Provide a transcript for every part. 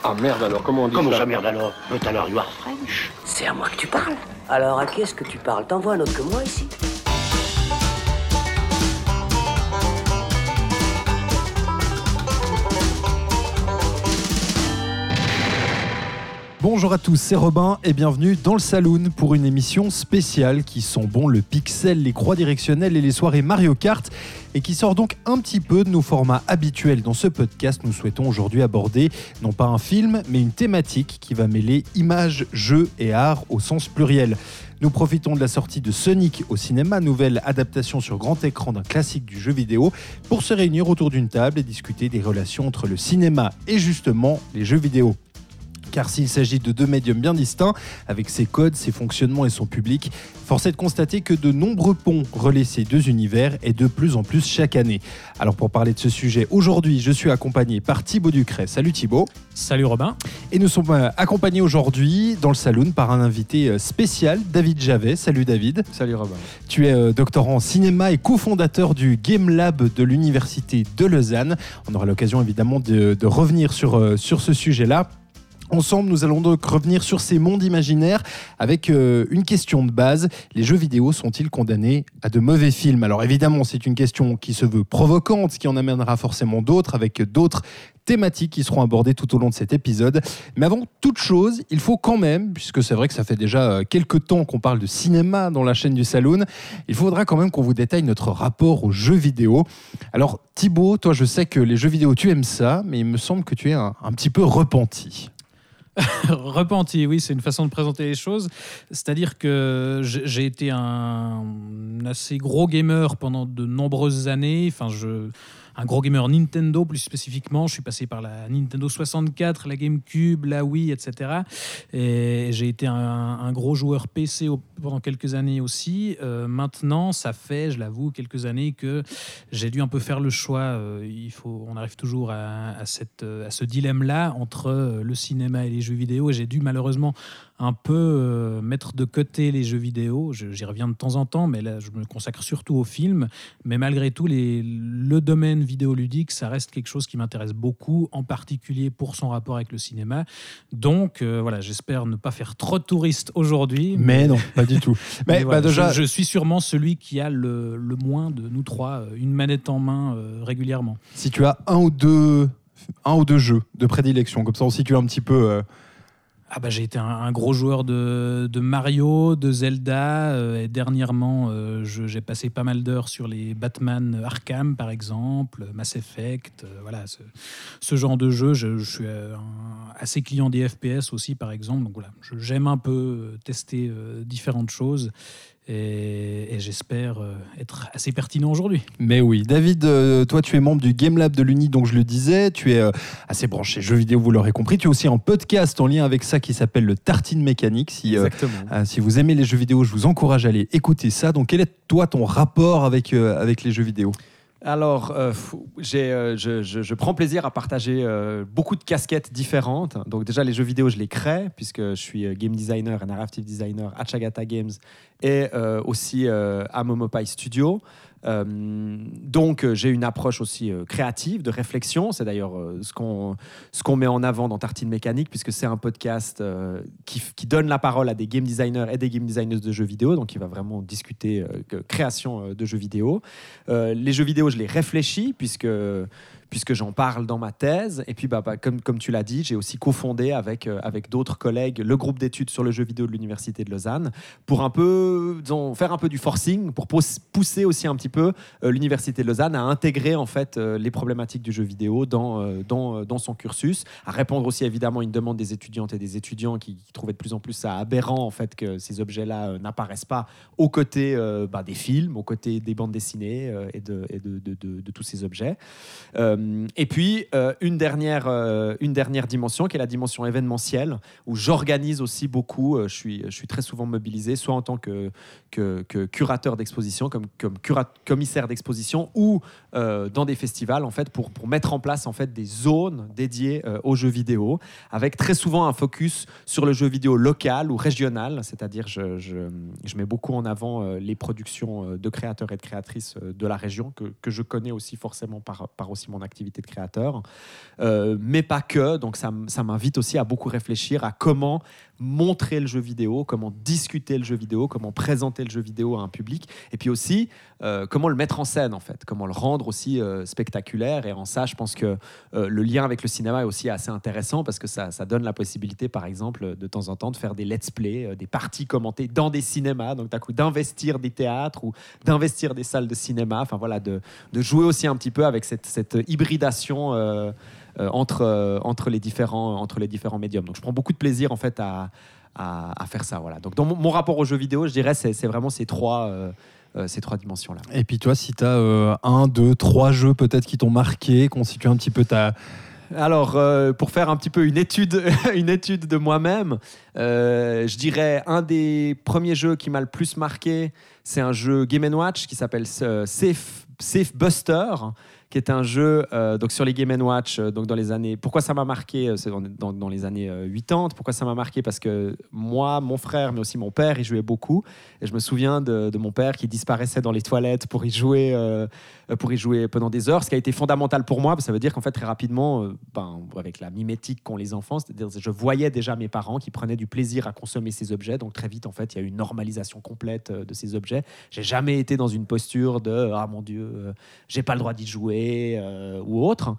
Ah merde alors, comment on dit Comment ça? ça merde alors? But alors you are French. C'est à moi que tu parles. Alors à qui est-ce que tu parles? T'en vois un autre que moi ici? Bonjour à tous, c'est Robin et bienvenue dans le Saloon pour une émission spéciale qui sent bon le pixel, les croix directionnelles et les soirées Mario Kart et qui sort donc un petit peu de nos formats habituels. Dans ce podcast, nous souhaitons aujourd'hui aborder non pas un film, mais une thématique qui va mêler images, jeux et art au sens pluriel. Nous profitons de la sortie de Sonic au cinéma, nouvelle adaptation sur grand écran d'un classique du jeu vidéo, pour se réunir autour d'une table et discuter des relations entre le cinéma et justement les jeux vidéo. Car s'il s'agit de deux médiums bien distincts, avec ses codes, ses fonctionnements et son public, force est de constater que de nombreux ponts relient ces deux univers et de plus en plus chaque année. Alors pour parler de ce sujet, aujourd'hui, je suis accompagné par Thibaut Ducret. Salut Thibaut. Salut Robin. Et nous sommes accompagnés aujourd'hui dans le Saloon par un invité spécial, David Javet. Salut David. Salut Robin. Tu es doctorant en cinéma et cofondateur du Game Lab de l'Université de Lausanne. On aura l'occasion évidemment de revenir sur ce sujet-là. Ensemble, nous allons donc revenir sur ces mondes imaginaires avec une question de base. Les jeux vidéo sont-ils condamnés à de mauvais films ? Alors évidemment, c'est une question qui se veut provocante, qui en amènera forcément d'autres, avec d'autres thématiques qui seront abordées tout au long de cet épisode. Mais avant toute chose, il faut quand même, puisque c'est vrai que ça fait déjà quelques temps qu'on parle de cinéma dans la chaîne du Saloon, il faudra quand même qu'on vous détaille notre rapport aux jeux vidéo. Alors Thibaut, toi je sais que les jeux vidéo tu aimes ça, mais il me semble que tu es un petit peu repenti. Repenti, oui, c'est une façon de présenter les choses. C'est-à-dire que j'ai été un assez gros gamer pendant de nombreuses années. Un gros gamer Nintendo plus spécifiquement. Je suis passé par la Nintendo 64, la GameCube, la Wii, etc. Et j'ai été un gros joueur PC pendant quelques années aussi. Maintenant, ça fait, je l'avoue, quelques années que j'ai dû un peu faire le choix. On arrive toujours à ce dilemme-là entre le cinéma et les jeux vidéo. Et j'ai dû malheureusement un peu mettre de côté les jeux vidéo. J'y reviens de temps en temps, mais là, je me consacre surtout aux films. Mais malgré tout, le domaine vidéoludique, ça reste quelque chose qui m'intéresse beaucoup, en particulier pour son rapport avec le cinéma. Donc, voilà, j'espère ne pas faire trop de touriste aujourd'hui. Mais non, pas du tout. Mais voilà, déjà... je suis sûrement celui qui a le moins de nous trois une manette en main régulièrement. Si tu as un ou deux jeux de prédilection, comme ça on situe un petit peu... J'ai été un gros joueur de Mario, de Zelda, et dernièrement j'ai passé pas mal d'heures sur les Batman Arkham par exemple, Mass Effect, voilà, ce genre de jeu. Je suis assez client des FPS aussi par exemple, donc voilà, j'aime un peu tester différentes choses. Et j'espère être assez pertinent aujourd'hui. Mais oui, David, toi tu es membre du Game Lab de l'Uni, donc je le disais, tu es assez branché jeux vidéo, vous l'aurez compris. Tu es aussi un podcast en lien avec ça qui s'appelle le Tartine Mécanique. Si vous aimez les jeux vidéo, je vous encourage à aller écouter ça. Donc quel est toi ton rapport avec les jeux vidéo ? Alors, je prends plaisir à partager beaucoup de casquettes différentes. Donc déjà, les jeux vidéo, je les crée, puisque je suis game designer et narrative designer à Chagata Games et aussi à Momopai Studio. Donc j'ai une approche aussi créative, de réflexion. C'est d'ailleurs ce qu'on met en avant dans Tartine Mécanique, puisque c'est un podcast qui donne la parole à des game designers et des game designers de jeux vidéo. Donc il va vraiment discuter création de jeux vidéo. Les jeux vidéo, je les réfléchis puisque j'en parle dans ma thèse. Et puis, comme tu l'as dit, j'ai aussi cofondé avec d'autres collègues le groupe d'études sur le jeu vidéo de l'Université de Lausanne pour un peu, faire un peu du forcing, pour pousser aussi un petit peu l'Université de Lausanne à intégrer en fait les problématiques du jeu vidéo dans son cursus, à répondre aussi évidemment à une demande des étudiantes et des étudiants qui trouvaient de plus en plus ça aberrant en fait que ces objets-là n'apparaissent pas aux côtés des films, aux côtés des bandes dessinées et de tous ces objets. Et puis, une dernière dimension qui est la dimension événementielle, où j'organise aussi beaucoup. Je suis très souvent mobilisé, soit en tant que curateur d'exposition, comme commissaire d'exposition, ou dans des festivals, en fait, pour mettre en place en fait, des zones dédiées aux jeux vidéo, avec très souvent un focus sur le jeu vidéo local ou régional, c'est-à-dire je mets beaucoup en avant les productions de créateurs et de créatrices de la région, que je connais aussi forcément par aussi mon activité de créateur. Mais pas que, donc ça m'invite aussi à beaucoup réfléchir à comment montrer le jeu vidéo, comment discuter le jeu vidéo, comment présenter le jeu vidéo à un public, et puis aussi comment le mettre en scène en fait, comment le rendre aussi spectaculaire. Et en ça, je pense que le lien avec le cinéma est aussi assez intéressant parce que ça donne la possibilité, par exemple, de temps en temps de faire des let's play, des parties commentées dans des cinémas, donc d'un coup d'investir des théâtres ou d'investir des salles de cinéma, enfin voilà, de jouer aussi un petit peu avec cette hybridation entre les différents médiums. Donc je prends beaucoup de plaisir en fait à faire ça. Voilà. Donc dans mon rapport aux jeux vidéo, je dirais c'est vraiment ces trois dimensions-là. Et puis toi, si tu as 1, 2, 3 jeux peut-être qui t'ont marqué, constitué un petit peu ta... Alors, pour faire un petit peu une étude de moi-même, je dirais un des premiers jeux qui m'a le plus marqué, c'est un jeu Game & Watch qui s'appelle Safe Buster, qui est un jeu donc sur les Game & Watch donc dans les années... Pourquoi ça m'a marqué? C'est dans les années 80. Pourquoi ça m'a marqué? Parce que moi, mon frère, mais aussi mon père, y jouait beaucoup. Et je me souviens de mon père qui disparaissait dans les toilettes pour y jouer pendant des heures, ce qui a été fondamental pour moi, parce que ça veut dire qu'en fait, très rapidement, avec la mimétique qu'ont les enfants, c'est-à-dire je voyais déjà mes parents qui prenaient du plaisir à consommer ces objets. Donc très vite, en fait, il y a eu une normalisation complète de ces objets. J'ai jamais été dans une posture de « Ah mon Dieu, j'ai pas le droit d'y jouer », ou autre.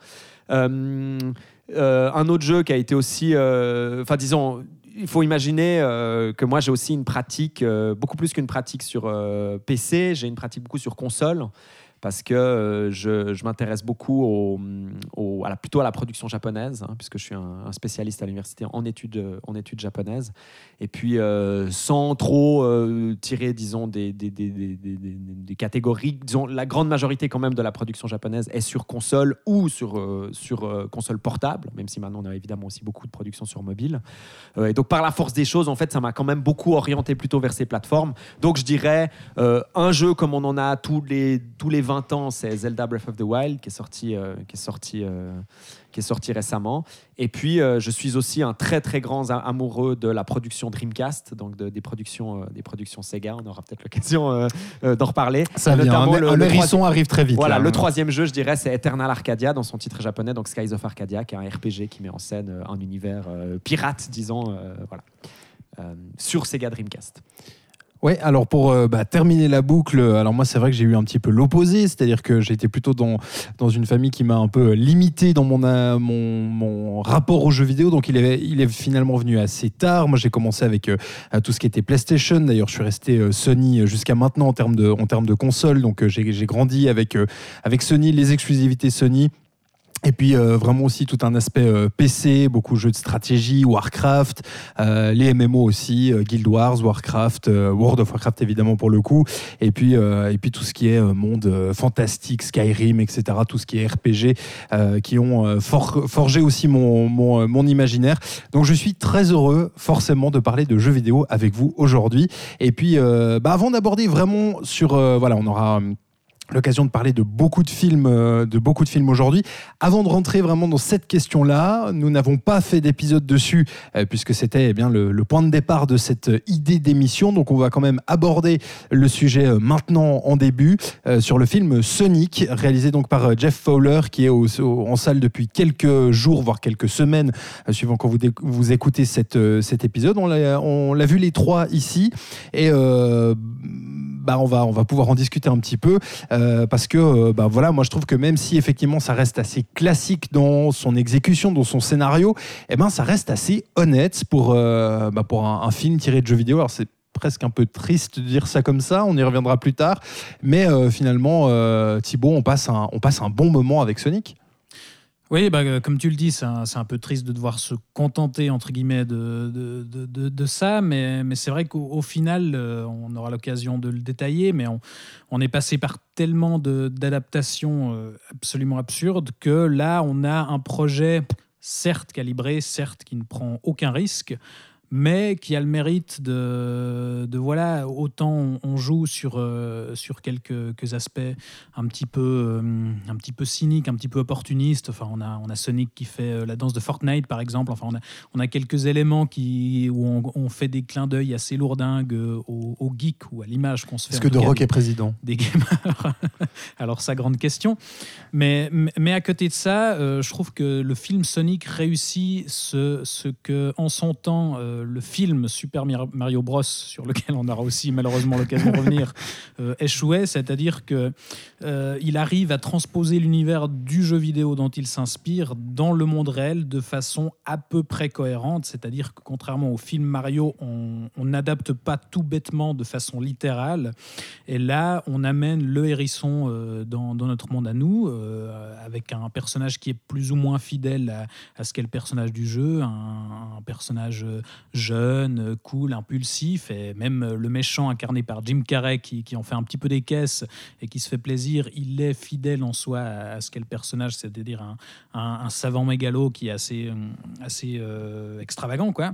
Un autre jeu qui a été aussi... disons, il faut imaginer que moi, j'ai aussi une pratique, beaucoup plus qu'une pratique sur PC, j'ai une pratique beaucoup sur console, parce que je m'intéresse beaucoup plutôt à la production japonaise, puisque je suis un spécialiste à l'université en études japonaises. Et puis, sans trop tirer, disons, des catégories, disons, la grande majorité quand même de la production japonaise est sur console ou sur console portable, même si maintenant on a évidemment aussi beaucoup de production sur mobile. Et donc, par la force des choses, en fait, ça m'a quand même beaucoup orienté plutôt vers ces plateformes. Donc, je dirais, un jeu comme on en a tous les 20 ans, c'est Zelda Breath of the Wild qui est sorti récemment. Et puis je suis aussi un très très grand amoureux de la production Dreamcast, donc des productions Sega. On aura peut-être l'occasion d'en reparler. Ça vient, un hérisson arrive très vite. Voilà, là, le troisième jeu, je dirais, c'est Eternal Arcadia dans son titre japonais, donc Skies of Arcadia, qui est un RPG qui met en scène un univers pirate, disons, sur Sega Dreamcast. Ouais, alors pour terminer la boucle, alors moi c'est vrai que j'ai eu un petit peu l'opposé, c'est-à-dire que j'étais plutôt dans une famille qui m'a un peu limité dans mon rapport aux jeux vidéo, donc il est finalement venu assez tard. Moi j'ai commencé avec tout ce qui était PlayStation, d'ailleurs je suis resté Sony jusqu'à maintenant en termes de console, donc j'ai grandi avec Sony, les exclusivités Sony. Et puis vraiment aussi tout un aspect PC, beaucoup de jeux de stratégie, Warcraft, les MMO aussi, Guild Wars, Warcraft, World of Warcraft évidemment pour le coup, et puis tout ce qui est monde fantastique, Skyrim, etc., tout ce qui est RPG, qui ont forgé aussi mon imaginaire. Donc je suis très heureux forcément de parler de jeux vidéo avec vous aujourd'hui. Et puis avant d'aborder vraiment sur... on aura... l'occasion de parler de beaucoup de films aujourd'hui. Avant de rentrer vraiment dans cette question-là, nous n'avons pas fait d'épisode dessus puisque c'était bien le point de départ de cette idée d'émission. Donc on va quand même aborder le sujet maintenant en début sur le film Sonic, réalisé donc par Jeff Fowler, qui est en salle depuis quelques jours, voire quelques semaines, suivant quand vous écoutez cet épisode. On l'a vu les trois ici et on va pouvoir en discuter un petit peu. Parce que moi je trouve que même si effectivement ça reste assez classique dans son exécution, dans son scénario, ça reste assez honnête pour un film tiré de jeux vidéo. Alors c'est presque un peu triste de dire ça comme ça, on y reviendra plus tard, mais finalement Thibaut, on passe un bon moment avec Sonic. Oui, comme tu le dis, c'est un peu triste de devoir se contenter, entre guillemets, de ça, mais c'est vrai qu'au final, on aura l'occasion de le détailler, mais on est passé par tellement d'adaptations absolument absurdes que là, on a un projet, certes calibré, certes qui ne prend aucun risque, mais qui a le mérite de voilà, autant on joue sur quelques aspects un petit peu cyniques, un petit peu opportunistes. Enfin, on a Sonic qui fait la danse de Fortnite, par exemple. Enfin, on a quelques éléments où on fait des clins d'œil assez lourdingues au geek ou à l'image qu'on se fait. Est-ce que The Rock est président ? Des gamers. Alors, ça, grande question. Mais à côté de ça, je trouve que le film Sonic réussit ce que, en son temps, le film Super Mario Bros, sur lequel on aura aussi malheureusement l'occasion de revenir, échouait, c'est-à-dire qu'il arrive à transposer l'univers du jeu vidéo dont il s'inspire dans le monde réel de façon à peu près cohérente, c'est-à-dire que contrairement au film Mario, on n'adapte pas tout bêtement de façon littérale, et là on amène le hérisson dans notre monde à nous, avec un personnage qui est plus ou moins fidèle à ce qu'est le personnage du jeu, un personnage jeune, cool, impulsif, et même le méchant incarné par Jim Carrey qui en fait un petit peu des caisses et qui se fait plaisir, il est fidèle en soi à ce qu'est le personnage, c'est-à-dire un savant mégalo qui est assez extravagant, quoi.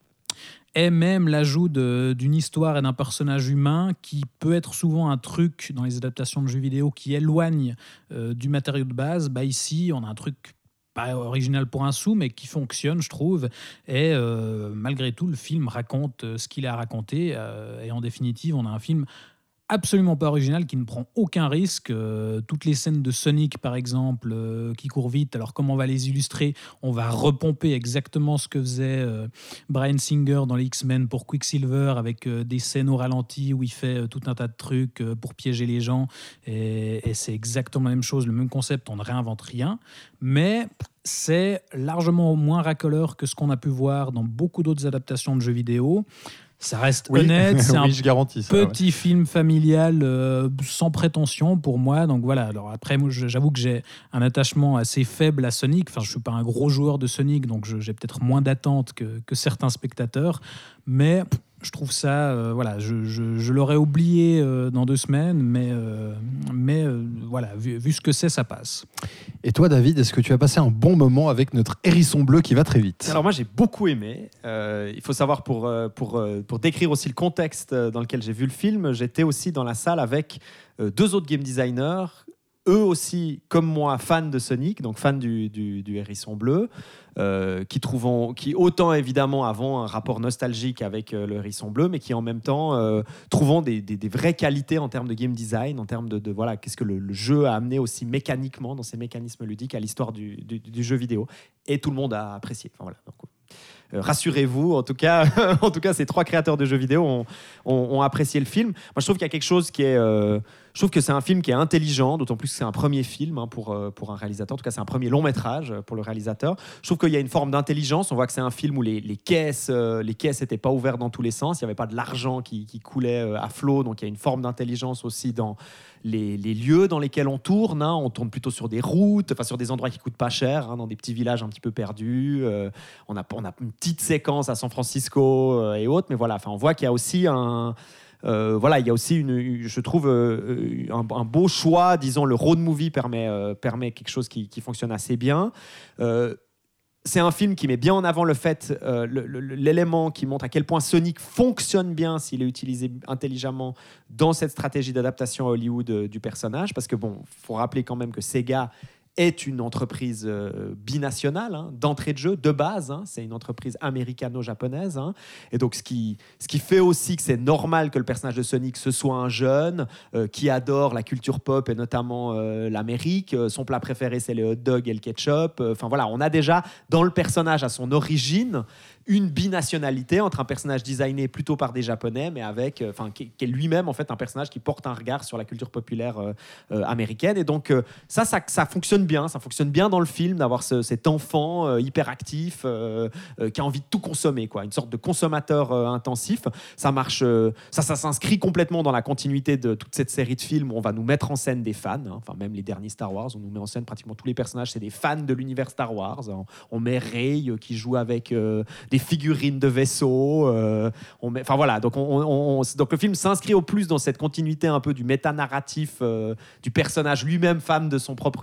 Et même l'ajout d'une histoire et d'un personnage humain qui peut être souvent un truc dans les adaptations de jeux vidéo qui éloigne du matériau de base. Bah ici, on a un truc pas original pour un sou, mais qui fonctionne, je trouve. Et malgré tout, le film raconte ce qu'il a à raconter. Et en définitive, on a un film absolument pas original, qui ne prend aucun risque. Toutes les scènes de Sonic, par exemple, qui courent vite, alors comment on va les illustrer ? On va repomper exactement ce que faisait Bryan Singer dans les X-Men pour Quicksilver, avec des scènes au ralenti où il fait tout un tas de trucs pour piéger les gens. Et c'est exactement la même chose, le même concept, on ne réinvente rien. Mais c'est largement moins racoleur que ce qu'on a pu voir dans beaucoup d'autres adaptations de jeux vidéo. Ça reste honnête, c'est un petit film familial sans prétention pour moi. Donc voilà. Alors après, moi, j'avoue que j'ai un attachement assez faible à Sonic. Enfin, je suis pas un gros joueur de Sonic, donc j'ai peut-être moins d'attentes que certains spectateurs. Mais je trouve ça, voilà, je l'aurais oublié dans 2 semaines, mais voilà, vu ce que c'est, ça passe. Et toi, David, est-ce que tu as passé un bon moment avec notre hérisson bleu qui va très vite ? Alors moi, j'ai beaucoup aimé. Il faut savoir, pour décrire aussi le contexte dans lequel j'ai vu le film, j'étais aussi dans la salle avec 2 autres game designers, eux aussi, comme moi, fans de Sonic, donc fans du hérisson bleu, qui autant évidemment avons un rapport nostalgique avec le hérisson bleu, mais qui en même temps trouvant des vraies qualités en termes de game design, en termes de voilà, qu'est-ce que le jeu a amené aussi mécaniquement dans ses mécanismes ludiques à l'histoire du jeu vidéo. Et tout le monde a apprécié. Enfin, voilà, donc, rassurez-vous, en tout cas, ces 3 créateurs de jeux vidéo ont apprécié le film. Moi, je trouve qu'il y a quelque chose qui est... je trouve que c'est un film qui est intelligent, d'autant plus que c'est un premier film pour un réalisateur. En tout cas, c'est un premier long métrage pour le réalisateur. Je trouve qu'il y a une forme d'intelligence. On voit que c'est un film où les caisses n'étaient pas ouvertes dans tous les sens. Il n'y avait pas de l'argent qui coulait à flot. Donc, il y a une forme d'intelligence aussi dans les lieux dans lesquels on tourne. On tourne plutôt sur des routes, sur des endroits qui ne coûtent pas cher, dans des petits villages un petit peu perdus. On a une petite séquence à San Francisco et autres. Mais voilà, on voit qu'il y a aussi il y a aussi je trouve un beau choix. Disons, le road movie permet quelque chose qui fonctionne assez bien. C'est un film qui met bien en avant le fait, l'élément qui montre à quel point Sonic fonctionne bien s'il est utilisé intelligemment dans cette stratégie d'adaptation à Hollywood du personnage. Parce que faut rappeler quand même que Sega est une entreprise binationale, d'entrée de jeu, de base. C'est une entreprise américano-japonaise. Et donc, ce qui fait aussi que c'est normal que le personnage de Sonic, ce soit un jeune qui adore la culture pop et notamment l'Amérique. Son plat préféré, c'est les hot dogs et le ketchup. Enfin, voilà, on a déjà, dans le personnage, à son origine, une binationalité entre un personnage designé plutôt par des Japonais, mais avec, qui est lui-même en fait un personnage qui porte un regard sur la culture populaire américaine. Et donc ça fonctionne bien. Ça fonctionne bien dans le film d'avoir cet enfant hyperactif qui a envie de tout consommer, quoi, une sorte de consommateur intensif. Ça marche. Ça s'inscrit complètement dans la continuité de toute cette série de films où on va nous mettre en scène des fans. Enfin, même les derniers Star Wars, on nous met en scène pratiquement tous les personnages. C'est des fans de l'univers Star Wars. On met Rey qui joue avec des figurines de vaisseaux. Enfin voilà, donc le film s'inscrit au plus dans cette continuité un peu du méta-narratif du personnage lui-même, fan de son propre univers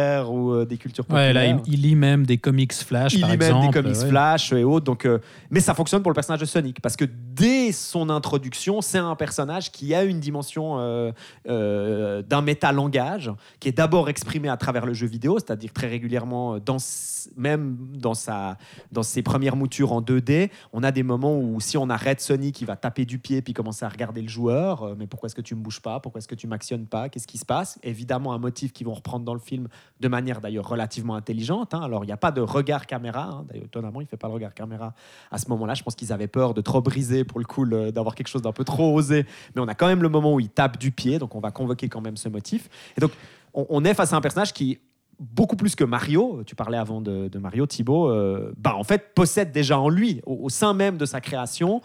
populaires ou des cultures Ouais, populaires. là, il lit même des comics Flash, par exemple. Il lit même des comics ouais. Flash et autres. Donc, mais ça fonctionne pour le personnage de Sonic parce que dès son introduction, c'est un personnage qui a une dimension d'un métalangage qui est d'abord exprimé à travers le jeu vidéo, c'est-à-dire très régulièrement, même dans ses premières moutures en 2D, on a des moments où si on arrête Sonic, il va taper du pied puis commencer à regarder le joueur. Mais pourquoi est-ce que tu me bouges pas? Pourquoi est-ce que tu m'actionnes pas? Qu'est-ce qui se passe? Évidemment, un motif qu'ils vont reprendre dans le film de manière d'ailleurs relativement intelligente. Alors, il n'y a pas de regard caméra. D'ailleurs, étonnamment, il ne fait pas le regard caméra à ce moment-là. Je pense qu'ils avaient peur de trop briser, pour le coup, d'avoir quelque chose d'un peu trop osé. Mais on a quand même le moment où il tape du pied. Donc, on va convoquer quand même ce motif. Et donc, on est face à un personnage qui, beaucoup plus que Mario, tu parlais avant de Mario, Thibaut, en fait, possède déjà en lui, au sein même de sa création,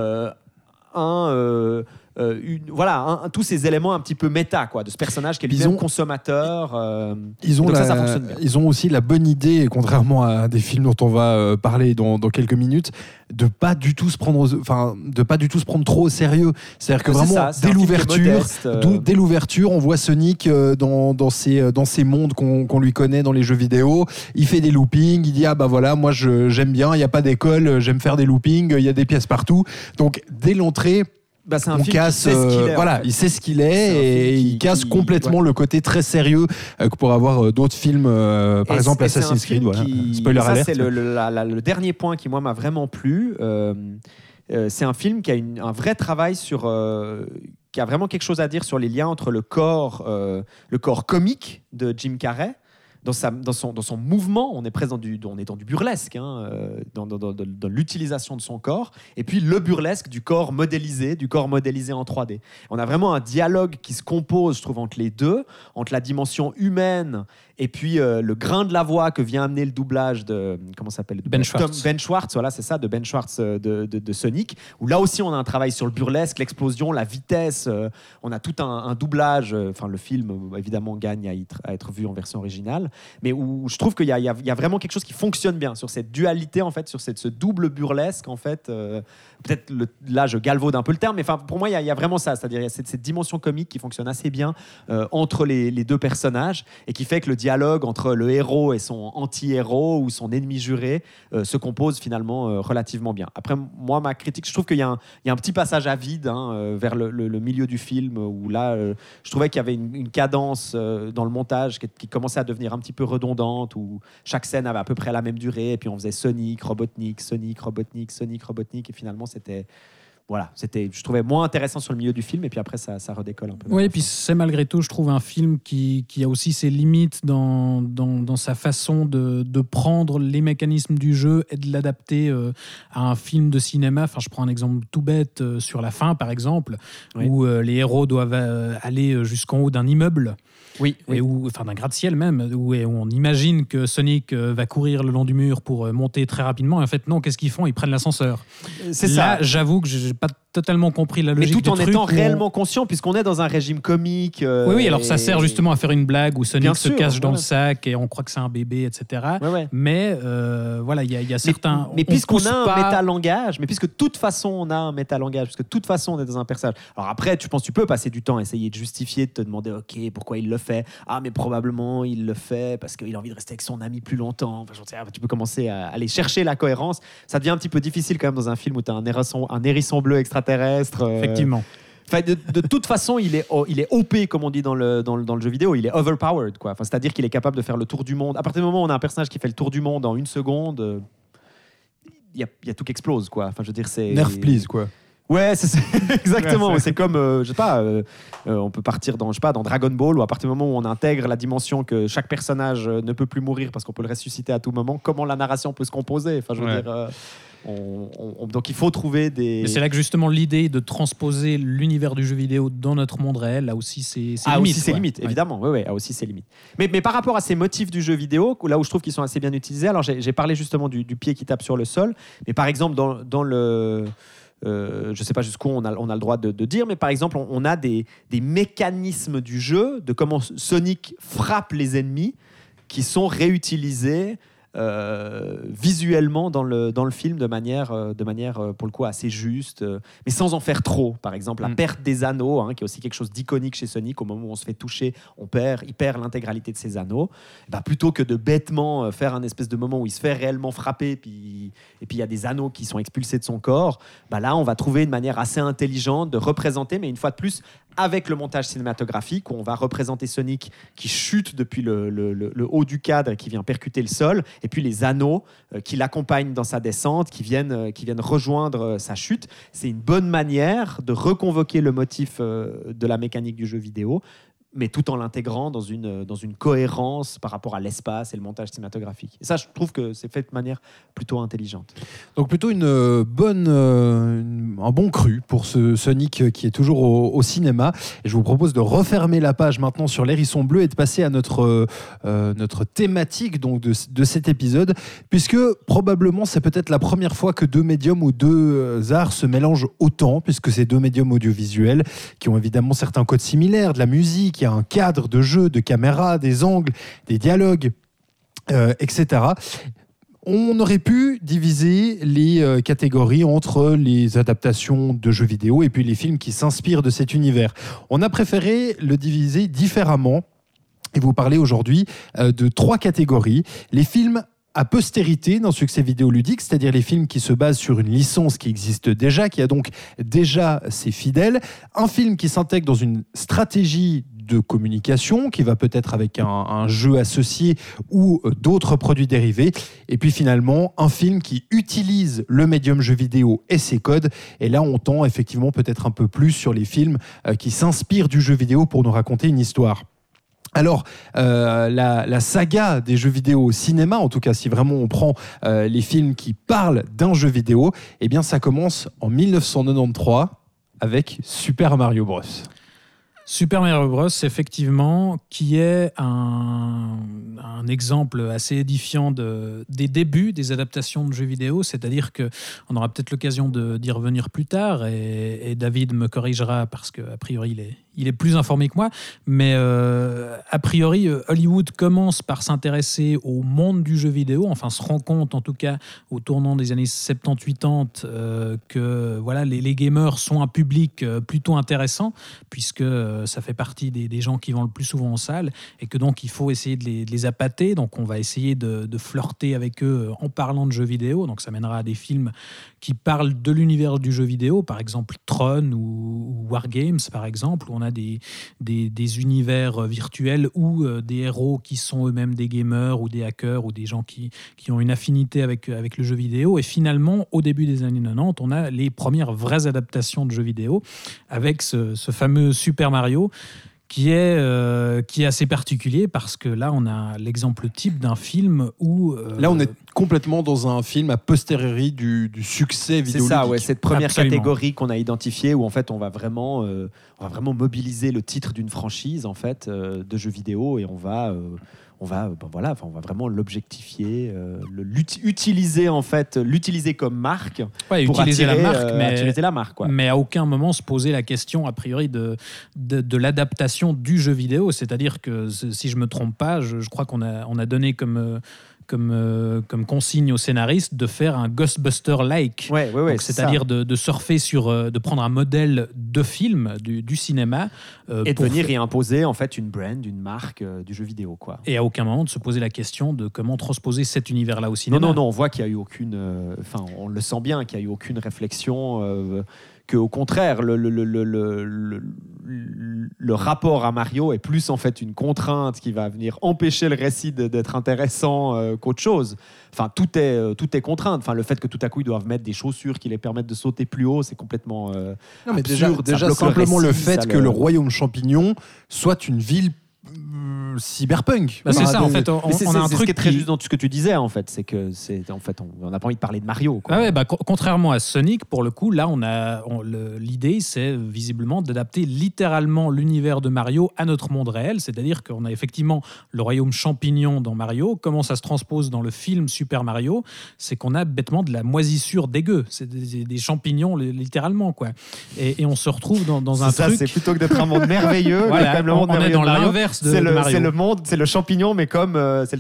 tous ces éléments un petit peu méta, quoi, de ce personnage qui est lui-même consommateur. Ça fonctionne bien. Ils ont aussi la bonne idée, contrairement à des films dont on va parler dans quelques minutes, de pas du tout se prendre trop au sérieux. C'est-à-dire que vraiment, dès l'ouverture, on voit Sonic dans ces mondes qu'on lui connaît dans les jeux vidéo. Il fait des loopings, il dit moi j'aime bien, il y a pas d'école, j'aime faire des loopings, il y a des pièces partout. Donc dès l'entrée, c'est un film qui sait ce qu'il est. Il sait ce qu'il est et il casse complètement le côté très sérieux que pour avoir d'autres films, par exemple Assassin's Creed. Spoiler alert. C'est le dernier point qui, moi, m'a vraiment plu. C'est un film qui a un vrai travail sur... qui a vraiment quelque chose à dire sur les liens entre le corps comique de Jim Carrey. Dans son mouvement, on est dans du burlesque, dans l'utilisation de son corps, et puis le burlesque du corps modélisé en 3D. On a vraiment un dialogue qui se compose, je trouve, entre les deux, entre la dimension humaine et puis le grain de la voix que vient amener le doublage de Ben Schwartz. Ben Schwartz, voilà, c'est ça, de Ben Schwartz de Sonic, où là aussi on a un travail sur le burlesque, l'explosion, la vitesse. On a tout un doublage. Le film évidemment gagne à être vu en version originale, mais où je trouve qu'il y a vraiment quelque chose qui fonctionne bien sur cette dualité, en fait, sur ce double burlesque, en fait. Peut-être là je galvaude un peu le terme, mais pour moi il y a vraiment ça, c'est-à-dire il y a cette dimension comique qui fonctionne assez bien entre les deux personnages et qui fait que le dialogue entre le héros et son anti-héros ou son ennemi juré se compose finalement relativement bien. Après, moi, ma critique, je trouve qu'il y a un petit passage à vide vers le milieu du film où là je trouvais qu'il y avait une cadence dans le montage qui commençait à devenir un petit peu redondante, où chaque scène avait à peu près la même durée et puis on faisait Sonic, Robotnik, Sonic, Robotnik, Sonic, Robotnik, et finalement c'était, je trouvais moins intéressant sur le milieu du film, et puis après ça redécolle un peu. Oui, et puis c'est malgré tout, je trouve, un film qui a aussi ses limites dans sa façon de prendre les mécanismes du jeu et de l'adapter à un film de cinéma. Je prends un exemple tout bête sur la fin, par exemple, où les héros doivent aller jusqu'en haut d'un immeuble. Oui. D'un gratte-ciel même, où on imagine que Sonic va courir le long du mur pour monter très rapidement. Et en fait, non, qu'est-ce qu'ils font? Ils prennent l'ascenseur. C'est là, ça. J'avoue que j'ai pas totalement compris la logique du truc. Mais tout en étant réellement conscient, puisqu'on est dans un régime comique. Oui, alors ça sert justement à faire une blague où Sonic se cache dans le sac et on croit que c'est un bébé, etc. Ouais. Mais il y a certains... Mais puisqu'on a un métalangage, puisque de toute façon on a un métalangage, puisque de toute façon on est dans un personnage. Alors après, tu peux passer du temps à essayer de justifier, de te demander, ok, pourquoi il le fait? Ah, mais probablement il le fait parce qu'il a envie de rester avec son ami plus longtemps. Tu peux commencer à aller chercher la cohérence. Ça devient un petit peu difficile quand même dans un film où tu as un hérisson bleu extraterrestre. Effectivement. De toute façon, il est OP, comme on dit dans le jeu vidéo. Il est overpowered, quoi. C'est-à-dire qu'il est capable de faire le tour du monde. À partir du moment où on a un personnage qui fait le tour du monde en 1 seconde, il y a tout qui explose, quoi. C'est nerf please, quoi. Ouais, c'est exactement. C'est comme, on peut partir dans Dragon Ball, où à partir du moment où on intègre la dimension que chaque personnage ne peut plus mourir parce qu'on peut le ressusciter à tout moment, comment la narration peut se composer. Donc il faut trouver des... Mais c'est là que justement l'idée de transposer l'univers du jeu vidéo dans notre monde réel a aussi ses limites. Aussi ses limites, évidemment. Oui, a aussi ses limites. Mais par rapport à ces motifs du jeu vidéo, là où je trouve qu'ils sont assez bien utilisés, alors j'ai parlé justement du pied qui tape sur le sol, mais par exemple dans le... je ne sais pas jusqu'où on a le droit de dire, mais par exemple, on a des mécanismes du jeu, de comment Sonic frappe les ennemis, qui sont réutilisés visuellement dans le film de manière pour le coup assez juste, mais sans en faire trop. Par exemple, la perte des anneaux, qui est aussi quelque chose d'iconique chez Sonic. Au moment où on se fait toucher, il perd l'intégralité de ses anneaux. Plutôt que de bêtement faire un espèce de moment où il se fait réellement frapper, et puis il y a des anneaux qui sont expulsés de son corps, là on va trouver une manière assez intelligente de représenter, mais une fois de plus avec le montage cinématographique, où on va représenter Sonic qui chute depuis le haut du cadre et qui vient percuter le sol, et puis les anneaux qui l'accompagnent dans sa descente, qui viennent rejoindre sa chute. C'est une bonne manière de reconvoquer le motif de la mécanique du jeu vidéo, mais tout en l'intégrant dans une cohérence par rapport à l'espace et le montage cinématographique. Et ça, je trouve que c'est fait de manière plutôt intelligente. Donc plutôt un bon cru pour ce Sonic qui est toujours au cinéma. Et je vous propose de refermer la page maintenant sur l'hérisson bleu et de passer à notre thématique donc de cet épisode, puisque probablement c'est peut-être la première fois que deux médiums ou deux arts se mélangent autant, puisque c'est deux médiums audiovisuels qui ont évidemment certains codes similaires, de la musique, il y a un cadre de jeu, de caméra, des angles, des dialogues, etc. On aurait pu diviser les catégories entre les adaptations de jeux vidéo et puis les films qui s'inspirent de cet univers. On a préféré le diviser différemment et vous parler aujourd'hui de 3 catégories. Les films à postérité d'un succès vidéoludique, c'est-à-dire les films qui se basent sur une licence qui existe déjà, qui a donc déjà ses fidèles. Un film qui s'intègre dans une stratégie de communication, qui va peut-être avec un jeu associé ou d'autres produits dérivés. Et puis finalement, un film qui utilise le médium jeu vidéo et ses codes. Et là, on tend effectivement peut-être un peu plus sur les films qui s'inspirent du jeu vidéo pour nous raconter une histoire. Alors, la saga des jeux vidéo au cinéma, en tout cas si vraiment on prend les films qui parlent d'un jeu vidéo, eh bien ça commence en 1993 avec Super Mario Bros. Super Mario Bros, effectivement, qui est un exemple assez édifiant des débuts des adaptations de jeux vidéo, c'est-à-dire qu'on aura peut-être l'occasion d'y revenir plus tard, et David me corrigera parce qu'a priori il est plus informé que moi, mais a priori Hollywood commence par s'intéresser au monde du jeu vidéo, enfin se rend compte en tout cas au tournant des années 70-80 que voilà, les gamers sont un public plutôt intéressant, puisque ça fait partie des gens qui vont le plus souvent en salle, et que donc il faut essayer de les appâter. Donc on va essayer de flirter avec eux en parlant de jeux vidéo. Donc ça mènera à des films qui parlent de l'univers du jeu vidéo, par exemple Tron ou War Games par exemple, où on a des univers virtuels ou des héros qui sont eux-mêmes des gamers ou des hackers ou des gens qui ont une affinité avec le jeu vidéo. Et finalement, au début des années 90, on a les premières vraies adaptations de jeux vidéo avec ce fameux Super Mario qui est assez particulier, parce que là, on a l'exemple type d'un film où... Là, on est complètement dans un film a posteriori du succès vidéoludique. C'est ça, ouais, cette première Absolument. catégorie qu'on a identifiée, où en fait, on va vraiment mobiliser le titre d'une franchise en fait, de jeux vidéo, et on va vraiment l'objectifier, l'utiliser comme marque, ouais, pour utiliser attirer, la marque, quoi. Mais à aucun moment se poser la question a priori de l'adaptation du jeu vidéo. C'est-à-dire que si je me trompe pas, je crois qu'on a donné comme consigne au scénariste de faire un Ghostbuster-like. Ouais, donc, c'est-à-dire de surfer de prendre un modèle de film du cinéma et de venir y imposer en fait une brand, une marque du jeu vidéo, quoi. Et à aucun moment de se poser la question de comment transposer cet univers-là au cinéma. Non, on voit qu'il y a eu aucune, on le sent bien qu'il y a eu aucune réflexion. Qu'au contraire, le rapport à Mario est plus en fait une contrainte qui va venir empêcher le récit d'être intéressant qu'autre chose. Enfin, tout est contrainte. Enfin, le fait que tout à coup ils doivent mettre des chaussures qui les permettent de sauter plus haut, c'est complètement non, mais absurde. déjà simplement le fait que le royaume champignon soit une ville cyberpunk. C'est ça, en fait, on a un truc truc qui est très juste dans tout ce que tu disais, en fait, c'est que on n'a pas envie de parler de Mario, quoi. Ah ouais, contrairement à Sonic, pour le coup, là, l'idée, c'est visiblement d'adapter littéralement l'univers de Mario à notre monde réel, c'est-à-dire qu'on a effectivement le royaume champignon dans Mario. Comment ça se transpose dans le film Super Mario? C'est qu'on a bêtement de la moisissure dégueu, c'est des champignons littéralement, quoi. Et on se retrouve dans un truc. C'est plutôt que d'être un monde merveilleux. Voilà, on est dans l'inverse l'inverse de Mario. C'est le monde, c'est le champignon, mais comme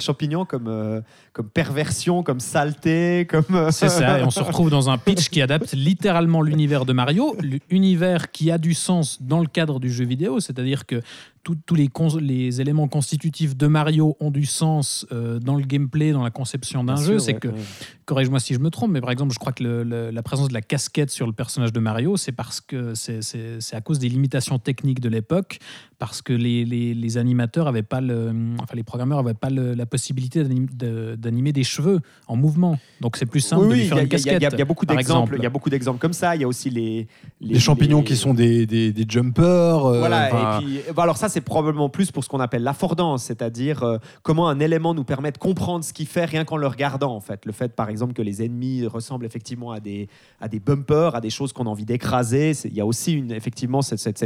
comme perversion, comme saleté, comme. C'est ça, et on se retrouve dans un pitch qui adapte littéralement l'univers de Mario, l'univers qui a du sens dans le cadre du jeu vidéo, c'est-à-dire que tous les éléments constitutifs de Mario ont du sens dans le gameplay, dans la conception d'un jeu. C'est que, corrige-moi si je me trompe, mais par exemple, je crois que la présence de la casquette sur le personnage de Mario, c'est parce que c'est à cause des limitations techniques de l'époque, parce que les animateurs avaient pas les programmeurs n'avaient pas la possibilité d'animer des cheveux en mouvement. Donc c'est plus simple de lui faire une casquette. Il y a beaucoup d'exemples. Il y a beaucoup d'exemples comme ça. Il y a aussi les champignons qui sont des jumpers. Voilà. Et puis, alors ça, c'est probablement plus pour ce qu'on appelle l'affordance, c'est-à-dire comment un élément nous permet de comprendre ce qu'il fait rien qu'en le regardant. En fait, le fait, par exemple, que les ennemis ressemblent effectivement à des bumpers, à des choses qu'on a envie d'écraser. Il y a aussi effectivement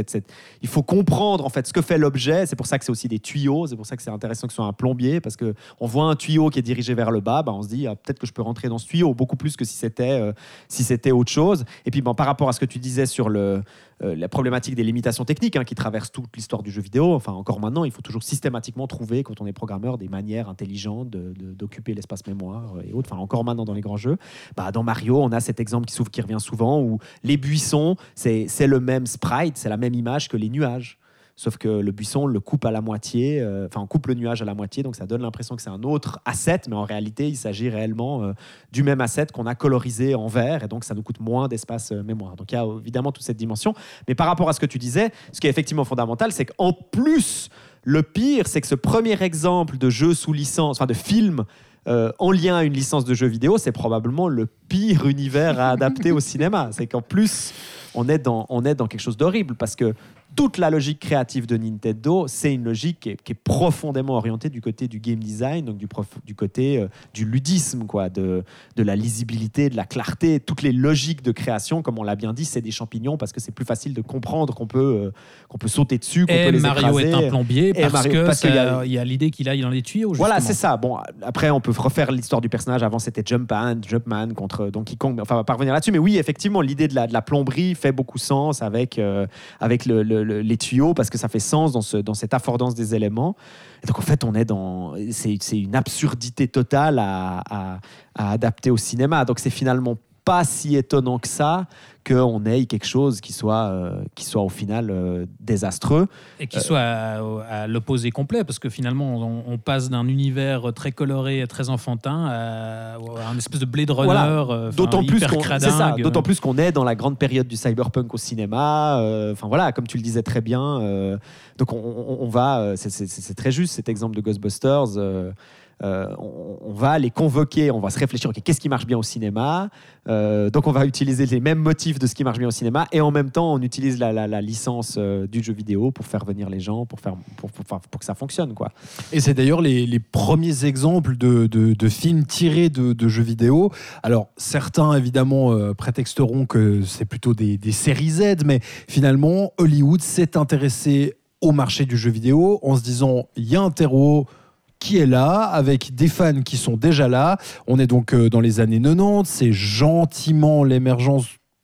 il faut comprendre en fait ce que fait l'objet. C'est pour ça que c'est aussi des tuyaux. C'est pour ça que c'est intéressant que ce soit un plombier, parce que on voit un tuyau qui est dirigé vers le bas, on se dit peut-être que je peux rentrer dans ce tuyau, beaucoup plus que si c'était autre chose. Et puis par rapport à ce que tu disais sur la problématique des limitations techniques qui traversent toute l'histoire du jeu vidéo, enfin encore maintenant, il faut toujours systématiquement trouver, quand on est programmeur, des manières intelligentes d'occuper l'espace mémoire et autres. Enfin encore maintenant dans les grands jeux. Dans Mario, on a cet exemple qui revient souvent où les buissons, c'est le même sprite, c'est la même image que les nuages. Sauf que le buisson, on le coupe à la moitié, on coupe le nuage à la moitié, donc ça donne l'impression que c'est un autre asset, mais en réalité, il s'agit réellement du même asset qu'on a colorisé en vert, et donc ça nous coûte moins d'espace mémoire. Donc il y a évidemment toute cette dimension. Mais par rapport à ce que tu disais, ce qui est effectivement fondamental, c'est qu'en plus, le pire, c'est que ce premier exemple de jeu sous licence, de film en lien à une licence de jeu vidéo, c'est probablement le pire univers à adapter au cinéma. C'est qu'en plus, on est dans quelque chose d'horrible, parce que toute la logique créative de Nintendo, c'est une logique qui est profondément orientée du côté du game design, donc du côté du ludisme, de la lisibilité, de la clarté. Toutes les logiques de création, comme on l'a bien dit, c'est des champignons, parce que c'est plus facile de comprendre qu'on peut sauter dessus, qu'on peut les écraser. Mario est un plombier parce qu'il y a l'idée qu'il aille dans les tuyaux. Justement. Voilà, c'est ça. Bon, après, on peut refaire l'histoire du personnage. Avant, c'était Jumpman contre Donkey Kong. Enfin, on va pas revenir là-dessus. Mais oui, effectivement, l'idée de la plomberie fait beaucoup sens avec les tuyaux, parce que ça fait sens dans cette affordance des éléments. Et donc en fait, c'est une absurdité totale à adapter au cinéma. Donc c'est finalement pas si étonnant que ça qu'on ait quelque chose qui soit au final désastreux. Et qui soit à l'opposé complet, parce que finalement, on passe d'un univers très coloré et très enfantin à un espèce de Blade Runner d'autant plus cradingue. D'autant plus qu'on est dans la grande période du cyberpunk au cinéma. Comme tu le disais très bien. Donc on va... c'est très juste cet exemple de Ghostbusters. On va les convoquer, on va se réfléchir, qu'est-ce qui marche bien au cinéma, donc on va utiliser les mêmes motifs de ce qui marche bien au cinéma, et en même temps on utilise la licence du jeu vidéo pour faire venir les gens, pour que ça fonctionne, quoi. Et c'est d'ailleurs les premiers exemples de films tirés de jeux vidéo. Alors certains évidemment prétexteront que c'est plutôt des séries Z, mais finalement Hollywood s'est intéressé au marché du jeu vidéo en se disant il y a un terreau qui est là, avec des fans qui sont déjà là. On est donc dans les années 90, c'est gentiment l'émergence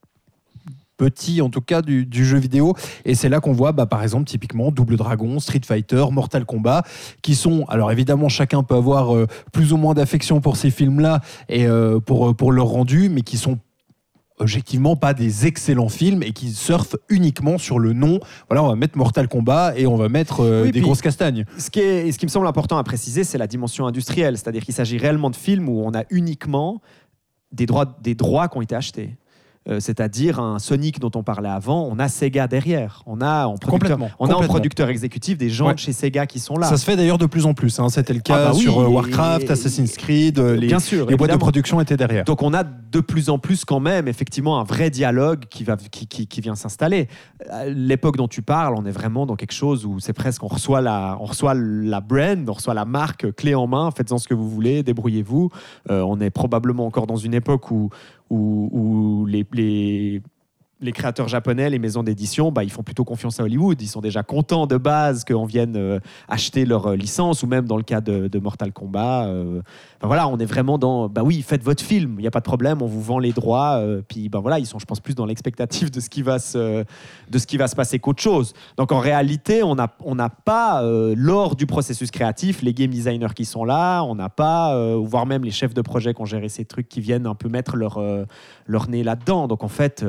petit en tout cas du jeu vidéo, et c'est là qu'on voit par exemple typiquement Double Dragon, Street Fighter, Mortal Kombat, qui sont, alors évidemment chacun peut avoir plus ou moins d'affection pour ces films-là et pour leur rendu, mais qui sont objectivement pas des excellents films et qui surfent uniquement sur le nom. Voilà, on va mettre Mortal Kombat et on va mettre des grosses castagnes. Ce qui me semble important à préciser, c'est la dimension industrielle, c'est-à-dire qu'il s'agit réellement de films où on a uniquement des droits qui ont été achetés. C'est-à-dire un Sonic dont on parlait avant, on a Sega derrière. On a en producteur exécutif des gens de chez Sega qui sont là. Ça se fait d'ailleurs de plus en plus. C'était le cas sur Warcraft, Assassin's Creed. Bien sûr, les boîtes de production étaient derrière. Donc on a de plus en plus quand même effectivement un vrai dialogue qui vient s'installer. L'époque dont tu parles, on est vraiment dans quelque chose où c'est presque on reçoit la brand, on reçoit la marque clé en main. Faites-en ce que vous voulez, débrouillez-vous. On est probablement encore dans une époque où les créateurs japonais, les maisons d'édition, ils font plutôt confiance à Hollywood. Ils sont déjà contents de base qu'on vienne acheter leur licence, ou même dans le cas de Mortal Kombat. Voilà, on est vraiment dans, oui, faites votre film, il n'y a pas de problème, on vous vend les droits. Puis voilà, ils sont, je pense, plus dans l'expectative de ce qui va se passer qu'autre chose. Donc en réalité, on n'a pas, lors du processus créatif, les game designers qui sont là, on n'a pas, voire même les chefs de projet qui ont géré ces trucs qui viennent un peu mettre leur nez là-dedans. Donc en fait,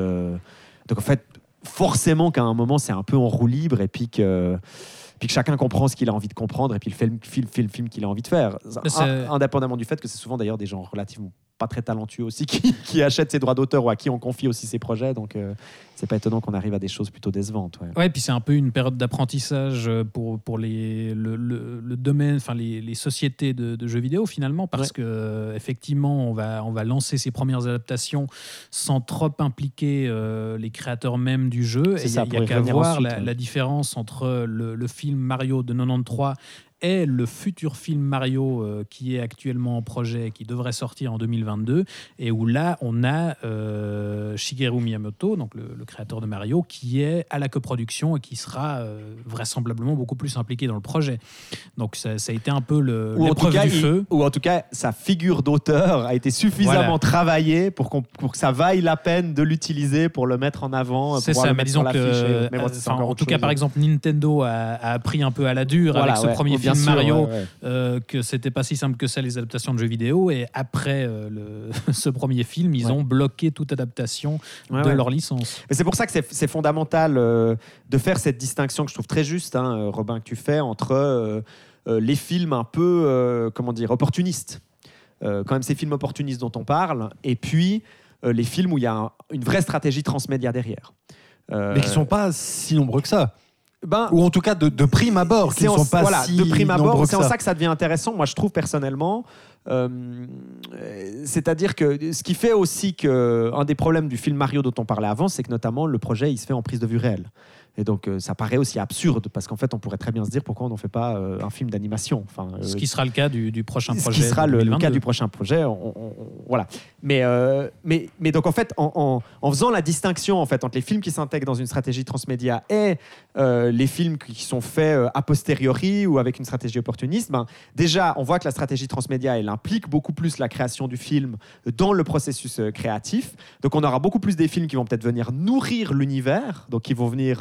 forcément qu'à un moment, c'est un peu en roue libre, et puis que chacun comprend ce qu'il a envie de comprendre, et puis le film qu'il a envie de faire. Indépendamment du fait que c'est souvent d'ailleurs des gens relativement pas très talentueux aussi qui achètent ses droits d'auteur, ou à qui on confie aussi ses projets. Donc c'est pas étonnant qu'on arrive à des choses plutôt décevantes. Ouais, puis c'est un peu une période d'apprentissage pour le domaine, enfin les sociétés de jeux vidéo finalement, parce que effectivement on va lancer ses premières adaptations sans trop impliquer les créateurs même du jeu. Il y a qu'à voir la différence entre le film Mario de 93 et le futur film Mario qui est actuellement en projet, qui devrait sortir en 2022, et où là on a Shigeru Miyamoto, donc le créateur de Mario, qui est à la coproduction et qui sera vraisemblablement beaucoup plus impliqué dans le projet. Donc ça a été un peu l'épreuve du feu. Ou en tout cas, sa figure d'auteur a été suffisamment travaillée pour que ça vaille la peine de l'utiliser, pour le mettre en avant, c'est ça, mais disons que en tout cas, par exemple, Nintendo a appris un peu à la dure avec ce premier film Mario, que c'était pas si simple que ça, les adaptations de jeux vidéo, et après ce premier film, ils ont bloqué toute adaptation de leur licence. Mais c'est pour ça que c'est fondamental de faire cette distinction que je trouve très juste, Robin, que tu fais entre les films un peu, opportunistes, quand même ces films opportunistes dont on parle, et puis les films où il y a une vraie stratégie transmédia derrière. Mais qui ne sont pas si nombreux que ça. Ou en tout cas de prime abord, qui ne sont pas si de prime abord, c'est en ça. ça que ça devient intéressant, moi je trouve personnellement. C'est-à-dire que ce qui fait aussi qu'un des problèmes du film Mario dont on parlait avant, c'est que notamment le projet il se fait en prise de vue réelle. Et donc ça paraît aussi absurde, parce qu'en fait on pourrait très bien se dire pourquoi on n'en fait pas un film d'animation. Ce qui sera le cas du prochain projet. Ce qui sera le cas du prochain projet. Voilà. Mais donc en fait, en faisant la distinction en fait entre les films qui s'intègrent dans une stratégie transmédia et les films qui sont faits a posteriori ou avec une stratégie opportuniste, déjà on voit que la stratégie transmédia elle implique beaucoup plus la création du film dans le processus créatif. Donc on aura beaucoup plus des films qui vont peut-être venir nourrir l'univers, donc qui vont venir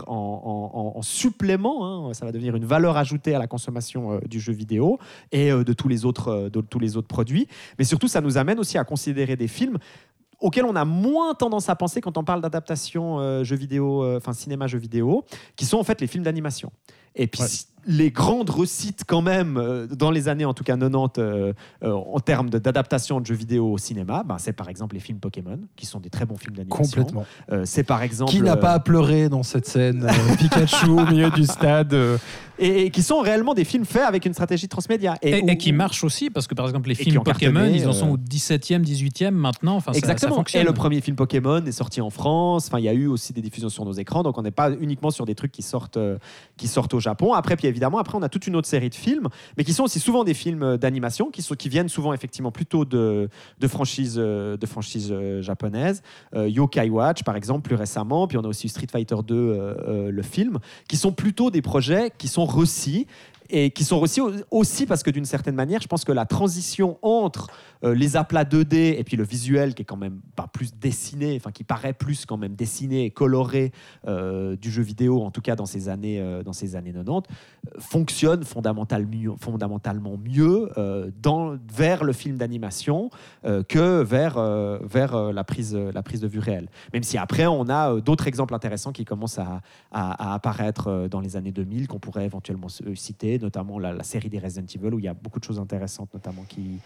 en supplément, ça va devenir une valeur ajoutée à la consommation du jeu vidéo et de tous les autres produits. Mais surtout, ça nous amène aussi à considérer des films auxquels on a moins tendance à penser quand on parle d'adaptation jeux vidéo, cinéma-jeux vidéo, qui sont en fait les films d'animation. Et puis les grandes réussites quand même dans les années en tout cas 90 en termes d'adaptation de jeux vidéo au cinéma, c'est par exemple les films Pokémon, qui sont des très bons films d'animation. Complètement. C'est par exemple qui n'a pas à pleurer dans cette scène Pikachu au milieu du stade et qui sont réellement des films faits avec une stratégie transmédia et qui marchent aussi, parce que par exemple les films Pokémon ils en sont au 17e 18e maintenant. Exactement. Ça fonctionne. Et le premier film Pokémon est sorti en France, il y a eu aussi des diffusions sur nos écrans, donc on n'est pas uniquement sur des trucs qui sortent au Japon. Après on a toute une autre série de films, mais qui sont aussi souvent des films d'animation, qui viennent souvent effectivement plutôt de franchises japonaises. Yokai Watch, par exemple, plus récemment, puis on a aussi Street Fighter 2, le film, qui sont plutôt des projets qui sont réussis, et qui sont aussi parce que d'une certaine manière, je pense que la transition entre les aplats 2D et puis le visuel qui est quand même plus dessiné, qui paraît plus quand même dessiné et coloré du jeu vidéo, en tout cas dans ces années 90, fonctionne fondamentalement mieux vers le film d'animation que vers la prise de vue réelle. Même si après on a d'autres exemples intéressants qui commencent à apparaître dans les années 2000 qu'on pourrait éventuellement citer, notamment la série des Resident Evil, où il y a beaucoup de choses intéressantes, notamment qui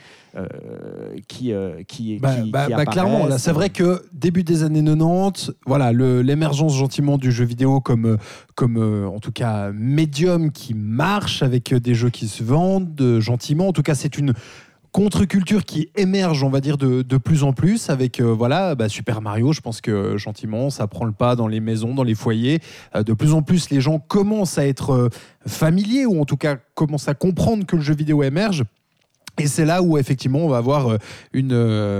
apparaissent. Clairement, là, c'est vrai que début des années 90, voilà, l'émergence gentiment du jeu vidéo comme en tout cas médium qui marche avec des jeux qui se vendent gentiment. En tout cas, c'est une contre-culture qui émerge, on va dire, de plus en plus avec Super Mario. Je pense que gentiment, ça prend le pas dans les maisons, dans les foyers. De plus en plus, les gens commencent à être familiers, ou en tout cas commencent à comprendre que le jeu vidéo émerge. Et c'est là où effectivement on va avoir une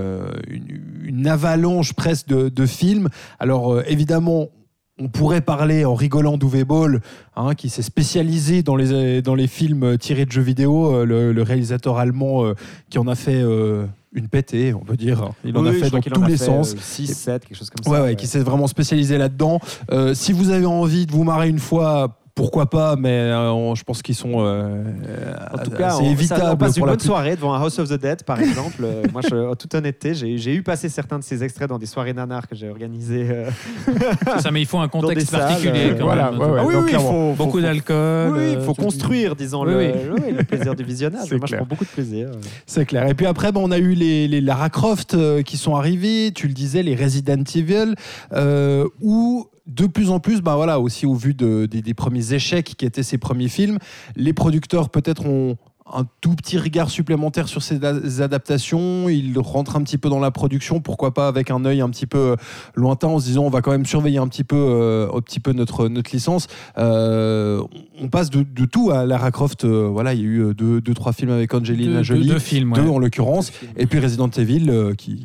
avalanche presque de films. Alors évidemment, on pourrait parler en rigolant d'Uwe Boll, qui s'est spécialisé dans les films tirés de jeux vidéo, le réalisateur allemand qui en a fait une pétée, on peut dire. Il en a fait dans tous les sens. 6, 7, quelque chose comme ça. Ouais, qui s'est vraiment spécialisé là-dedans. Si vous avez envie de vous marrer une fois, pourquoi pas, mais je pense qu'ils sont en tout cas, assez évitables. On passe une bonne soirée devant un House of the Dead, par exemple. Moi, en toute honnêteté, j'ai eu passer certains de ces extraits dans des soirées nanars que j'ai organisées. Ça, mais il faut un contexte particulier quand voilà, même. Ouais, oui, il faut beaucoup d'alcool. Oui, il faut construire, disons, le plaisir du visionnage. C'est Moi, clair. je prends beaucoup de plaisir. C'est clair. Et puis après, on a eu les Lara Croft qui sont arrivés, tu le disais, les Resident Evil, où de plus en plus, aussi au vu des premiers échecs qui étaient ces premiers films, les producteurs peut-être ont un tout petit regard supplémentaire sur ces adaptations, ils rentrent un petit peu dans la production, pourquoi pas avec un œil un petit peu lointain en se disant on va quand même surveiller un petit peu notre licence. On passe de tout à Lara Croft, il y a eu 2-3 films avec Angelina Jolie, deux films, ouais. 2 en l'occurrence, et puis Resident Evil qui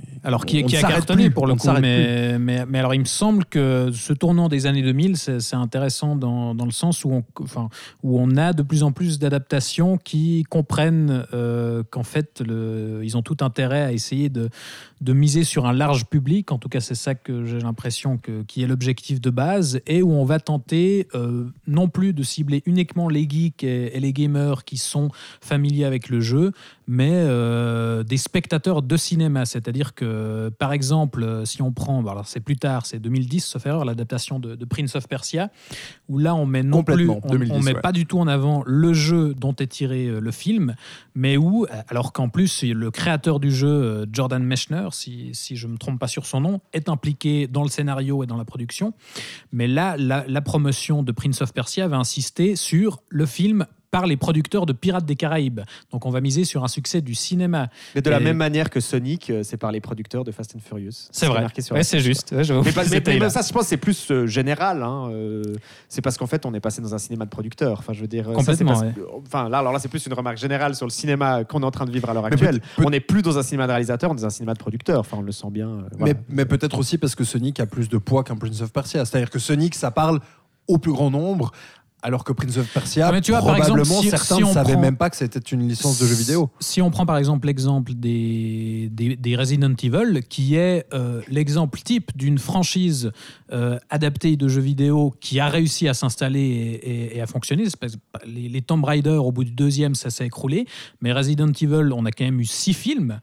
a cartonné pour le coup, mais alors il me semble que ce tournant des années 2000, c'est intéressant dans le sens où on a de plus en plus d'adaptations qui comprennent qu'en fait ils ont tout intérêt à essayer de miser sur un large public, en tout cas c'est ça que j'ai l'impression qui est l'objectif de base, et où on va tenter non plus de cibler uniquement les geeks et les gamers qui sont familiers avec le jeu, mais des spectateurs de cinéma, c'est-à-dire que par exemple, si on prend, alors c'est plus tard, c'est 2010, sauf erreur, l'adaptation de Prince of Persia, où là on met non plus, on met pas du tout en avant le jeu dont est tiré le film, mais où, alors qu'en plus le créateur du jeu, Jordan Mechner, si je me trompe pas sur son nom, est impliqué dans le scénario et dans la production, mais là la promotion de Prince of Persia va insister sur le film par les producteurs de Pirates des Caraïbes. Donc on va miser sur un succès du cinéma. Mais de la même manière que Sonic, c'est par les producteurs de Fast and Furious. C'est vrai. C'est juste. Ouais, mais ça, je pense, c'est plus général. C'est parce qu'en fait, on est passé dans un cinéma de producteurs. Enfin, je veux dire, complètement. Là, c'est plus une remarque générale sur le cinéma qu'on est en train de vivre à l'heure actuelle. On n'est plus dans un cinéma de réalisateur, on est dans un cinéma de producteurs. Enfin, on le sent bien. Mais peut-être aussi parce que Sonic a plus de poids qu'un Prince of Persia. C'est-à-dire que Sonic, ça parle au plus grand nombre. Alors que Prince of Persia, probablement certains ne savaient même pas que c'était une licence de jeu vidéo. Si on prend par exemple l'exemple des Resident Evil, qui est l'exemple type d'une franchise adaptée de jeux vidéo qui a réussi à s'installer et à fonctionner. Les Tomb Raider, au bout du 2e, ça s'est écroulé. Mais Resident Evil, on a quand même eu 6 films.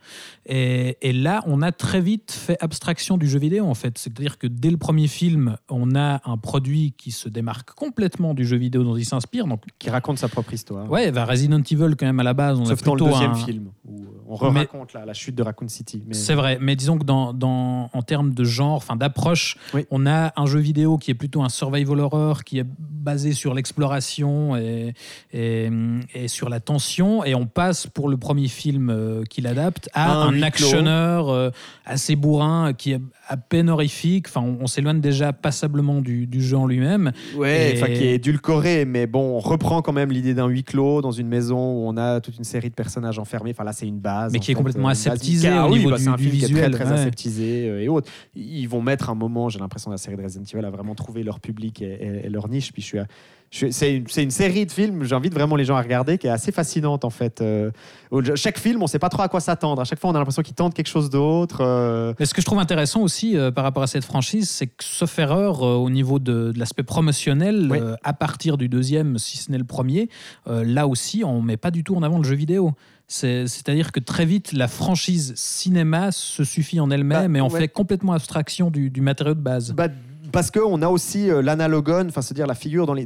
Et là, on a très vite fait abstraction du jeu vidéo, en fait. C'est-à-dire que dès le premier film, on a un produit qui se démarque complètement du jeu vidéo dont il s'inspire, donc qui raconte sa propre histoire. Ouais, Resident Evil quand même à la base, on sauf a plutôt dans le deuxième film où on raconte la chute de Raccoon City. C'est vrai, mais disons que en termes de genre, enfin d'approche, oui. On a un jeu vidéo qui est plutôt un survival horror, qui est basé sur l'exploration et sur la tension, et on passe pour le premier film qu'il adapte à un actionneur assez bourrin qui est à peine horrifique. Enfin, on s'éloigne déjà passablement du jeu en lui-même. Ouais, qui est édulcoré, mais bon, on reprend quand même l'idée d'un huis clos dans une maison où on a toute une série de personnages enfermés. Enfin là, c'est une base. Mais qui est complètement aseptisée au niveau du visuel. Très aseptisé et autres. Ils vont mettre un moment, j'ai l'impression, la série de Resident Evil a vraiment trouvé leur public et leur niche. Puis c'est une série de films, j'invite vraiment les gens à regarder, qui est assez fascinante en fait. Chaque film, on ne sait pas trop à quoi s'attendre. À chaque fois, on a l'impression qu'ils tentent quelque chose d'autre. Mais ce que je trouve intéressant aussi par rapport à cette franchise, c'est que, sauf erreur, au niveau de l'aspect promotionnel, oui. À partir du 2e, si ce n'est le premier, là aussi, on ne met pas du tout en avant le jeu vidéo. C'est-à-dire que très vite, la franchise cinéma se suffit en elle-même et on fait complètement abstraction du matériau de base. Parce qu'on a aussi l'analogone, enfin, c'est-à-dire la figure dans les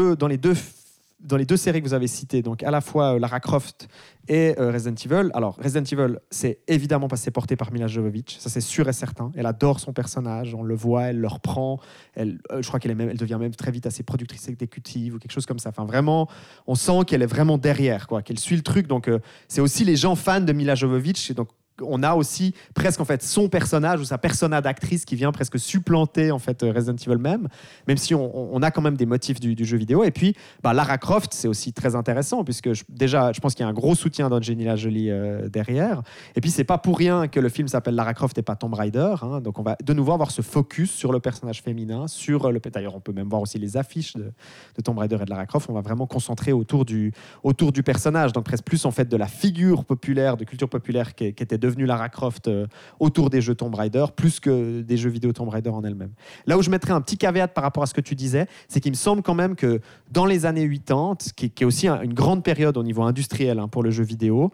deux séries que vous avez citées, donc à la fois Lara Croft et Resident Evil. Alors, Resident Evil, c'est évidemment parce que c'est porté par Mila Jovovich, ça c'est sûr et certain. Elle adore son personnage, on le voit, elle le reprend. Je crois elle devient même très vite assez productrice exécutive ou quelque chose comme ça. Enfin, vraiment, on sent qu'elle est vraiment derrière, qu'elle suit le truc. Donc, c'est aussi les gens fans de Mila Jovovich. Donc, on a aussi presque en fait son personnage ou sa persona d'actrice qui vient presque supplanter en fait Resident Evil même si on a quand même des motifs du jeu vidéo. Et puis Lara Croft, c'est aussi très intéressant puisque je pense qu'il y a un gros soutien d'Angelina Jolie derrière. Et puis c'est pas pour rien que le film s'appelle Lara Croft et pas Tomb Raider, hein. Donc on va de nouveau avoir ce focus sur le personnage féminin, d'ailleurs on peut même voir aussi les affiches de Tomb Raider et de Lara Croft. On va vraiment concentrer autour du personnage, donc presque plus en fait de la figure populaire, de culture populaire qui était devenue Lara Croft autour des jeux Tomb Raider, plus que des jeux vidéo Tomb Raider en elle-même. Là où je mettrais un petit caveat par rapport à ce que tu disais, c'est qu'il me semble quand même que dans les années 80, qui est aussi une grande période au niveau industriel pour le jeu vidéo,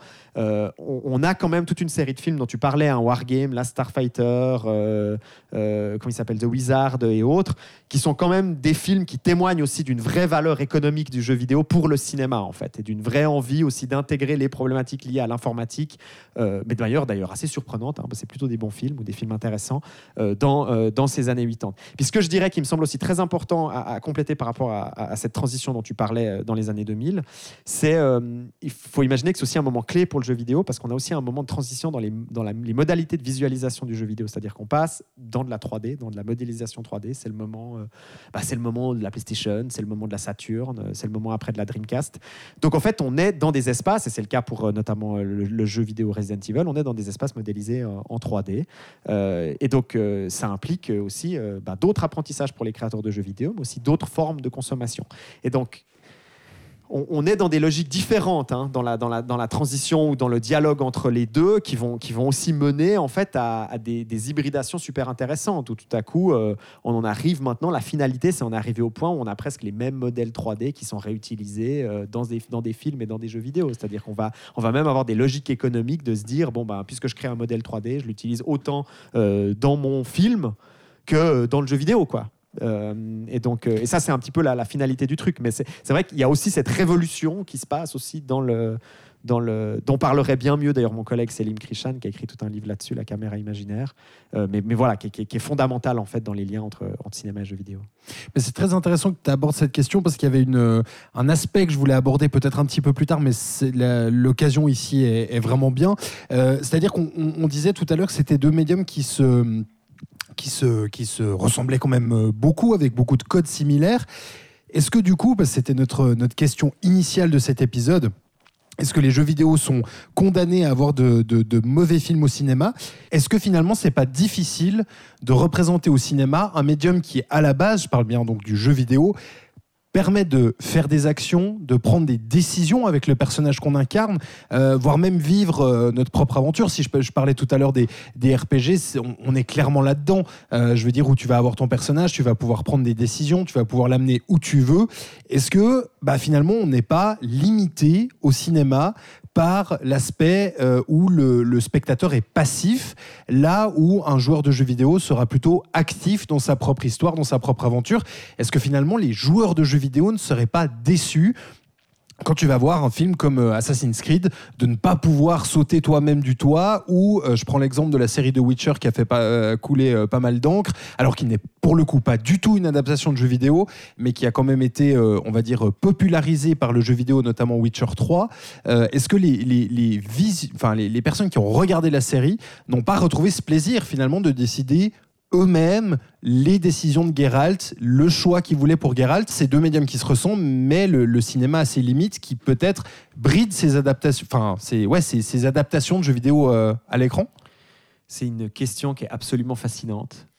on a quand même toute une série de films dont tu parlais, Wargame, Last Starfighter, comment il s'appelle, The Wizard et autres, qui sont quand même des films qui témoignent aussi d'une vraie valeur économique du jeu vidéo pour le cinéma en fait, et d'une vraie envie aussi d'intégrer les problématiques liées à l'informatique, mais d'ailleurs assez surprenantes, c'est plutôt des bons films ou des films intéressants dans ces années 80. Puis ce que je dirais qui me semble aussi très important à compléter par rapport à cette transition dont tu parlais dans les années 2000, c'est il faut imaginer que c'est aussi un moment clé pour le jeu vidéo parce qu'on a aussi un moment de transition dans les modalités de visualisation du jeu vidéo, c'est-à-dire qu'on passe dans de la 3D, dans de la modélisation 3D. C'est le moment de la PlayStation, c'est le moment de la Saturn, c'est le moment après de la Dreamcast. Donc en fait, on est dans des espaces, et c'est le cas pour notamment le jeu vidéo Resident Evil, on est dans des espaces modélisés en 3D. Et donc ça implique aussi d'autres apprentissages pour les créateurs de jeux vidéo, mais aussi d'autres formes de consommation. Et donc on est dans des logiques différentes dans la transition ou dans le dialogue entre les deux qui vont aussi mener en fait à des hybridations super intéressantes où tout à coup on en arrive maintenant, la finalité c'est en arriver au point où on a presque les mêmes modèles 3D qui sont réutilisés dans des films et dans des jeux vidéo, c'est-à-dire qu'on va même avoir des logiques économiques de se dire puisque je crée un modèle 3D, je l'utilise autant dans mon film que dans le jeu vidéo quoi. Et ça c'est un petit peu la finalité du truc, mais c'est vrai qu'il y a aussi cette révolution qui se passe aussi dont parlerait bien mieux d'ailleurs mon collègue Selim Krishan qui a écrit tout un livre là-dessus, La caméra imaginaire, mais voilà, qui est fondamental en fait dans les liens entre cinéma et jeux vidéo. Mais c'est très intéressant que tu abordes cette question parce qu'il y avait un aspect que je voulais aborder peut-être un petit peu plus tard, mais l'occasion ici est vraiment bien. C'est-à-dire qu'on disait tout à l'heure que c'était deux médiums qui se ressemblaient quand même beaucoup, avec beaucoup de codes similaires. Est-ce que du coup, c'était notre question initiale de cet épisode, est-ce que les jeux vidéo sont condamnés à avoir de mauvais films au cinéma ? Est-ce que finalement, c'est pas difficile de représenter au cinéma un médium qui, à la base, je parle bien donc du jeu vidéo, permet de faire des actions, de prendre des décisions avec le personnage qu'on incarne, voire même vivre notre propre aventure. Si je parlais tout à l'heure des RPG, on est clairement là-dedans. Je veux dire, où tu vas avoir ton personnage, tu vas pouvoir prendre des décisions, tu vas pouvoir l'amener où tu veux. Est-ce que finalement, on n'est pas limité au cinéma par l'aspect où le spectateur est passif, là où un joueur de jeux vidéo sera plutôt actif dans sa propre histoire, dans sa propre aventure? Est-ce que finalement les joueurs de jeux vidéo ne seraient pas déçus quand tu vas voir un film comme Assassin's Creed, de ne pas pouvoir sauter toi-même du toit, ou je prends l'exemple de la série de Witcher qui a fait couler pas mal d'encre, alors qu'il n'est pour le coup pas du tout une adaptation de jeu vidéo, mais qui a quand même été, on va dire, popularisé par le jeu vidéo, notamment Witcher 3. Est-ce que les personnes qui ont regardé la série n'ont pas retrouvé ce plaisir finalement de décider eux-mêmes les décisions de Geralt, le choix qu'ils voulaient pour Geralt? C'est deux médiums qui se ressemblent, mais le cinéma a ses limites qui peut-être bride ces adaptations, ces adaptations de jeux vidéo à l'écran. C'est une question qui est absolument fascinante.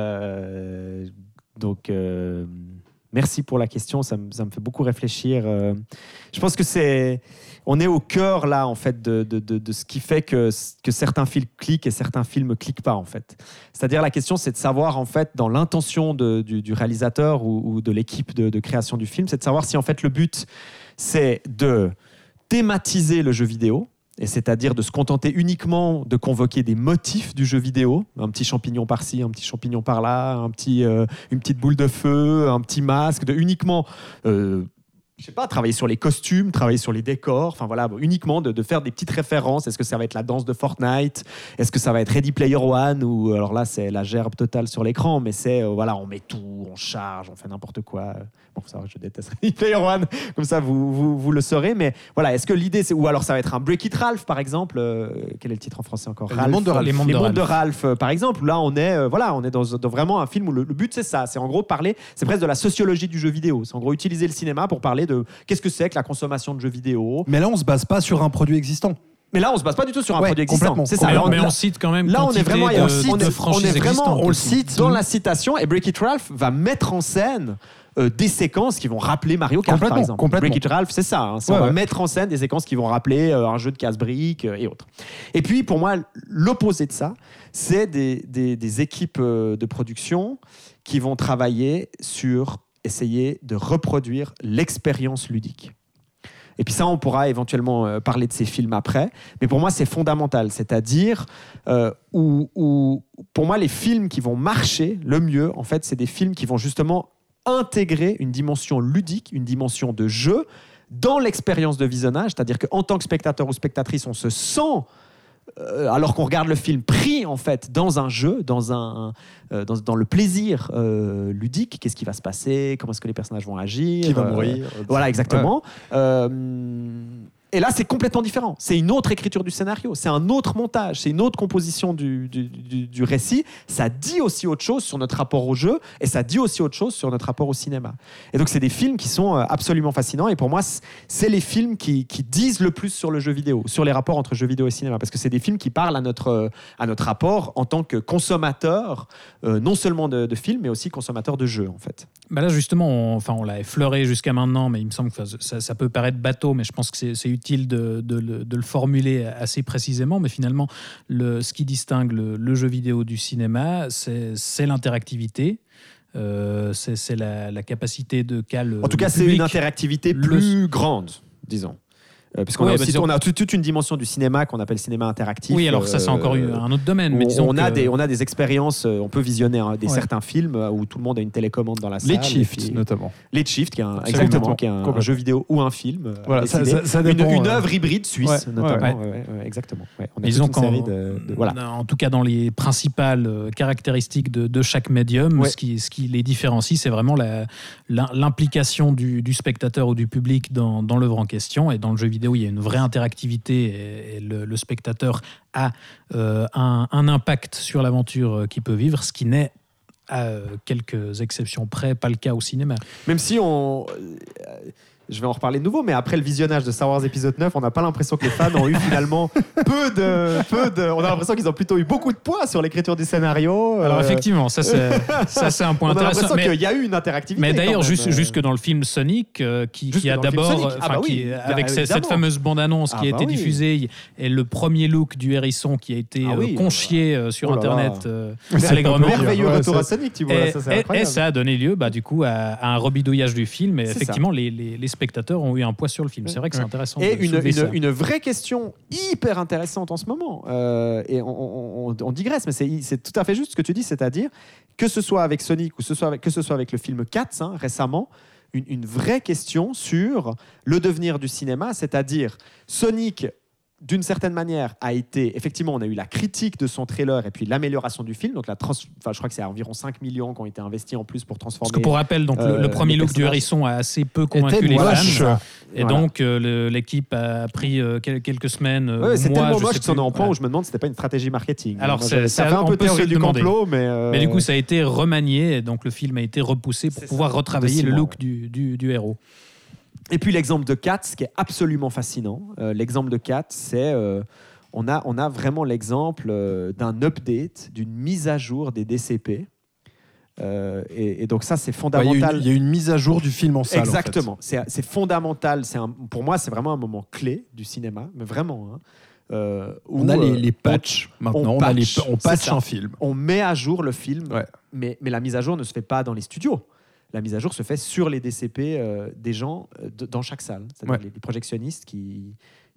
Merci pour la question, ça me fait beaucoup réfléchir. Je pense que on est au cœur là en fait de ce qui fait que certains films cliquent et certains films cliquent pas en fait. C'est-à-dire la question c'est de savoir en fait dans l'intention du réalisateur ou de l'équipe de création du film, c'est de savoir si en fait le but c'est de thématiser le jeu vidéo. Et c'est-à-dire de se contenter uniquement de convoquer des motifs du jeu vidéo, un petit champignon par-ci, un petit champignon par-là, une petite boule de feu, un petit masque, de uniquement je sais pas, travailler sur les costumes, travailler sur les décors, enfin voilà, uniquement de faire des petites références. Est-ce que ça va être la danse de Fortnite? Est-ce que ça va être Ready Player One? Ou alors là, c'est la gerbe totale sur l'écran, mais c'est, voilà, on met tout, on charge, on fait n'importe quoi. Bon, ça, je déteste Ready Player One, comme ça, vous le saurez. Mais voilà, est-ce que l'idée, c'est... Ou alors ça va être un Break It Ralph, par exemple. Quel est le titre en français encore? Les Mondes de Ralph. Les Mondes de Ralph, par exemple. Là, on est, on est dans vraiment un film où le but, c'est ça. C'est en gros parler, c'est presque de la sociologie du jeu vidéo. C'est en gros utiliser le cinéma pour parler de qu'est-ce que c'est que la consommation de jeux vidéo. Mais là, on se base pas sur un produit existant. Mais là, on se base pas du tout sur un produit existant. C'est ça. Mais on cite quand même. Là, on est vraiment, on le cite dans la citation. Et Break It Ralph va mettre en scène des séquences qui vont rappeler Mario Kart, par exemple. Break It Ralph, c'est ça. Hein. On va mettre en scène des séquences qui vont rappeler un jeu de casse-briques et autres. Et puis, pour moi, l'opposé de ça, c'est des équipes de production qui vont travailler sur essayer de reproduire l'expérience ludique. Et puis ça, on pourra éventuellement parler de ces films après. Mais pour moi, c'est fondamental. C'est-à-dire, pour moi, les films qui vont marcher le mieux, en fait, c'est des films qui vont justement intégrer une dimension ludique, une dimension de jeu dans l'expérience de visionnage. C'est-à-dire qu'en tant que spectateur ou spectatrice, on se sent... alors qu'on regarde le film pris en fait dans un jeu, dans le plaisir ludique, qu'est-ce qui va se passer, comment est-ce que les personnages vont agir, qui va mourir, voilà exactement. Et là, c'est complètement différent. C'est une autre écriture du scénario, c'est un autre montage, c'est une autre composition du récit. Ça dit aussi autre chose sur notre rapport au jeu et ça dit aussi autre chose sur notre rapport au cinéma. Et donc, c'est des films qui sont absolument fascinants. Et pour moi, c'est les films qui disent le plus sur le jeu vidéo, sur les rapports entre jeu vidéo et cinéma. Parce que c'est des films qui parlent à notre rapport en tant que consommateur, non seulement de films, mais aussi consommateur de jeux, en fait. Bah là, justement, on l'a effleuré jusqu'à maintenant, mais il me semble que ça peut paraître bateau, mais je pense que c'est utile de le formuler assez précisément. Mais finalement, ce qui distingue le jeu vidéo du cinéma, c'est l'interactivité. C'est la capacité de cale. En tout cas, c'est une interactivité plus grande, disons. Puisqu'on a toute une dimension du cinéma qu'on appelle cinéma interactif. Oui, alors ça, c'est encore un autre domaine. Mais disons on a des expériences, on peut visionner certains films où tout le monde a une télécommande dans la salle. Late Shift, notamment. Late Shift, qui est un jeu vidéo ou un film. Voilà, ça dépend, une œuvre hybride suisse, notamment. Exactement. On a disons toute une série voilà. En tout cas, dans les principales caractéristiques de chaque médium, ce qui les différencie, c'est vraiment l'implication du spectateur ou du public dans l'œuvre en question. Et dans le jeu vidéo, il y a une vraie interactivité et le spectateur a un impact sur l'aventure qu'il peut vivre, ce qui n'est, à quelques exceptions près, pas le cas au cinéma. Même si je vais en reparler de nouveau, mais après le visionnage de Star Wars épisode 9, on n'a pas l'impression que les fans ont eu finalement on a l'impression qu'ils ont plutôt eu beaucoup de poids sur l'écriture du scénario. Alors effectivement, ça c'est un point intéressant. On a l'impression qu'il y a eu une interactivité. Mais d'ailleurs, jusque dans le film Sonic, qui a d'abord, avec cette fameuse bande-annonce qui a été diffusée, et le premier look du hérisson qui a été conchié sur Internet allègrement. Merveilleux retour à Sonic, tu vois. Et ça a donné lieu, du coup, à un rebidouillage du film. Et effectivement, les spectateurs ont eu un poids sur le film. C'est vrai que c'est intéressant. Et une vraie question hyper intéressante en ce moment. Et on digresse, mais c'est tout à fait juste ce que tu dis, c'est-à-dire que ce soit avec Sonic ou que ce soit avec le film Cats récemment, une vraie question sur le devenir du cinéma, c'est-à-dire Sonic, d'une certaine manière, a été... Effectivement, on a eu la critique de son trailer et puis l'amélioration du film. Donc, je crois que c'est environ 5 millions qui ont été investis en plus pour transformer... Parce que pour rappel, donc, le premier look du hérisson a assez peu convaincu les fans. Et donc, l'équipe a pris quelques semaines, c'est tellement moche que c'en est en point où je me demande si c'était pas une stratégie marketing. Alors, ça fait un peu théorie du complot, mais du coup, ça a été remanié. Et donc, le film a été repoussé pour pouvoir retravailler le look du héros. Et puis l'exemple de Cats, qui est absolument fascinant. L'exemple de Cats, c'est on a vraiment l'exemple d'un update, d'une mise à jour des DCP. Et donc ça, c'est fondamental. Il y a une mise à jour du film en salle. Exactement. En fait. C'est fondamental. Pour moi, c'est vraiment un moment clé du cinéma, mais vraiment. On a les patchs maintenant. On patch un film. On met à jour le film, mais la mise à jour ne se fait pas dans les studios. La mise à jour se fait sur les DCP des gens dans chaque salle. C'est-à-dire les projectionnistes qui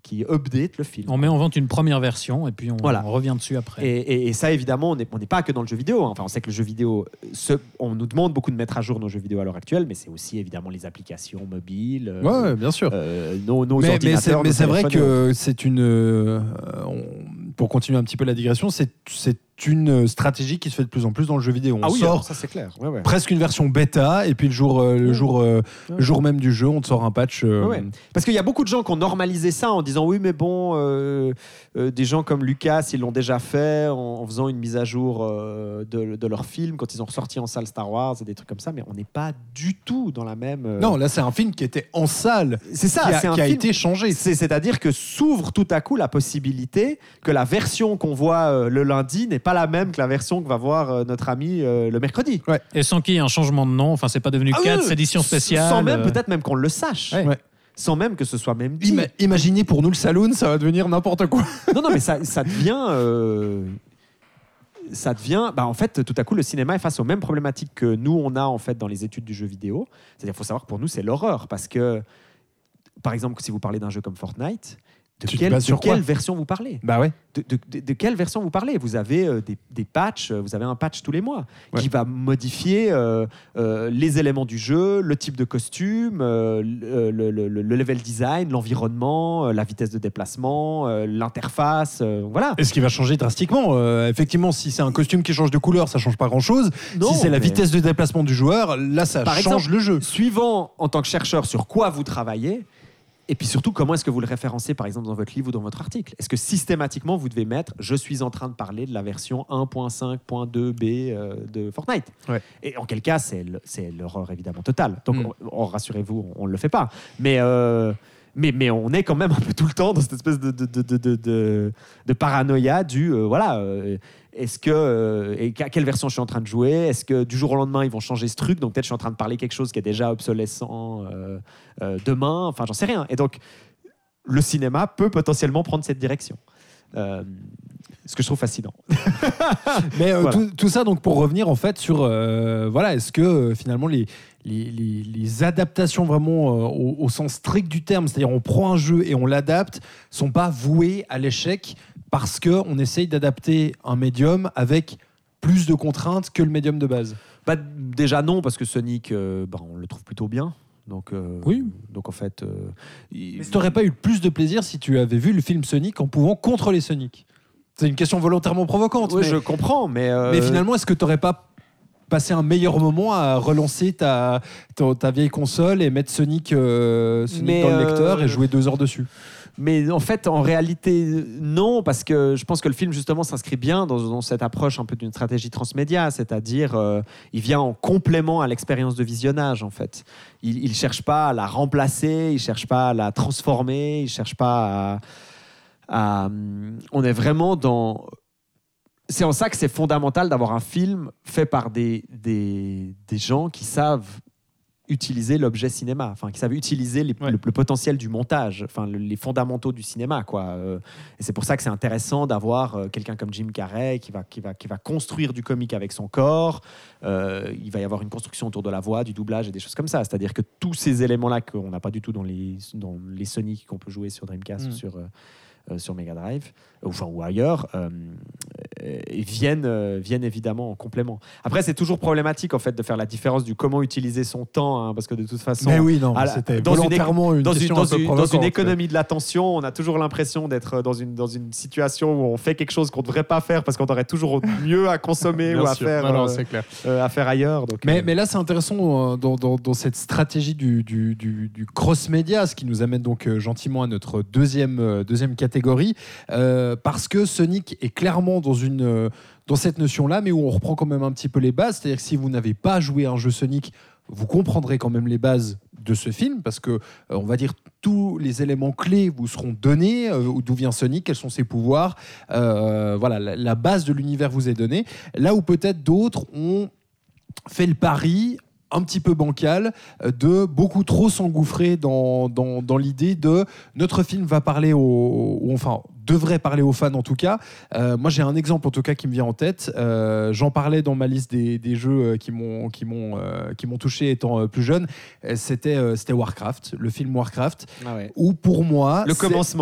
qui update le film. On met en vente une première version et puis on revient dessus après. Et ça, évidemment, on n'est pas que dans le jeu vidéo. Enfin, on sait que le jeu vidéo, on nous demande beaucoup de mettre à jour nos jeux vidéo à l'heure actuelle, mais c'est aussi évidemment les applications mobiles. Ouais, bien sûr. Nos ordinateurs. Mais c'est vrai que c'est une. Pour continuer un petit peu la digression, c'est une stratégie qui se fait de plus en plus dans le jeu vidéo. On sort alors ça c'est clair. presque une version bêta et puis le jour même du jeu, on te sort un patch. Parce qu'il y a beaucoup de gens qui ont normalisé ça en disant oui mais bon, des gens comme Lucas ils l'ont déjà fait en faisant une mise à jour de leur film quand ils ont ressorti en salle Star Wars et des trucs comme ça, mais on n'est pas du tout dans la même. Non, là c'est un film qui était en salle. C'est ça, qui a été changé. C'est-à-dire que s'ouvre tout à coup la possibilité que la version qu'on voit le lundi n'est pas la même que la version que va voir notre ami le mercredi. Ouais. Et sans qu'il y ait un changement de nom, enfin c'est pas devenu 4 édition spéciale. Sans même peut-être même qu'on le sache. Ouais. Sans même que ce soit même dit. Imaginez pour nous le saloon, ça va devenir n'importe quoi. Non, mais ça devient. Ça devient. En fait, tout à coup, le cinéma est face aux mêmes problématiques que nous on a en fait dans les études du jeu vidéo. C'est-à-dire, il faut savoir que pour nous c'est l'horreur parce que, par exemple, si vous parlez d'un jeu comme Fortnite. De quelle version vous parlez ? Bah ouais. De quelle version vous parlez ? Vous avez des patchs, vous avez un patch tous les mois qui va modifier les éléments du jeu, le type de costume, le level design, l'environnement, la vitesse de déplacement, l'interface, voilà. Et ce qui va changer drastiquement. Effectivement, si c'est un costume qui change de couleur, ça change pas grand-chose. Si c'est la vitesse de déplacement du joueur, là, ça change le jeu. Suivant, en tant que chercheur, sur quoi vous travaillez. Et puis surtout, comment est-ce que vous le référencez, par exemple, dans votre livre ou dans votre article ? Est-ce que systématiquement, vous devez mettre « Je suis en train de parler de la version 1.5.2b de Fortnite ». Et en quel cas, c'est l'horreur évidemment totale. Donc, rassurez-vous, on ne le fait pas. Mais on est quand même un peu tout le temps dans cette espèce de paranoïa du est-ce que à quelle version je suis en train de jouer ? Est-ce que du jour au lendemain ils vont changer ce truc ? Donc peut-être je suis en train de parler quelque chose qui est déjà obsolescent demain. Enfin, j'en sais rien. Et donc le cinéma peut potentiellement prendre cette direction. Ce que je trouve fascinant. Mais tout ça donc pour revenir en fait sur est-ce que finalement les adaptations vraiment au sens strict du terme, c'est-à-dire on prend un jeu et on l'adapte, sont pas vouées à l'échec parce qu'on essaye d'adapter un médium avec plus de contraintes que le médium de base. Déjà non, parce que Sonic, on le trouve plutôt bien. Donc, oui. Donc en fait... Mais tu n'aurais pas eu plus de plaisir si tu avais vu le film Sonic en pouvant contrôler Sonic ? C'est une question volontairement provocante. Oui, je comprends, mais finalement, est-ce que tu n'aurais pas passé un meilleur moment à relancer ta vieille console et mettre Sonic dans le lecteur et jouer 2 heures dessus ? Mais en fait, en réalité, non, parce que je pense que le film, justement, s'inscrit bien dans cette approche un peu d'une stratégie transmédia, c'est-à-dire il vient en complément à l'expérience de visionnage, en fait. Il ne cherche pas à la remplacer, il ne cherche pas à la transformer, il ne cherche pas à... On est vraiment dans... C'est en ça que c'est fondamental d'avoir un film fait par des gens qui savent utiliser l'objet cinéma, enfin qui savent utiliser le potentiel du montage, enfin les fondamentaux du cinéma, quoi. Et c'est pour ça que c'est intéressant d'avoir quelqu'un comme Jim Carrey qui va construire du comique avec son corps. Il va y avoir une construction autour de la voix, du doublage et des choses comme ça. C'est-à-dire que tous ces éléments-là qu'on n'a pas du tout dans les Sonic qu'on peut jouer sur Dreamcast ou sur Mega Drive ou ailleurs, viennent évidemment en complément. Après, c'est toujours problématique en fait de faire la différence du comment utiliser son temps, parce que de toute façon, mais oui, non, c'était volontairement une question un peu provocante. Dans une économie de l'attention, on a toujours l'impression d'être dans une situation où on fait quelque chose qu'on ne devrait pas faire parce qu'on aurait toujours mieux à consommer ou à faire ailleurs. Donc, mais là, c'est intéressant dans cette stratégie du cross-média, ce qui nous amène donc gentiment à notre deuxième catégorie, parce que Sonic est clairement dans cette notion-là, mais où on reprend quand même un petit peu les bases. C'est-à-dire que si vous n'avez pas joué à un jeu Sonic, vous comprendrez quand même les bases de ce film, parce que on va dire tous les éléments clés vous seront donnés, d'où vient Sonic, quels sont ses pouvoirs, la base de l'univers vous est donnée. Là où peut-être d'autres ont fait le pari un petit peu bancal de beaucoup trop s'engouffrer dans l'idée de notre film va parler devrait parler aux fans en tout cas. Moi j'ai un exemple en tout cas qui me vient en tête. J'en parlais dans ma liste des jeux qui m'ont touché étant plus jeune. C'était Warcraft, le film Warcraft, où pour moi le commencement.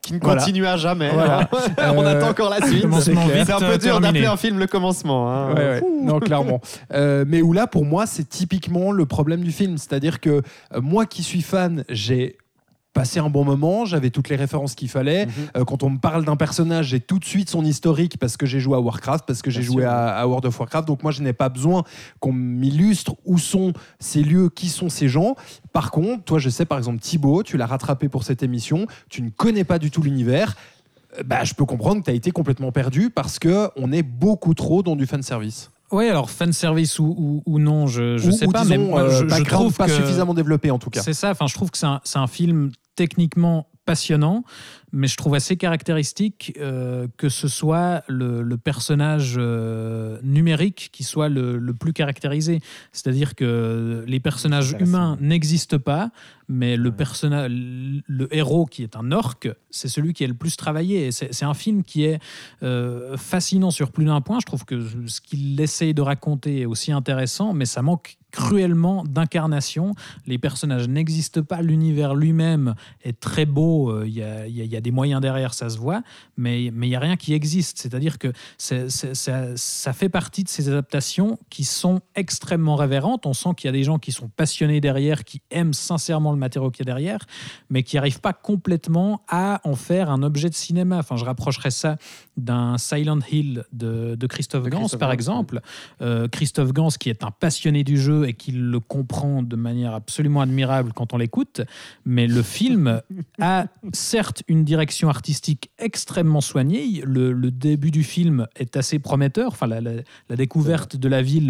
qui ne Voilà. continue à jamais. Voilà. On attend encore la suite. Commencement C'est vite un peu dur terminé. d'appeler un film le commencement. Hein. Ouais. Non, clairement. Mais où là, pour moi, c'est typiquement le problème du film. C'est-à-dire que moi qui suis fan, j'ai passé un bon moment, j'avais toutes les références qu'il fallait. Quand on me parle d'un personnage, j'ai tout de suite son historique parce que j'ai joué à Warcraft, parce que j'ai joué à World of Warcraft. Donc moi, je n'ai pas besoin qu'on m'illustre où sont ces lieux, qui sont ces gens. Par contre, toi, je sais, par exemple, Thibaut, tu l'as rattrapé pour cette émission, tu ne connais pas du tout l'univers. Je peux comprendre que tu as été complètement perdu parce qu'on est beaucoup trop dans du fanservice. Oui, alors fanservice ou non, je sais pas, disons, mais moi, je background trouve pas que suffisamment développé en tout cas. c'est ça. Enfin, je trouve que c'est un film techniquement passionnant, mais je trouve assez caractéristique que ce soit le personnage numérique qui soit le plus caractérisé. C'est-à-dire que les personnages humains n'existent pas, mais le héros qui est un orc, c'est celui qui est le plus travaillé. Et c'est un film qui est fascinant sur plus d'un point. Je trouve que ce qu'il essaye de raconter est aussi intéressant, mais ça manque cruellement d'incarnation. Les personnages n'existent pas, l'univers lui-même est très beau, il y a des moyens derrière, ça se voit, mais il n'y a rien qui existe. C'est-à-dire que ça fait partie de ces adaptations qui sont extrêmement révérentes. On sent qu'il y a des gens qui sont passionnés derrière, qui aiment sincèrement le matériau qu'il y a derrière, mais qui n'arrivent pas complètement à en faire un objet de cinéma. Enfin, je rapprocherais ça d'un Silent Hill de Christophe Gans, par exemple. Christophe Gans, qui est un passionné du jeu et qui le comprend de manière absolument admirable quand on l'écoute, mais le film a certes une direction artistique extrêmement soignée. Le début du film est assez prometteur. Enfin, la découverte de la ville,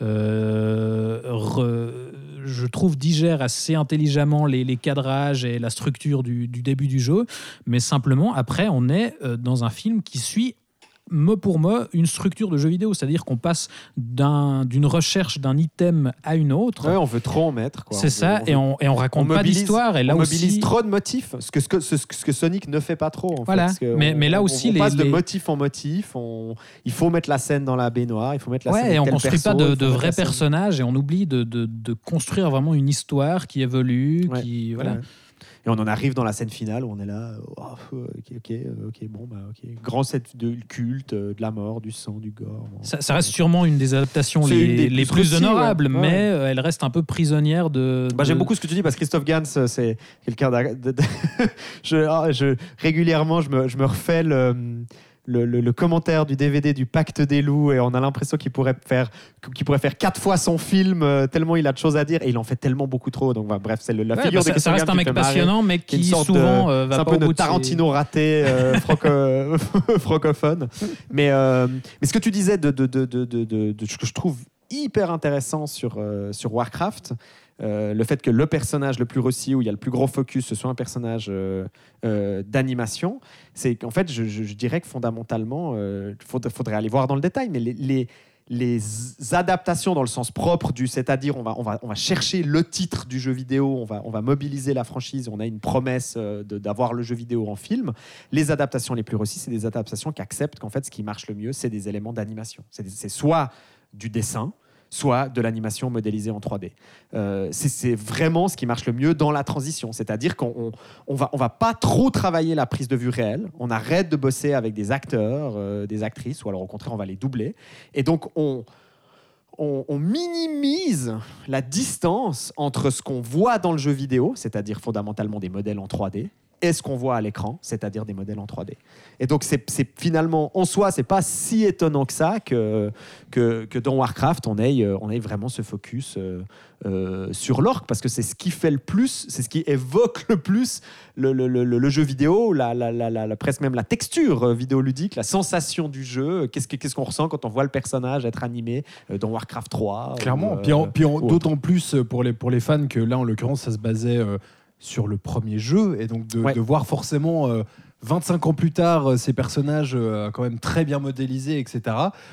je trouve, digère assez intelligemment les cadrages et la structure du début du jeu, mais simplement, après, on est dans un film qui suit mot pour mot une structure de jeu vidéo, c'est-à-dire qu'on passe d'une recherche d'un item à une autre. Ouais, on veut trop en mettre. Quoi. C'est ça, et on raconte pas d'histoire. Et là on aussi, mobilise trop de motifs, ce que Sonic ne fait pas trop. En voilà. fait, mais là aussi, on passe de motif en motif. Il faut mettre la scène dans la baignoire, il faut mettre la scène. Et on construit perso, pas de vrais personnages, et on oublie de construire vraiment une histoire qui évolue, voilà. Ouais. Et on en arrive dans la scène finale où on est là, grand set de culte, de la mort, du sang, du gore. Bon. Ça reste sûrement une des adaptations les plus honorables, mais elle reste un peu prisonnière de... J'aime beaucoup ce que tu dis parce que Christophe Gans, c'est quelqu'un régulièrement, je me refais le commentaire du DVD du Pacte des loups et on a l'impression qu'il pourrait faire 4 fois son film tellement il a de choses à dire et il en fait tellement beaucoup trop. Donc bref, c'est la figure de Christophe Gans. Ça reste un mec passionnant, mais qui souvent va pas au bout de... C'est un peu de Tarantino raté francophone. Mais ce que tu disais de ce que je trouve hyper intéressant sur Warcraft, le fait que le personnage le plus réussi, où il y a le plus gros focus, ce soit un personnage d'animation, c'est qu'en fait, je dirais que fondamentalement, faudrait aller voir dans le détail, mais les adaptations dans le sens propre c'est-à-dire on va chercher le titre du jeu vidéo, on va mobiliser la franchise, on a une promesse d'avoir le jeu vidéo en film. Les adaptations les plus réussies, c'est des adaptations qui acceptent qu'en fait, ce qui marche le mieux, c'est des éléments d'animation. C'est soit du dessin, soit de l'animation modélisée en 3D. C'est vraiment ce qui marche le mieux dans la transition. C'est-à-dire qu'on va pas trop travailler la prise de vue réelle. On arrête de bosser avec des acteurs, des actrices, ou alors au contraire, on va les doubler. Et donc, on minimise la distance entre ce qu'on voit dans le jeu vidéo, c'est-à-dire fondamentalement des modèles en 3D, et ce qu'on voit à l'écran, c'est-à-dire des modèles en 3D. Et donc, c'est finalement, en soi, c'est pas si étonnant que ça que dans Warcraft, on ait vraiment ce focus sur l'orc, parce que c'est ce qui fait le plus, c'est ce qui évoque le plus le jeu vidéo, presque même la texture vidéoludique, la sensation du jeu. Qu'est-ce qu'on ressent quand on voit le personnage être animé dans Warcraft 3 Clairement. D'autant plus pour les fans que là, en l'occurrence, ça se basait... sur le premier jeu, et donc de voir forcément 25 ans plus tard ces personnages quand même très bien modélisés, etc.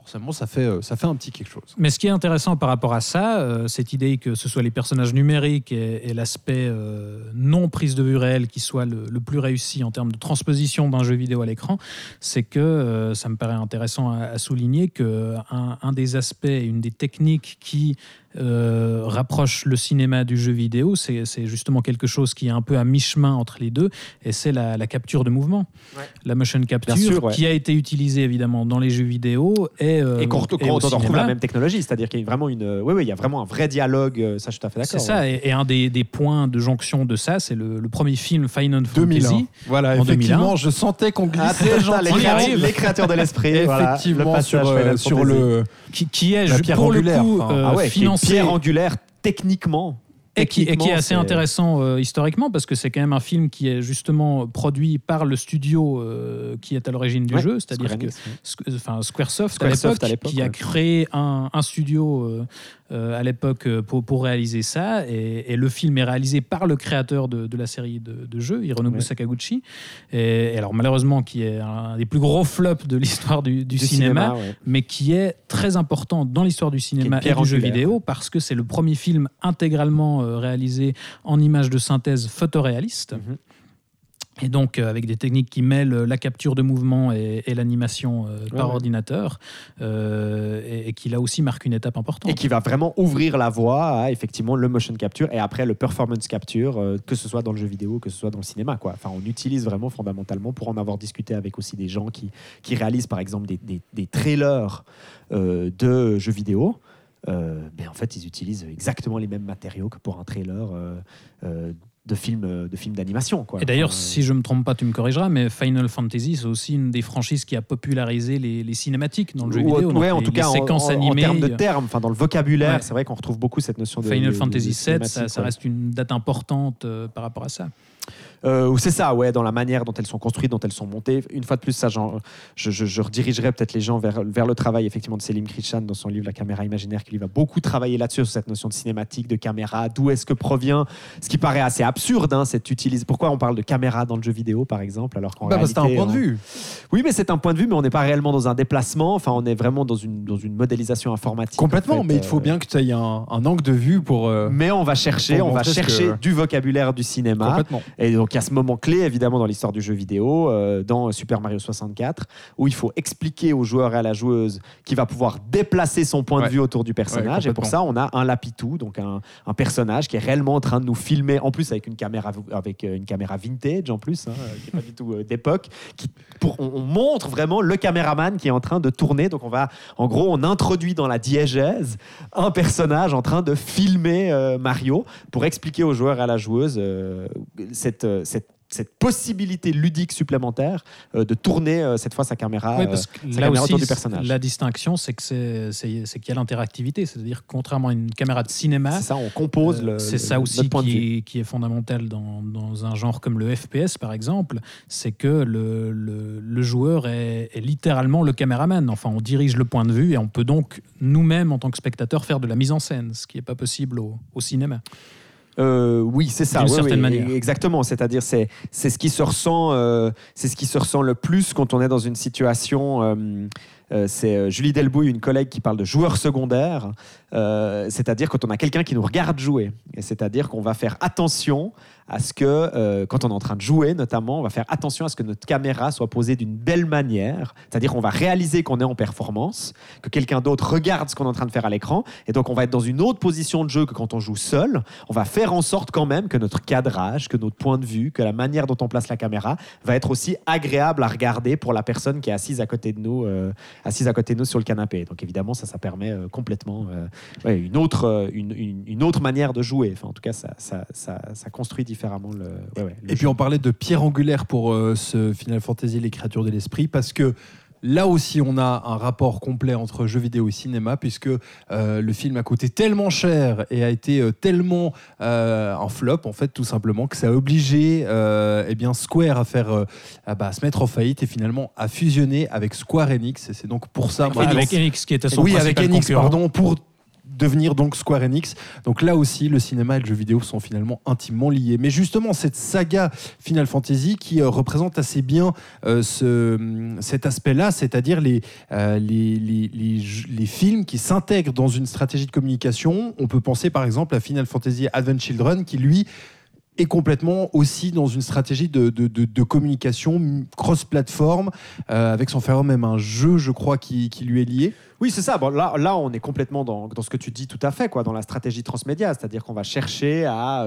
forcément, ça fait un petit quelque chose. Mais ce qui est intéressant par rapport à ça, cette idée que ce soit les personnages numériques et l'aspect non prise de vue réelle qui soit le plus réussi en termes de transposition d'un jeu vidéo à l'écran, c'est que ça me paraît intéressant à souligner qu'un des aspects, une des techniques qui rapproche le cinéma du jeu vidéo, c'est justement quelque chose qui est un peu à mi-chemin entre les deux, et c'est la capture de mouvement. Ouais. La motion capture, sûr, ouais. Qui a été utilisée évidemment dans les jeux vidéo et qu'on retrouve la même technologie, c'est-à-dire qu'il y a vraiment il y a vraiment un vrai dialogue, ça je suis tout à fait d'accord. C'est ça, et un des points de jonction de ça, c'est le premier film Final Fantasy. Voilà, en effectivement, 2001. Je sentais qu'on glissait les créateurs de l'esprit. Effectivement, voilà, sur le qui est pour le coup financé. Pierre angulaire techniquement. Et qui est assez intéressant historiquement, parce que c'est quand même un film qui est justement produit par le studio qui est à l'origine du jeu, c'est-à-dire Squaresoft à l'époque, qui a créé un studio à l'époque pour réaliser ça, et le film est réalisé par le créateur de la série de jeux, Hironobu Sakaguchi, et alors malheureusement qui est un des plus gros flops de l'histoire du cinéma, mais qui est très important dans l'histoire du cinéma et du jeu vidéo, parce que c'est le premier film intégralement réalisé en images de synthèse photoréaliste. Et donc avec des techniques qui mêlent la capture de mouvement et l'animation par ordinateur, et qui là aussi marque une étape importante. Et qui va vraiment ouvrir la voie à effectivement le motion capture et après le performance capture, que ce soit dans le jeu vidéo, que ce soit dans le cinéma, quoi. Enfin, on utilise vraiment fondamentalement, pour en avoir discuté avec aussi des gens qui réalisent par exemple des trailers de jeux vidéo. En fait, ils utilisent exactement les mêmes matériaux que pour un trailer de film d'animation, quoi. Et d'ailleurs, si je me trompe pas, tu me corrigeras, mais Final Fantasy, c'est aussi une des franchises qui a popularisé les cinématiques dans le jeu vidéo. Ouais, en tout cas, séquences animées. En termes de termes, enfin dans le vocabulaire, c'est vrai qu'on retrouve beaucoup cette notion de Final Fantasy VII, ça reste une date importante par rapport à ça. C'est ça, ouais, dans la manière dont elles sont construites, dont elles sont montées. Une fois de plus, ça, je redirigerai peut-être les gens vers le travail effectivement de Selim Krishan dans son livre La caméra imaginaire, qui lui va beaucoup travailler là-dessus, sur cette notion de cinématique, de caméra, d'où est-ce que provient, ce qui paraît assez absurde, pourquoi on parle de caméra dans le jeu vidéo, par exemple, alors qu'en réalité... c'est un point de vue. Oui, mais c'est un point de vue, mais on n'est pas réellement dans un déplacement, enfin, on est vraiment dans une modélisation informatique. Complètement, en fait, mais il faut bien que tu aies un angle de vue pour... Mais on va chercher du vocabulaire du cinéma. Complètement. Et donc, il y a ce moment clé, évidemment, dans l'histoire du jeu vidéo, dans Super Mario 64, où il faut expliquer au joueur et à la joueuse qu'il va pouvoir déplacer son point de vue autour du personnage. Et pour ça, on a un lapitou, donc un personnage qui est réellement en train de nous filmer, en plus avec une caméra vintage, en plus, qui n'est pas du tout d'époque. On montre vraiment le caméraman qui est en train de tourner. Donc, on introduit dans la diégèse un personnage en train de filmer Mario pour expliquer au joueur et à la joueuse cette possibilité ludique supplémentaire de tourner cette fois sa caméra, autour du personnage. La distinction, c'est qu'il y a l'interactivité, c'est-à-dire contrairement à une caméra de cinéma, c'est ça, on compose c'est ça aussi qui est fondamental dans un genre comme le FPS par exemple, c'est que le joueur est littéralement le caméraman. Enfin, on dirige le point de vue et on peut donc nous-mêmes en tant que spectateurs faire de la mise en scène, ce qui n'est pas possible au cinéma. Oui, c'est ça. D'une certaine manière. Exactement. C'est-à-dire, c'est ce qui se ressent, le plus quand on est dans une situation. C'est Julie Delbouille, une collègue, qui parle de joueur secondaire. C'est-à-dire quand on a quelqu'un qui nous regarde jouer. Et c'est-à-dire qu'on va faire attention à ce que, quand on est en train de jouer notamment, on va faire attention à ce que notre caméra soit posée d'une belle manière. C'est-à-dire qu'on va réaliser qu'on est en performance, que quelqu'un d'autre regarde ce qu'on est en train de faire à l'écran. Et donc, on va être dans une autre position de jeu que quand on joue seul. On va faire en sorte quand même que notre cadrage, que notre point de vue, que la manière dont on place la caméra va être aussi agréable à regarder pour la personne qui est assise à côté de nous sur le canapé. Donc, évidemment, ça permet complètement une autre manière de jouer. Enfin, en tout cas, ça construit différemment le Et puis on parlait de pierre angulaire pour ce Final Fantasy, les créatures de l'esprit, parce que là aussi, on a un rapport complet entre jeux vidéo et cinéma, puisque le film a coûté tellement cher et a été tellement un flop, en fait, tout simplement, que ça a obligé Square à se mettre en faillite et finalement à fusionner avec Square Enix. Et c'est donc pour ça... Avec Enix, qui était son avec Enix, concurrent. pour devenir donc Square Enix. Donc là aussi, le cinéma et le jeu vidéo sont finalement intimement liés. Mais justement, cette saga Final Fantasy qui représente assez bien cet aspect-là, c'est-à-dire les films qui s'intègrent dans une stratégie de communication. On peut penser par exemple à Final Fantasy Advent Children qui, lui, est complètement aussi dans une stratégie de communication cross-platform, avec sans faire même un jeu, je crois, qui lui est lié. Oui, c'est ça. Bon, là, on est complètement dans ce que tu dis tout à fait, quoi, dans la stratégie transmédia, c'est-à-dire qu'on va chercher à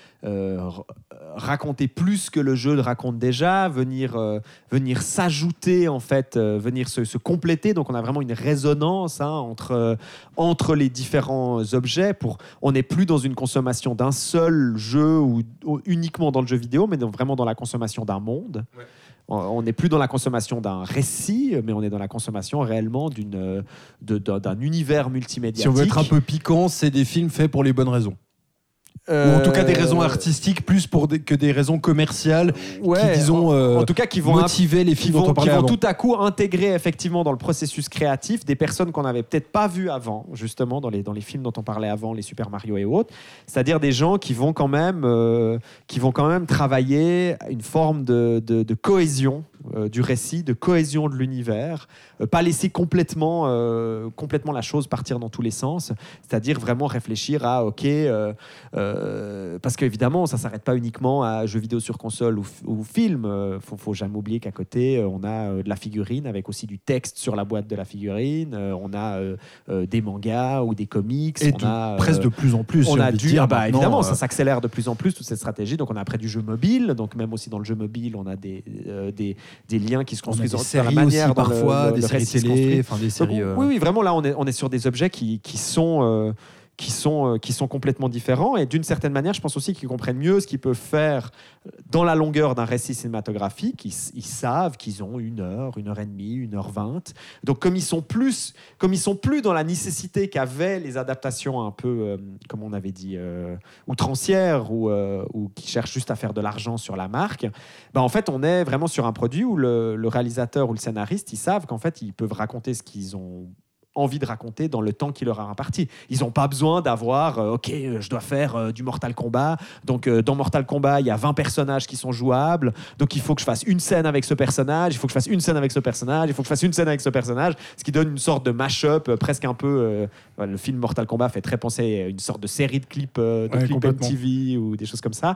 raconter plus que le jeu le raconte déjà, venir s'ajouter, en fait, venir se compléter. Donc, on a vraiment une résonance entre les différents objets. On n'est plus dans une consommation d'un seul jeu ou uniquement dans le jeu vidéo, mais vraiment dans la consommation d'un monde. Ouais. On n'est plus dans la consommation d'un récit, mais on est dans la consommation réellement d'un univers multimédiatique. Si on veut être un peu piquant, c'est des films faits pour les bonnes raisons. Ou en tout cas des raisons artistiques plus que des raisons commerciales qui, disons, en tout cas, qui vont motiver les films dont on parlait avant. Qui vont tout à coup intégrer effectivement dans le processus créatif des personnes qu'on n'avait peut-être pas vues avant, justement dans les films dont on parlait avant, les Super Mario et autres. C'est-à-dire des gens qui vont quand même travailler une forme de cohésion du récit, de cohésion de l'univers, pas laisser complètement la chose partir dans tous les sens, c'est-à-dire vraiment réfléchir à parce qu'évidemment ça s'arrête pas uniquement à jeux vidéo sur console ou film, faut jamais oublier qu'à côté on a de la figurine avec aussi du texte sur la boîte de la figurine, on a des mangas ou des comics, et presque de plus en plus, on a évidemment ça s'accélère de plus en plus toute cette stratégie, donc on a après du jeu mobile, donc même aussi dans le jeu mobile on a des liens qui se construisent dans la manière aussi, parfois des séries télé, enfin des séries. Oui, vraiment là on est sur des objets qui sont complètement différents, et d'une certaine manière je pense aussi qu'ils comprennent mieux ce qu'ils peuvent faire dans la longueur d'un récit cinématographique. Ils savent qu'ils ont 1 heure, 1h30, 1h20, donc comme ils sont plus dans la nécessité qu'avaient les adaptations un peu comme on avait dit outrancières ou qui cherchent juste à faire de l'argent sur la marque, en fait on est vraiment sur un produit où le réalisateur ou le scénariste, ils savent qu'en fait ils peuvent raconter ce qu'ils ont envie de raconter dans le temps qui leur a imparti. Ils n'ont pas besoin d'avoir je dois faire du Mortal Kombat, donc dans Mortal Kombat il y a 20 personnages qui sont jouables, donc il faut que je fasse une scène avec ce personnage, il faut que je fasse une scène avec ce personnage, il faut que je fasse une scène avec ce personnage, ce qui donne une sorte de mash-up presque un peu le film Mortal Kombat fait très penser à une sorte de série de clips MTV ou des choses comme ça.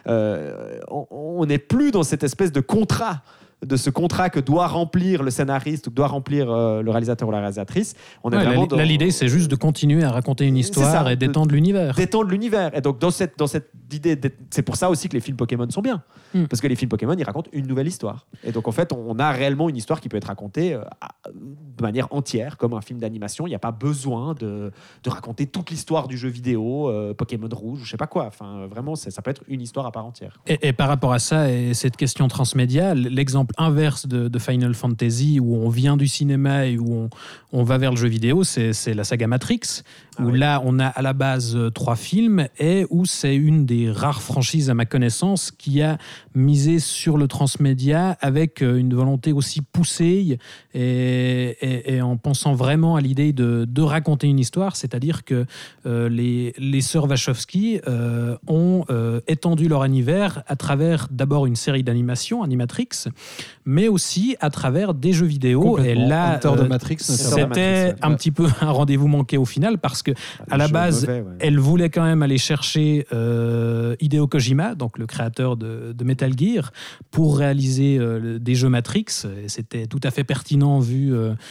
On n'est plus dans cette espèce de contrat que doit remplir le scénariste ou que doit remplir le réalisateur ou la réalisatrice. L'idée, c'est juste de continuer à raconter une histoire et d'étendre l'univers. D'étendre l'univers. Et donc, dans cette idée, c'est pour ça aussi que les films Pokémon sont bien. Parce que les films Pokémon, ils racontent une nouvelle histoire. Et donc, en fait, on a réellement une histoire qui peut être racontée de manière entière, comme un film d'animation. Il n'y a pas besoin de raconter toute l'histoire du jeu vidéo, Pokémon Rouge, je sais pas quoi. Enfin, vraiment, ça peut être une histoire à part entière. Et par rapport à ça, et cette question transmédia, l'exemple inverse de Final Fantasy, où on vient du cinéma et où on va vers le jeu vidéo, c'est la saga Matrix, où là, on a à la base 3 films, et où c'est une des rares franchises, à ma connaissance, qui a misé sur le transmédia avec une volonté aussi poussée et en pensant vraiment à l'idée de raconter une histoire, c'est-à-dire que les sœurs Wachowski ont étendu leur univers à travers d'abord une série d'animations, Animatrix, mais aussi à travers des jeux vidéo. Et là, c'était un petit peu un rendez-vous manqué au final, parce que à la base, elle voulait quand même aller chercher Hideo Kojima, donc le créateur de Metal Gear, pour réaliser des jeux Matrix. Et c'était tout à fait pertinent vu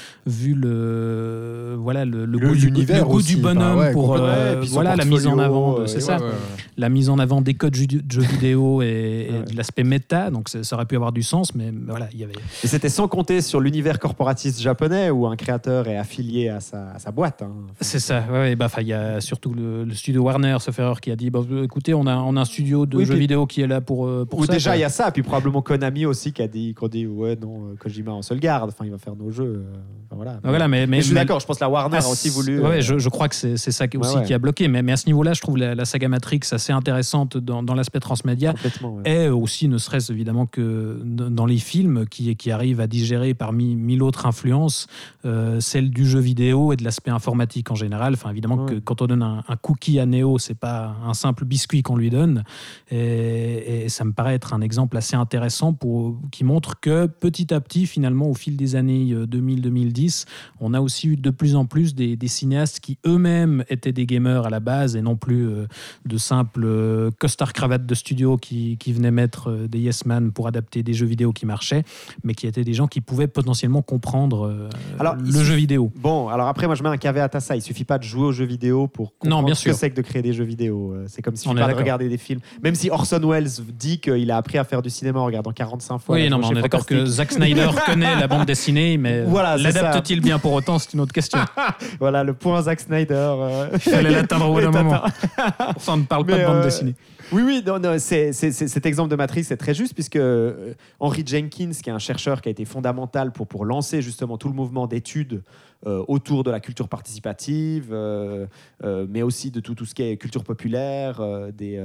le goût du bonhomme pour la mise en avant. C'est ça. La mise en avant des codes de jeux vidéo et de l'aspect méta. Donc ça aurait pu avoir du sens, mais voilà, il y avait. Et c'était sans compter sur l'univers corporatiste japonais où un créateur est affilié à sa boîte. Hein. C'est ça. Il y a surtout le studio Warner, sauf erreur, qui a dit écoutez, on a un studio de jeux vidéo qui est là pour ça. Déjà, il y a ça. Puis probablement Konami aussi qui a dit Kojima on se le garde. Enfin, il va faire nos jeux. Voilà, mais je suis d'accord, je pense que la Warner a aussi voulu... je crois que c'est ça aussi qui a bloqué. Mais à ce niveau-là, je trouve la saga Matrix assez intéressante dans l'aspect transmédia. Complètement, Et aussi, ne serait-ce évidemment que dans les films qui arrivent à digérer parmi mille autres influences, celle du jeu vidéo et de l'aspect informatique en général. Enfin, évidemment que quand on donne un cookie à Neo, c'est pas un simple biscuit qu'on lui donne. Et ça me paraît être un exemple assez intéressant qui montre que petit à petit, finalement, au fil des années 2000-2010, on a aussi eu de plus en plus des cinéastes qui eux-mêmes étaient des gamers à la base et non plus de simples costards-cravates de studio qui venaient mettre des yes man pour adapter des jeux vidéo qui marchaient, mais qui étaient des gens qui pouvaient potentiellement comprendre le jeu vidéo. Bon, alors après, moi je mets un caveat à ça. Il suffit pas de jouer aux jeux vidéo pour comprendre ce que c'est que de créer des jeux vidéo. C'est comme si tu parlais de regarder des films. Même si Orson Welles dit qu'il a appris à faire du cinéma en regardant 45 fois. Oui, non, mais on est d'accord que Zack Snyder connaît la bande dessinée, mais voilà, l'adapte-t-il bien pour autant, c'est une autre question. Voilà, le point Zack Snyder. Il fallait l'atteindre au bout d'un moment. Pour ça, on ne parle pas de bande dessinée. Oui, non, cet exemple de Matrix est très juste, puisque Henry Jenkins, qui est un chercheur qui a été fondamental pour lancer justement tout le mouvement d'études autour de la culture participative, mais aussi de tout ce qui est culture populaire, des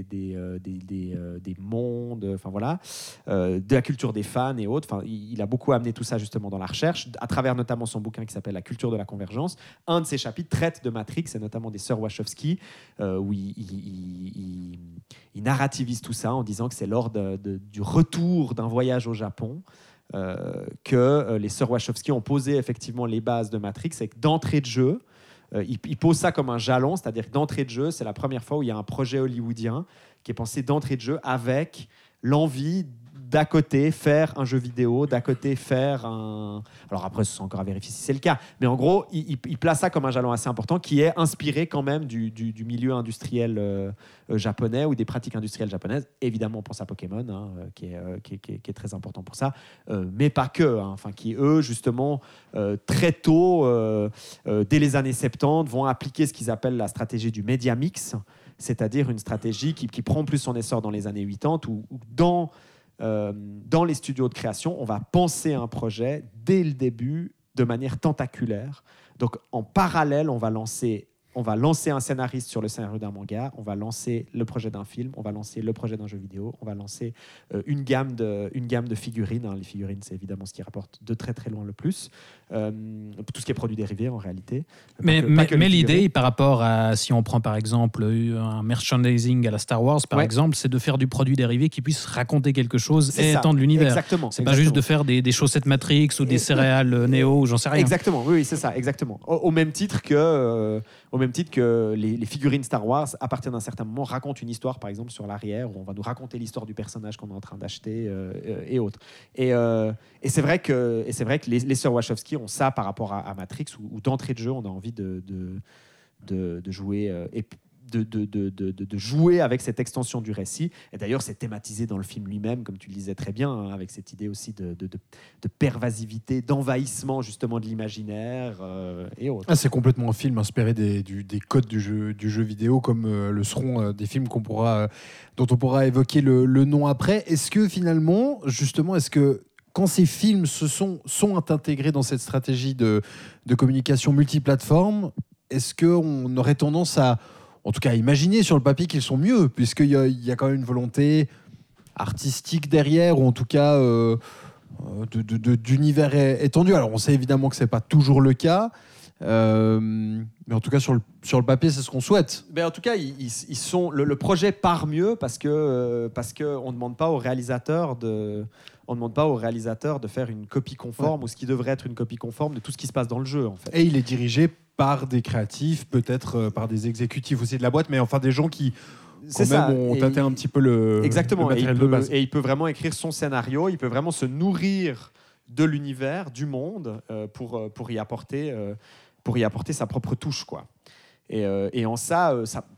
mondes, enfin voilà, de la culture des fans et autres. Enfin, il a beaucoup amené tout ça justement dans la recherche, à travers notamment son bouquin qui s'appelle La culture de la convergence. Un de ses chapitres traite de Matrix et notamment des sœurs Wachowski, où il narrativise tout ça en disant que c'est lors du retour d'un voyage au Japon que les sœurs Wachowski ont posé effectivement les bases de Matrix, et que d'entrée de jeu, ils posent ça comme un jalon, c'est-à-dire que d'entrée de jeu, c'est la première fois où il y a un projet hollywoodien qui est pensé d'entrée de jeu avec l'envie d'à côté faire un jeu vidéo, d'à côté faire un... Alors après, ce sera encore à vérifier si c'est le cas, mais en gros, il place ça comme un jalon assez important qui est inspiré quand même du milieu industriel japonais ou des pratiques industrielles japonaises. Évidemment, on pense à Pokémon, hein, qui est très important pour ça, mais pas que. Hein, enfin, qui, eux, justement, très tôt, dès les années 70, vont appliquer ce qu'ils appellent la stratégie du media mix, c'est-à-dire une stratégie qui prend plus son essor dans les années 80, où dans les studios de création, on va penser un projet dès le début de manière tentaculaire. Donc, en parallèle, on va lancer un scénariste sur le scénario d'un manga, on va lancer le projet d'un film, on va lancer le projet d'un jeu vidéo, on va lancer une gamme de figurines. Hein. Les figurines, c'est évidemment ce qui rapporte de très très loin le plus. Tout ce qui est produit dérivé en réalité. Mais l'idée par rapport à, si on prend par exemple un merchandising à la Star Wars par exemple, c'est de faire du produit dérivé qui puisse raconter quelque chose et étendre l'univers. C'est pas juste de faire des chaussettes Matrix ou des céréales Neo ou j'en sais rien. Exactement, oui, c'est ça, exactement. Au même titre que les figurines Star Wars, à partir d'un certain moment, racontent une histoire, par exemple, sur l'arrière, où on va nous raconter l'histoire du personnage qu'on est en train d'acheter et autres. Et c'est vrai que les sœurs Wachowski ont ça par rapport à Matrix, où d'entrée de jeu, on a envie de jouer de jouer avec cette extension du récit. Et d'ailleurs, c'est thématisé dans le film lui-même, comme tu le disais très bien, hein, avec cette idée aussi de pervasivité, d'envahissement justement de l'imaginaire et autres. Ah, c'est complètement un film inspiré des codes du jeu vidéo, comme le seront des films dont on pourra évoquer le nom après. Est-ce que finalement, justement, quand ces films sont intégrés dans cette stratégie de communication multiplateforme, est-ce qu'on aurait tendance en tout cas, à imaginer sur le papier qu'ils sont mieux, puisqu'il y a quand même une volonté artistique derrière, ou en tout cas d'univers étendu. Alors, on sait évidemment que ce n'est pas toujours le cas, mais en tout cas, sur le papier, c'est ce qu'on souhaite. Mais en tout cas, le projet part mieux parce qu'on ne demande pas au réalisateur de faire une copie conforme ou ce qui devrait être une copie conforme de tout ce qui se passe dans le jeu, en fait. Et il est dirigé par des créatifs, peut-être par des exécutifs aussi de la boîte, mais enfin des gens qui ont tâté un petit peu le matériel de base. Et il peut vraiment écrire son scénario, il peut vraiment se nourrir de l'univers, du monde, pour y apporter sa propre touche, quoi. Et en ça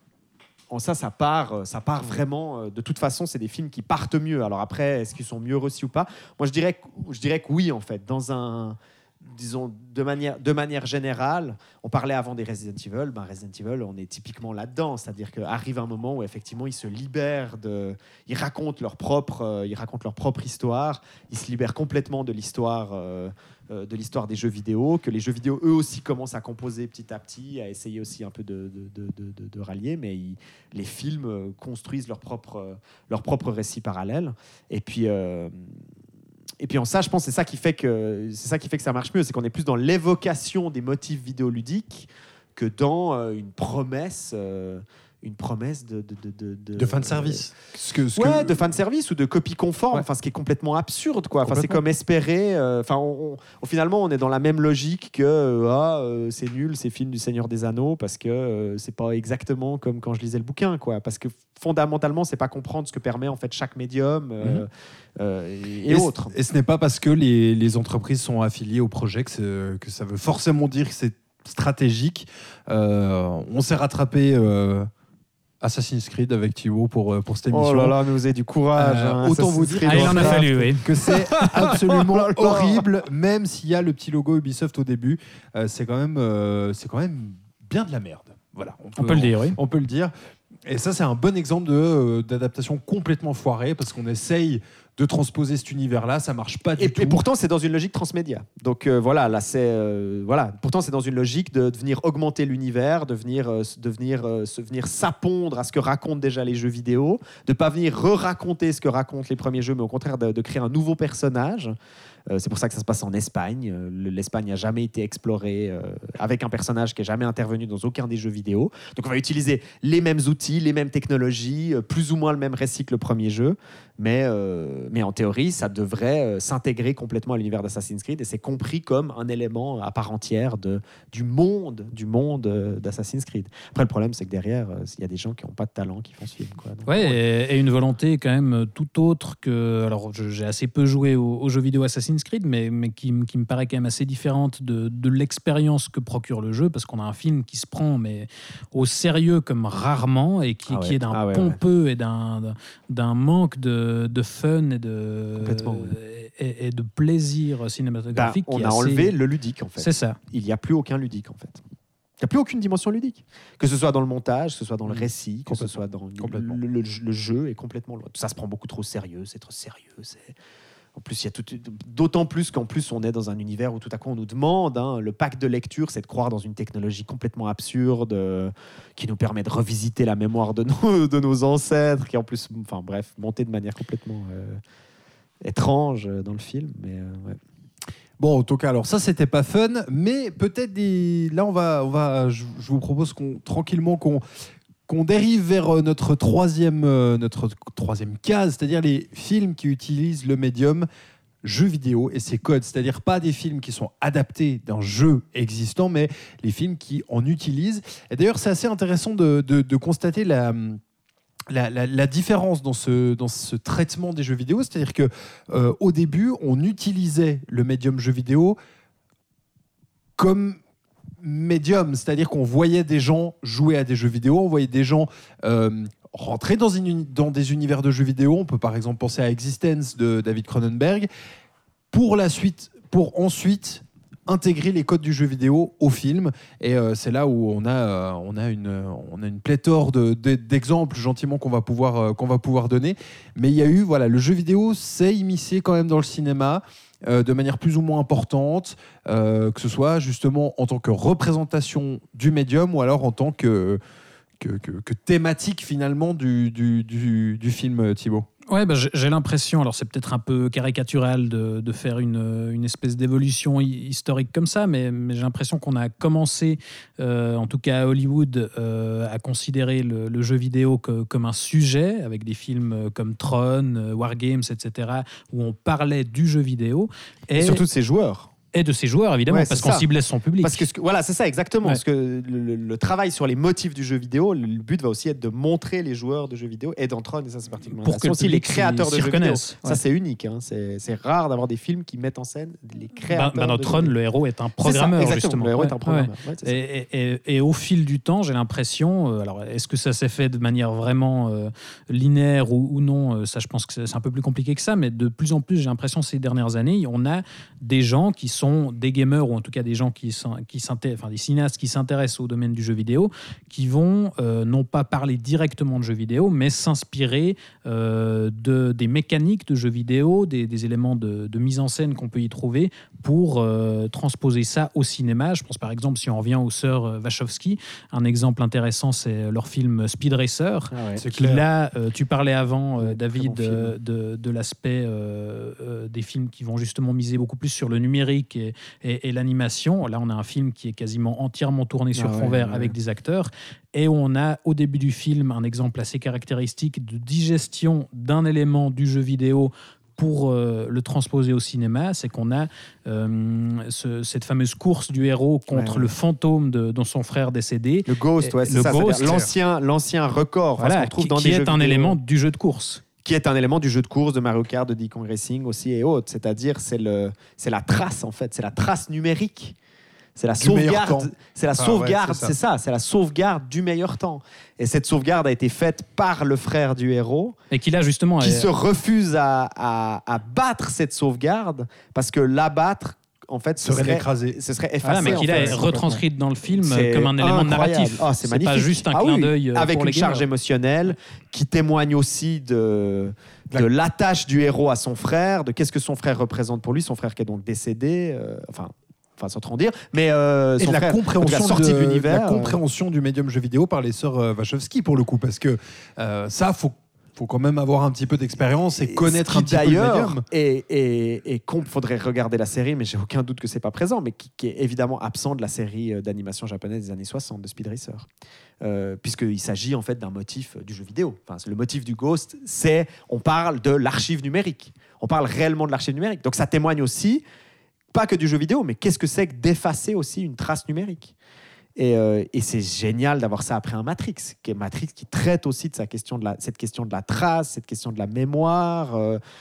part vraiment. De toute façon, c'est des films qui partent mieux. Alors après, est-ce qu'ils sont mieux reçus ou pas ? Moi, je dirais que oui, en fait. disons, de manière générale, on parlait avant des Resident Evil. Resident Evil, on est typiquement là-dedans. C'est-à-dire qu'arrive un moment où, effectivement, ils se libèrent ils racontent leur propre histoire. Ils se libèrent complètement de l'histoire des jeux vidéo, que les jeux vidéo, eux aussi, commencent à composer petit à petit, à essayer aussi un peu de rallier. Mais les films construisent leur propre récit parallèle. Et puis en ça, je pense que c'est ça qui fait que ça marche mieux, c'est qu'on est plus dans l'évocation des motifs vidéoludiques que dans une promesse de fanservice. De fanservice ou de copie conforme, ce qui est complètement absurde, quoi. C'est comme espérer. Finalement, on est dans la même logique que c'est nul ces films du Seigneur des Anneaux parce que c'est pas exactement comme quand je lisais le bouquin, quoi. Parce que fondamentalement, c'est pas comprendre ce que permet en fait chaque médium et autres. Et ce n'est pas parce que les entreprises sont affiliées au projet que ça veut forcément dire que c'est stratégique. On s'est rattrapé. Assassin's Creed avec Thibaut pour cette émission. Oh là là, mais vous avez du courage. Autant vous dire il en a fallu, oui. que c'est absolument horrible, même s'il y a le petit logo Ubisoft au début. C'est quand même bien de la merde. Voilà, on peut le dire, oui. On peut le dire. Et ça, c'est un bon exemple d'adaptation complètement foirée parce qu'on essaye de transposer cet univers-là, ça marche pas du tout. Et pourtant, c'est dans une logique transmédia. Donc pourtant, c'est dans une logique de venir augmenter l'univers, de venir s'appondre à ce que racontent déjà les jeux vidéo, de pas venir re-raconter ce que racontent les premiers jeux, mais au contraire de créer un nouveau personnage. C'est pour ça que ça se passe en Espagne. L'Espagne n'a jamais été explorée avec un personnage qui n'est jamais intervenu dans aucun des jeux vidéo. Donc on va utiliser les mêmes outils, les mêmes technologies, plus ou moins le même récit que le premier jeu. Mais en théorie, ça devrait s'intégrer complètement à l'univers d'Assassin's Creed et c'est compris comme un élément à part entière du monde d'Assassin's Creed. Après, le problème, c'est que derrière, il y a des gens qui n'ont pas de talent qui font ce film, quoi. Donc, et une volonté quand même tout autre que... Alors, j'ai assez peu joué aux jeux vidéo Assassin's Creed, mais qui me paraît quand même assez différente de l'expérience que procure le jeu, parce qu'on a un film qui se prend mais au sérieux comme rarement et qui est d'un pompeux et d'un manque de fun et de plaisir cinématographique. On a enlevé le ludique, en fait. C'est ça. Il n'y a plus aucun ludique, en fait. Il n'y a plus aucune dimension ludique. Que ce soit dans le montage, que ce soit dans le récit, que ce soit dans le jeu est complètement loin. Ça se prend beaucoup trop au sérieux, c'est trop sérieux. En plus, d'autant plus qu'en plus, on est dans un univers où tout à coup, on nous demande, le pack de lecture, c'est de croire dans une technologie complètement absurde qui nous permet de revisiter la mémoire de nos ancêtres, qui en plus, montée de manière complètement étrange dans le film. Mais, ouais. Bon, en tout cas, alors ça, c'était pas fun, mais peut-être là, je vous propose tranquillement qu'on dérive vers notre troisième case, c'est-à-dire les films qui utilisent le médium jeu vidéo et ses codes, c'est-à-dire pas des films qui sont adaptés d'un jeu existant, mais les films qui en utilisent. Et d'ailleurs, c'est assez intéressant de constater la différence dans ce traitement des jeux vidéo, c'est-à-dire que au début, on utilisait le médium jeu vidéo comme médium, c'est-à-dire qu'on voyait des gens jouer à des jeux vidéo, on voyait des gens rentrer dans des univers de jeux vidéo. On peut par exemple penser à Existence de David Cronenberg, pour ensuite intégrer les codes du jeu vidéo au film. Et c'est là où on a une pléthore d'exemples gentiment qu'on va pouvoir donner. Mais il y a eu, le jeu vidéo s'est immiscé quand même dans le cinéma de manière plus ou moins importante, que ce soit justement en tant que représentation du médium ou alors en tant que thématique finalement du film, Thibaut. Ouais, j'ai l'impression, alors c'est peut-être un peu caricatural de faire une espèce d'évolution historique comme ça, mais j'ai l'impression qu'on a commencé, en tout cas à Hollywood, à considérer le jeu vidéo comme un sujet, avec des films comme Tron, War Games, etc., où on parlait du jeu vidéo. Et surtout de ses joueurs. Et de ses joueurs, évidemment, parce qu'on ciblait son public. Parce que c'est ça, exactement. Ouais. Parce que le travail sur les motifs du jeu vidéo, le but va aussi être de montrer les joueurs de jeux vidéo, et dans Tron, et ça c'est particulièrement pour que aussi les créateurs de jeux vidéo. Ouais. Ça c'est unique, c'est rare d'avoir des films qui mettent en scène les créateurs. Dans Tron, le héros est un programmeur, justement. Le héros est un programmeur. Et au fil du temps, j'ai l'impression, alors est-ce que ça s'est fait de manière vraiment linéaire ou non, ça je pense que c'est un peu plus compliqué que ça, mais de plus en plus, j'ai l'impression ces dernières années, on a des gens qui sont des gamers ou en tout cas des gens des cinéastes qui s'intéressent au domaine du jeu vidéo, qui vont non pas parler directement de jeux vidéo, mais s'inspirer des mécaniques de jeux vidéo, des éléments de mise en scène qu'on peut y trouver pour transposer ça au cinéma. Je pense par exemple, si on revient aux sœurs Wachowski, un exemple intéressant, c'est leur film Speed Racer. Là, tu parlais avant, David, de l'aspect des films qui vont justement miser beaucoup plus sur le numérique et l'animation. Là, on a un film qui est quasiment entièrement tourné sur fond vert avec des acteurs. Et on a au début du film un exemple assez caractéristique de digestion d'un élément du jeu vidéo pour le transposer au cinéma. C'est qu'on a cette fameuse course du héros contre le fantôme de son frère décédé. Le Ghost, c'est ça. Ghost, l'ancien record voilà, qu'on trouve dans qui des jeux est un vidéo. élément du jeu de course. Qui est un élément du jeu de course, de Mario Kart, de Diddy Kong Racing aussi et autres. C'est-à-dire, c'est la trace, en fait. C'est la trace numérique. C'est la sauvegarde. C'est la sauvegarde, c'est ça. C'est la sauvegarde du meilleur temps. Et cette sauvegarde a été faite par le frère du héros. Et qui là, justement... Qui se refuse à battre cette sauvegarde, parce que l'abattre, en fait, ce serait effacé. Voilà, mais qu'il a retranscrite dans le film comme un élément narratif. C'est magnifique. Pas juste un clin d'œil avec pour une les charge gamers. émotionnelle qui témoigne aussi de l'attache du héros à son frère, de qu'est-ce que son frère représente pour lui, son frère qui est donc décédé, enfin sans trop en dire, mais son frère, sorti de l'univers. La compréhension du médium jeu vidéo par les sœurs Wachowski, pour le coup, parce que ça, faut quand même avoir un petit peu d'expérience et connaître un petit peu le médium. Et faudrait regarder la série, mais j'ai aucun doute que c'est pas présent, mais qui est évidemment absent de la série d'animation japonaise des années 60 de Speed Racer. Puisqu'il s'agit en fait d'un motif du jeu vidéo. Enfin, le motif du Ghost, on parle de l'archive numérique. On parle réellement de l'archive numérique. Donc ça témoigne aussi, pas que du jeu vidéo, mais qu'est-ce que c'est que d'effacer aussi une trace numérique. Et c'est génial d'avoir ça après un Matrix qui traite aussi de cette question de la trace, cette question de la mémoire,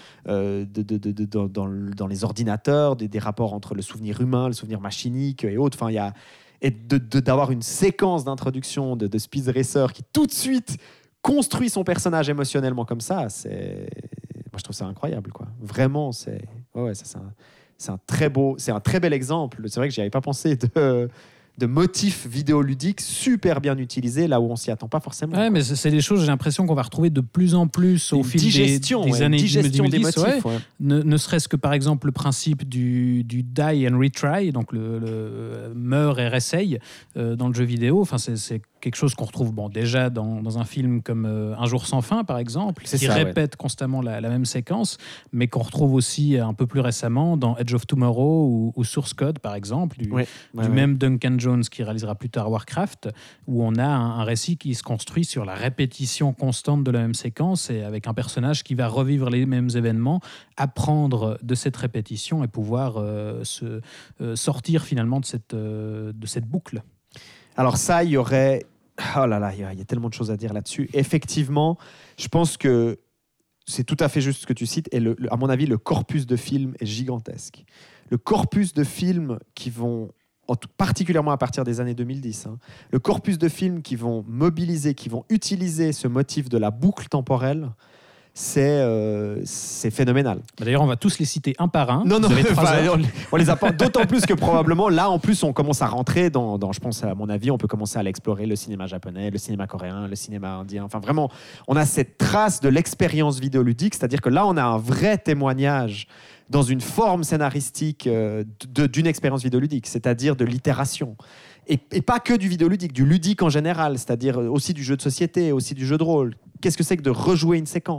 dans les ordinateurs, des rapports entre le souvenir humain, le souvenir machinique et autres. Enfin, d'avoir une séquence d'introduction de Speed Racer qui tout de suite construit son personnage émotionnellement comme ça, moi je trouve ça incroyable, quoi. Vraiment, c'est un très bel exemple. C'est vrai que j'y avais pas pensé de motifs vidéoludiques super bien utilisés là où on s'y attend pas forcément. Ouais, mais c'est des choses, j'ai l'impression qu'on va retrouver de plus en plus au fil des années 2010. Des motifs, ne serait-ce que par exemple le principe du die and retry, donc le meurt et réessaye dans le jeu vidéo. Enfin, c'est quelque chose qu'on retrouve déjà dans un film comme Un jour sans fin, par exemple, qui répète constamment la même séquence, mais qu'on retrouve aussi un peu plus récemment dans Edge of Tomorrow ou Source Code, par exemple, du même Duncan Jones qui réalisera plus tard Warcraft, où on a un récit qui se construit sur la répétition constante de la même séquence et avec un personnage qui va revivre les mêmes événements, apprendre de cette répétition et pouvoir sortir finalement de cette boucle. Alors ça, il y aurait... Oh là là, il y a tellement de choses à dire là-dessus. Effectivement, je pense que c'est tout à fait juste ce que tu cites. Et à mon avis, le corpus de films est gigantesque. Le corpus de films qui vont, particulièrement à partir des années 2010, le corpus de films qui vont mobiliser, qui vont utiliser ce motif de la boucle temporelle, c'est phénoménal. D'ailleurs, on va tous les citer un par un. Non, on les a pas. D'autant plus que probablement, là, en plus, on commence à rentrer dans, je pense, à mon avis, on peut commencer à l'explorer, le cinéma japonais, le cinéma coréen, le cinéma indien. Enfin, vraiment, on a cette trace de l'expérience vidéoludique, c'est-à-dire que là, on a un vrai témoignage dans une forme scénaristique d'une expérience vidéoludique, c'est-à-dire de l'itération. Et pas que du vidéoludique, du ludique en général, c'est-à-dire aussi du jeu de société, aussi du jeu de rôle. Qu'est-ce que c'est que de rejouer une séquence ?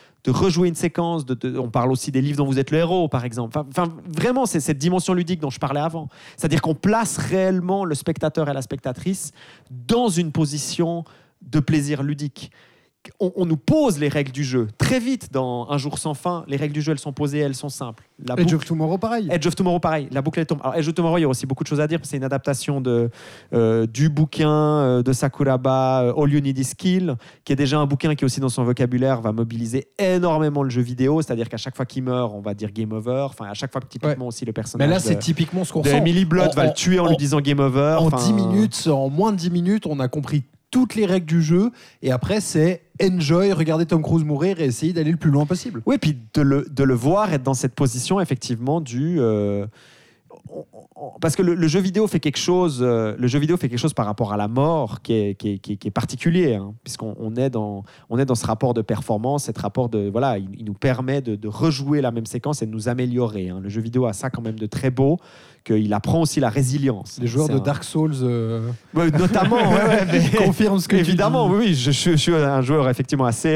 On parle aussi des livres dont vous êtes le héros, par exemple. Enfin, vraiment, c'est cette dimension ludique dont je parlais avant. C'est-à-dire qu'on place réellement le spectateur et la spectatrice dans une position de plaisir ludique. On nous pose les règles du jeu. Très vite, dans Un jour sans fin, les règles du jeu, elles sont posées, elles sont simples. Edge of Tomorrow, pareil. La boucle, elle tombe. Alors, Edge of Tomorrow, il y a aussi beaucoup de choses à dire, parce que c'est une adaptation du bouquin de Sakuraba, All You Need Is Kill, qui est déjà un bouquin qui, aussi dans son vocabulaire, va mobiliser énormément le jeu vidéo. C'est-à-dire qu'à chaque fois qu'il meurt, on va dire Game Over. Enfin, à chaque fois que typiquement aussi le personnage. Mais là, c'est typiquement ce qu'on ressent. Emily Blood va le tuer en lui disant Game Over. En moins de 10 minutes, on a compris toutes les règles du jeu, et après c'est enjoy, regarder Tom Cruise mourir et essayer d'aller le plus loin possible. Oui, puis de le voir être dans cette position effectivement parce que le jeu vidéo fait quelque chose. Le jeu vidéo fait quelque chose par rapport à la mort qui est particulier, hein, puisqu'on est dans ce rapport de performance, cet rapport de voilà, il nous permet de rejouer la même séquence et de nous améliorer. Hein. Le jeu vidéo a ça quand même de très beau, qu'il apprend aussi la résilience. Les joueurs de Dark Souls, ouais, notamment, mais confirment ce que évidemment, tu dis. oui, je suis un joueur effectivement assez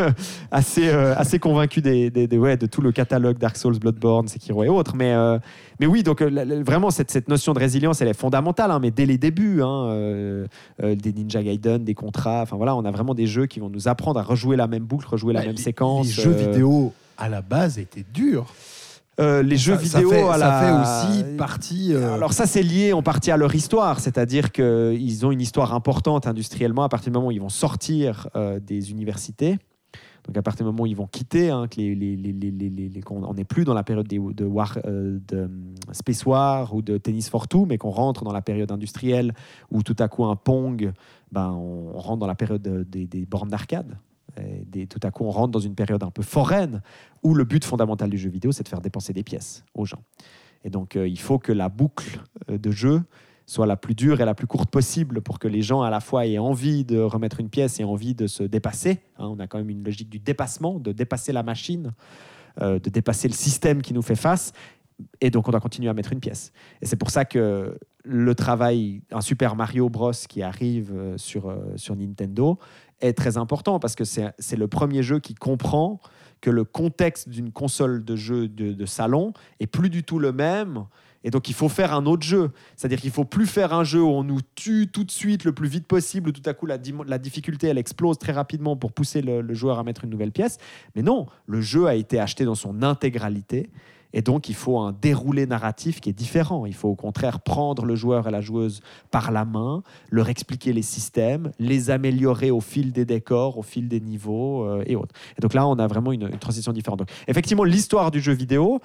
convaincu de tout le catalogue Dark Souls, Bloodborne, Sekiro et autres. Mais oui, donc vraiment cette notion de résilience, elle est fondamentale, hein, mais dès les débuts, hein, des Ninja Gaiden, des Contra, enfin voilà, on a vraiment des jeux qui vont nous apprendre à rejouer la même boucle, rejouer la même séquence. Les jeux vidéo à la base étaient durs. Les jeux vidéo ça fait aussi partie. Alors ça, c'est lié en partie à leur histoire, c'est-à-dire qu'ils ont une histoire importante industriellement à partir du moment où ils vont sortir des universités. Donc à partir du moment où ils vont quitter, hein, qu'on n'est plus dans la période de Space War ou de Tennis for Two, mais qu'on rentre dans la période industrielle où tout à coup un Pong, on rentre dans la période des bornes d'arcade. Tout à coup, on rentre dans une période un peu foraine où le but fondamental du jeu vidéo, c'est de faire dépenser des pièces aux gens. Et donc, il faut que la boucle de jeu soit la plus dure et la plus courte possible pour que les gens, à la fois, aient envie de remettre une pièce et envie de se dépasser. Hein, on a quand même une logique du dépassement, de dépasser la machine, de dépasser le système qui nous fait face. Et donc, on doit continuer à mettre une pièce. Et c'est pour ça que le travail, un Super Mario Bros. Qui arrive sur Nintendo, est très important parce que c'est le premier jeu qui comprend que le contexte d'une console de jeu de salon est plus du tout le même. Et donc, il faut faire un autre jeu. C'est-à-dire qu'il ne faut plus faire un jeu où on nous tue tout de suite le plus vite possible, où tout à coup, la difficulté, elle explose très rapidement pour pousser le joueur à mettre une nouvelle pièce. Mais non, le jeu a été acheté dans son intégralité. Et donc, il faut un déroulé narratif qui est différent. Il faut au contraire prendre le joueur et la joueuse par la main, leur expliquer les systèmes, les améliorer au fil des décors, au fil des niveaux et autres. Et donc là, on a vraiment une transition différente. Donc, effectivement, l'histoire du jeu vidéo,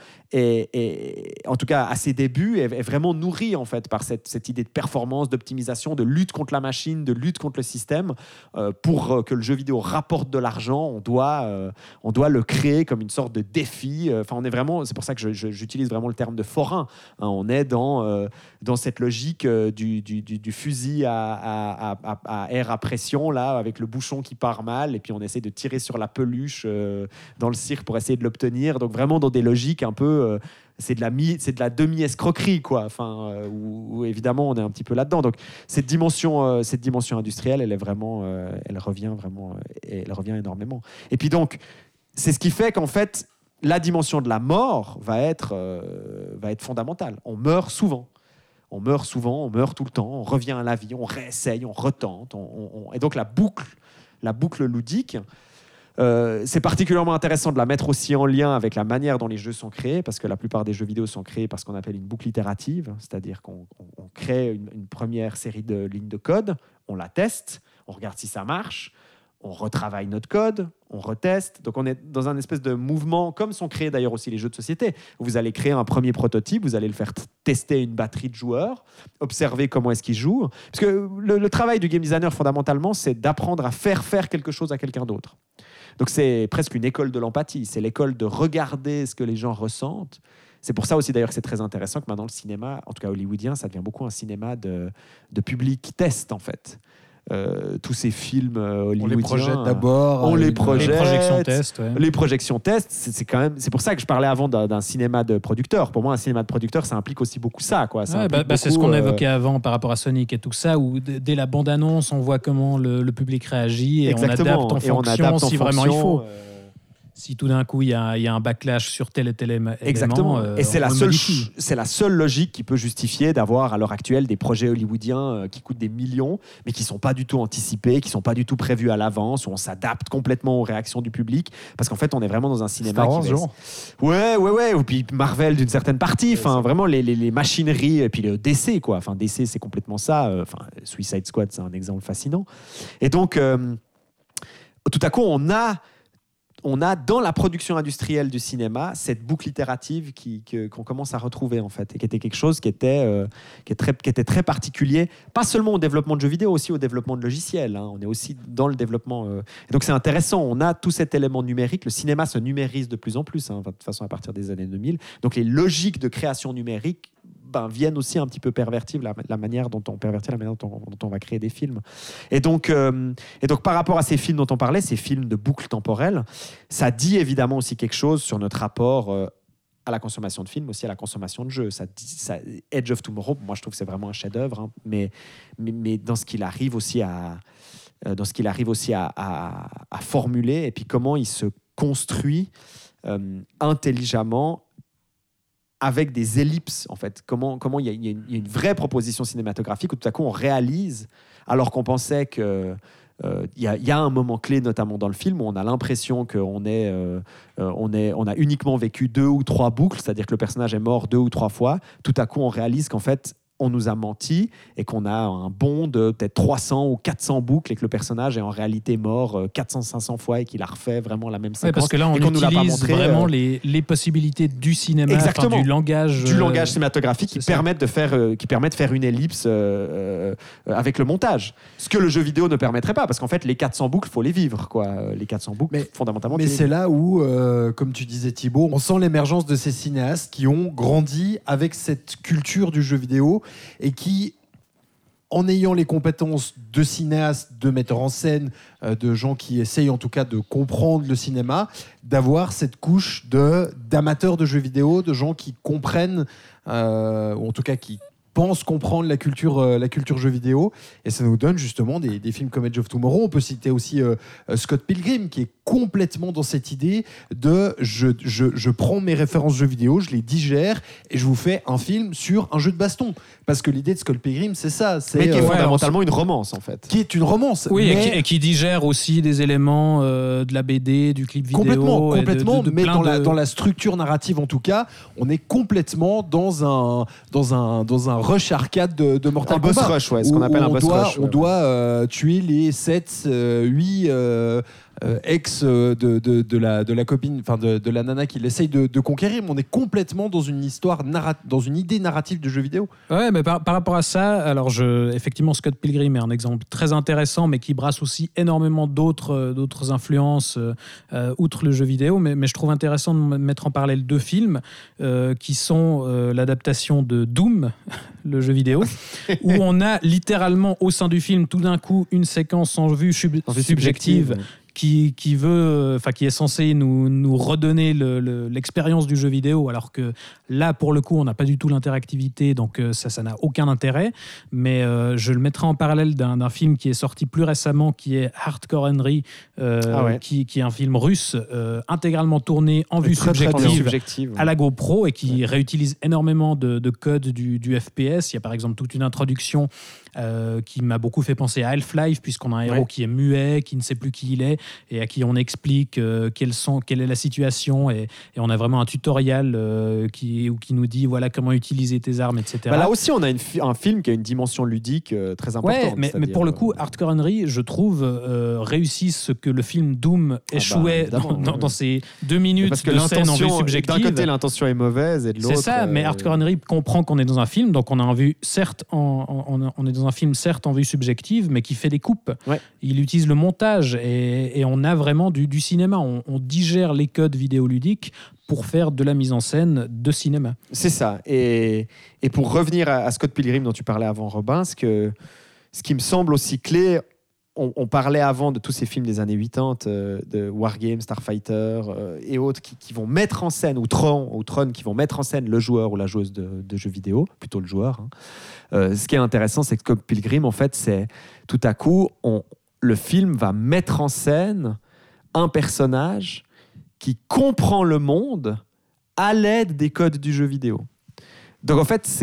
en tout cas à ses débuts, est vraiment nourrie en fait, par cette idée de performance, d'optimisation, de lutte contre la machine, de lutte contre le système. Pour que le jeu vidéo rapporte de l'argent, on doit le créer comme une sorte de défi. Enfin, on est vraiment, c'est pour ça que j'utilise vraiment le terme de forain. Hein, on est dans cette logique du fusil à air à pression, là, avec le bouchon qui part mal, et puis on essaie de tirer sur la peluche dans le cirque pour essayer de l'obtenir. Donc vraiment dans des logiques un peu... c'est de la demi-escroquerie, quoi. Enfin, où évidemment, on est un petit peu là-dedans. Donc cette dimension industrielle, elle revient énormément. Et puis donc, c'est ce qui fait qu'en fait, la dimension de la mort va être fondamentale. On meurt souvent. On meurt tout le temps, on revient à la vie, on réessaye, on retente. Et donc la boucle ludique, c'est particulièrement intéressant de la mettre aussi en lien avec la manière dont les jeux sont créés, parce que la plupart des jeux vidéo sont créés par ce qu'on appelle une boucle itérative, c'est-à-dire qu'on crée une première série de lignes de code, on la teste, on regarde si ça marche, on retravaille notre code, on reteste. Donc on est dans un espèce de mouvement, comme sont créés d'ailleurs aussi les jeux de société, où vous allez créer un premier prototype, vous allez le faire tester une batterie de joueurs, observer comment est-ce qu'ils jouent. Parce que le travail du game designer, fondamentalement, c'est d'apprendre à faire quelque chose à quelqu'un d'autre. Donc c'est presque une école de l'empathie, c'est l'école de regarder ce que les gens ressentent. C'est pour ça aussi d'ailleurs que c'est très intéressant que maintenant le cinéma, en tout cas hollywoodien, ça devient beaucoup un cinéma de public test en fait. Tous ces films hollywoodiens, on les projette d'abord, les projections test, ouais. Les projections test, c'est pour ça que je parlais avant d'un cinéma de producteur. Pour moi, un cinéma de producteur, ça implique aussi beaucoup ça, quoi. Ça c'est ce qu'on évoquait avant par rapport à Sonic et tout ça, où dès la bande-annonce, on voit comment le public réagit et exactement. on adapte si vraiment il faut. Si tout d'un coup il y a un backlash sur tel et tel élément, exactement. Et c'est la seule logique qui peut justifier d'avoir à l'heure actuelle des projets hollywoodiens qui coûtent des millions, mais qui sont pas du tout anticipés, qui sont pas du tout prévus à l'avance, où on s'adapte complètement aux réactions du public, parce qu'en fait on est vraiment dans un cinéma ouais, ou puis Marvel d'une certaine partie, enfin vraiment les machineries, et puis le DC, quoi. Enfin DC c'est complètement ça. Enfin Suicide Squad c'est un exemple fascinant. Et donc tout à coup on a dans la production industrielle du cinéma cette boucle itérative qu'on commence à retrouver en fait, et qui était quelque chose qui était très particulier, pas seulement au développement de jeux vidéo, aussi au développement de logiciels. Hein. On est aussi dans le développement. Et donc c'est intéressant, on a tout cet élément numérique. Le cinéma se numérise de plus en plus, hein, de toute façon à partir des années 2000. Donc les logiques de création numérique viennent aussi un petit peu pervertir la manière dont on va créer des films. Et donc par rapport à ces films dont on parlait, ces films de boucle temporelle, ça dit évidemment aussi quelque chose sur notre rapport à la consommation de films, aussi à la consommation de jeux. Edge of Tomorrow, moi je trouve que c'est vraiment un chef-d'œuvre, hein, mais dans ce qu'il arrive aussi à formuler, et puis comment il se construit intelligemment avec des ellipses, en fait. Comment il y a une vraie proposition cinématographique où tout à coup on réalise, alors qu'on pensait que il y a un moment clé, notamment dans le film, où on a l'impression qu'on a uniquement vécu 2 ou 3 boucles, c'est-à-dire que le personnage est mort 2 ou 3 fois. Tout à coup, on réalise qu'en fait, on nous a menti et qu'on a un bond de peut-être 300 ou 400 boucles et que le personnage est en réalité mort 400-500 fois et qu'il a refait vraiment la même séquence. Parce que là, on utilise vraiment les possibilités du cinéma, exactement, du langage cinématographique qui permettent de faire une ellipse avec le montage. Ce que le jeu vidéo ne permettrait pas, parce qu'en fait, les 400 boucles, il faut les vivre, quoi. Les 400 boucles, fondamentalement. Mais c'est là où, comme tu disais Thibaut, on sent l'émergence de ces cinéastes qui ont grandi avec cette culture du jeu vidéo et qui, en ayant les compétences de cinéaste, de metteur en scène, de gens qui essayent en tout cas de comprendre le cinéma, d'avoir cette couche d'amateurs de jeux vidéo, de gens qui comprennent, ou en tout cas qui pensent comprendre la culture jeux vidéo, et ça nous donne justement des films comme Edge of Tomorrow. On peut citer aussi Scott Pilgrim, qui est complètement dans cette idée de je prends mes références jeux vidéo, je les digère et je vous fais un film sur un jeu de baston, parce que l'idée de Scott Pilgrim, c'est ça, mais qui est fondamentalement une romance, en fait, qui est une romance, oui, et qui digère aussi des éléments de la BD, du clip vidéo, complètement, mais dans la structure narrative, en tout cas, on est complètement dans un rush arcade de Mortal Kombat. Un boss rush, ce qu'on appelle un boss rush. On doit tuer les 7, 8 ex de la copine, enfin de la nana qu'il essaye de conquérir, mais on est complètement dans une histoire dans une idée narrative de jeu vidéo. Ouais, mais par rapport à ça, alors effectivement, Scott Pilgrim est un exemple très intéressant, mais qui brasse aussi énormément d'autres influences outre le jeu vidéo. Mais je trouve intéressant de mettre en parallèle 2 films qui sont l'adaptation de Doom, le jeu vidéo, où on a littéralement au sein du film tout d'un coup une séquence en vue subjective qui est censé nous redonner l'expérience du jeu vidéo, alors que là, pour le coup, on n'a pas du tout l'interactivité, donc ça n'a aucun intérêt. Mais je le mettrai en parallèle d'un film qui est sorti plus récemment, qui est Hardcore Henry, qui est un film russe intégralement tourné en vue subjective à la GoPro, et qui réutilise énormément de codes du FPS. Il y a par exemple toute une introduction qui m'a beaucoup fait penser à Half-Life, puisqu'on a un héros qui est muet, qui ne sait plus qui il est, et à qui on explique quelle est la situation, et on a vraiment un tutoriel qui nous dit voilà comment utiliser tes armes, etc. Là aussi, on a un film qui a une dimension ludique très importante. Mais pour le coup, Hardcore Henry, je trouve, réussit ce que le film Doom échouait dans ces 2 minutes de scène en vue subjective. D'un côté, l'intention est mauvaise, et de l'autre... C'est ça, mais Hardcore Henry comprend qu'on est dans un film, donc on a en vue, certes, on est dans un film certes en vue subjective, mais qui fait des coupes. Ouais. Il utilise le montage, et on a vraiment du cinéma. On digère les codes vidéoludiques pour faire de la mise en scène de cinéma. C'est ça. Et pour revenir à Scott Pilgrim dont tu parlais avant, Robin, ce qui me semble aussi clé, on parlait avant de tous ces films des années 80, de Wargame, Starfighter et autres qui vont mettre en scène, ou Tron qui vont mettre en scène le joueur ou la joueuse de jeux vidéo, plutôt le joueur. Ce qui est intéressant, c'est que Scott Pilgrim, en fait, c'est tout à coup, le film va mettre en scène un personnage qui comprend le monde à l'aide des codes du jeu vidéo. Donc en fait,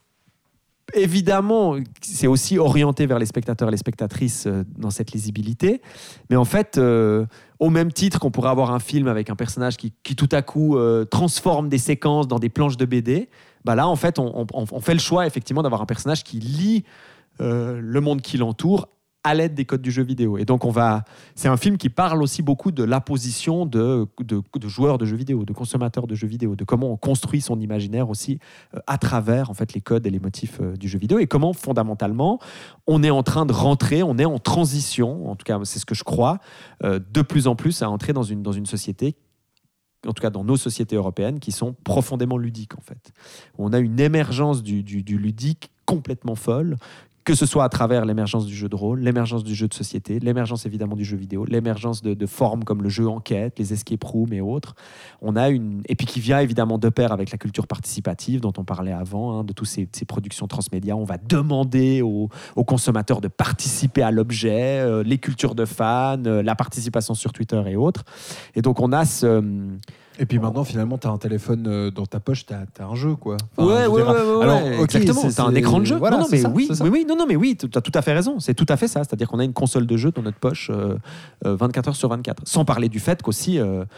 évidemment, c'est aussi orienté vers les spectateurs et les spectatrices dans cette lisibilité, mais en fait, au même titre qu'on pourrait avoir un film avec un personnage qui tout à coup transforme des séquences dans des planches de BD, là en fait, on fait le choix effectivement d'avoir un personnage qui lit le monde qui l'entoure à l'aide des codes du jeu vidéo. Et donc, c'est un film qui parle aussi beaucoup de l'apposition de joueurs de jeux vidéo, de consommateurs de jeux vidéo, de comment on construit son imaginaire aussi à travers en fait, les codes et les motifs du jeu vidéo, et comment, fondamentalement, on est en train de rentrer, on est en transition, en tout cas, c'est ce que je crois, de plus en plus à entrer dans une société en tout cas dans nos sociétés européennes, qui sont profondément ludiques en fait. On a une émergence du ludique complètement folle, que ce soit à travers l'émergence du jeu de rôle, l'émergence du jeu de société, l'émergence évidemment du jeu vidéo, l'émergence de formes comme le jeu enquête, les escape rooms et autres. Et puis qui vient évidemment de pair avec la culture participative dont on parlait avant, de toutes ces productions transmédia. On va demander aux consommateurs de participer à l'objet, les cultures de fans, la participation sur Twitter et autres. Et donc on a Et puis maintenant, finalement, tu as un téléphone dans ta poche, tu as un jeu, quoi. Ouais. Alors, okay, exactement. Tu as un écran de jeu. Voilà, oui, tu as tout à fait raison. C'est tout à fait ça. C'est-à-dire qu'on a une console de jeu dans notre poche 24 heures sur 24. Sans parler du fait qu'aussi,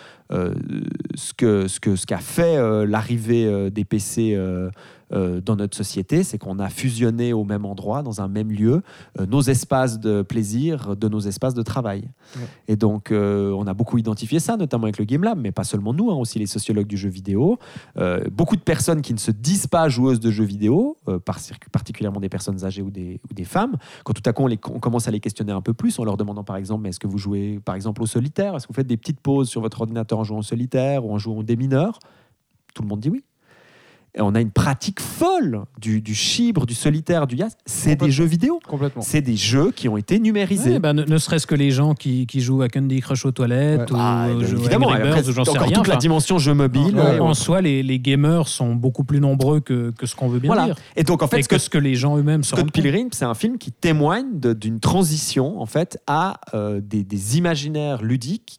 ce qu'a fait l'arrivée des PC dans notre société, c'est qu'on a fusionné au même endroit, dans un même lieu, nos espaces de plaisir de nos espaces de travail. Ouais. Et donc, on a beaucoup identifié ça, notamment avec le Game Lab, mais pas seulement nous, aussi les sociologues du jeu vidéo. Beaucoup de personnes qui ne se disent pas joueuses de jeux vidéo, particulièrement des personnes âgées ou des femmes, quand tout à coup on commence à les questionner un peu plus, en leur demandant par exemple, mais est-ce que vous jouez par exemple au solitaire ? Est-ce que vous faites des petites pauses sur votre ordinateur en jouant au solitaire ou en jouant des mineurs ? Tout le monde dit oui. Et on a une pratique folle du chibre, du solitaire, du Yahtzee. C'est des jeux vidéo. Complètement. C'est des jeux qui ont été numérisés. Ouais, ne serait-ce que les gens qui jouent à Candy Crush aux toilettes ou évidemment, Angry Birds, ou j'en sais rien. Toute la dimension jeu mobile. En soi, les gamers sont beaucoup plus nombreux que ce qu'on veut bien dire. Et donc en fait, ce que les gens eux-mêmes se rendent compte. Scott Pilgrim, c'est un film qui témoigne d'une transition en fait à des imaginaires ludiques,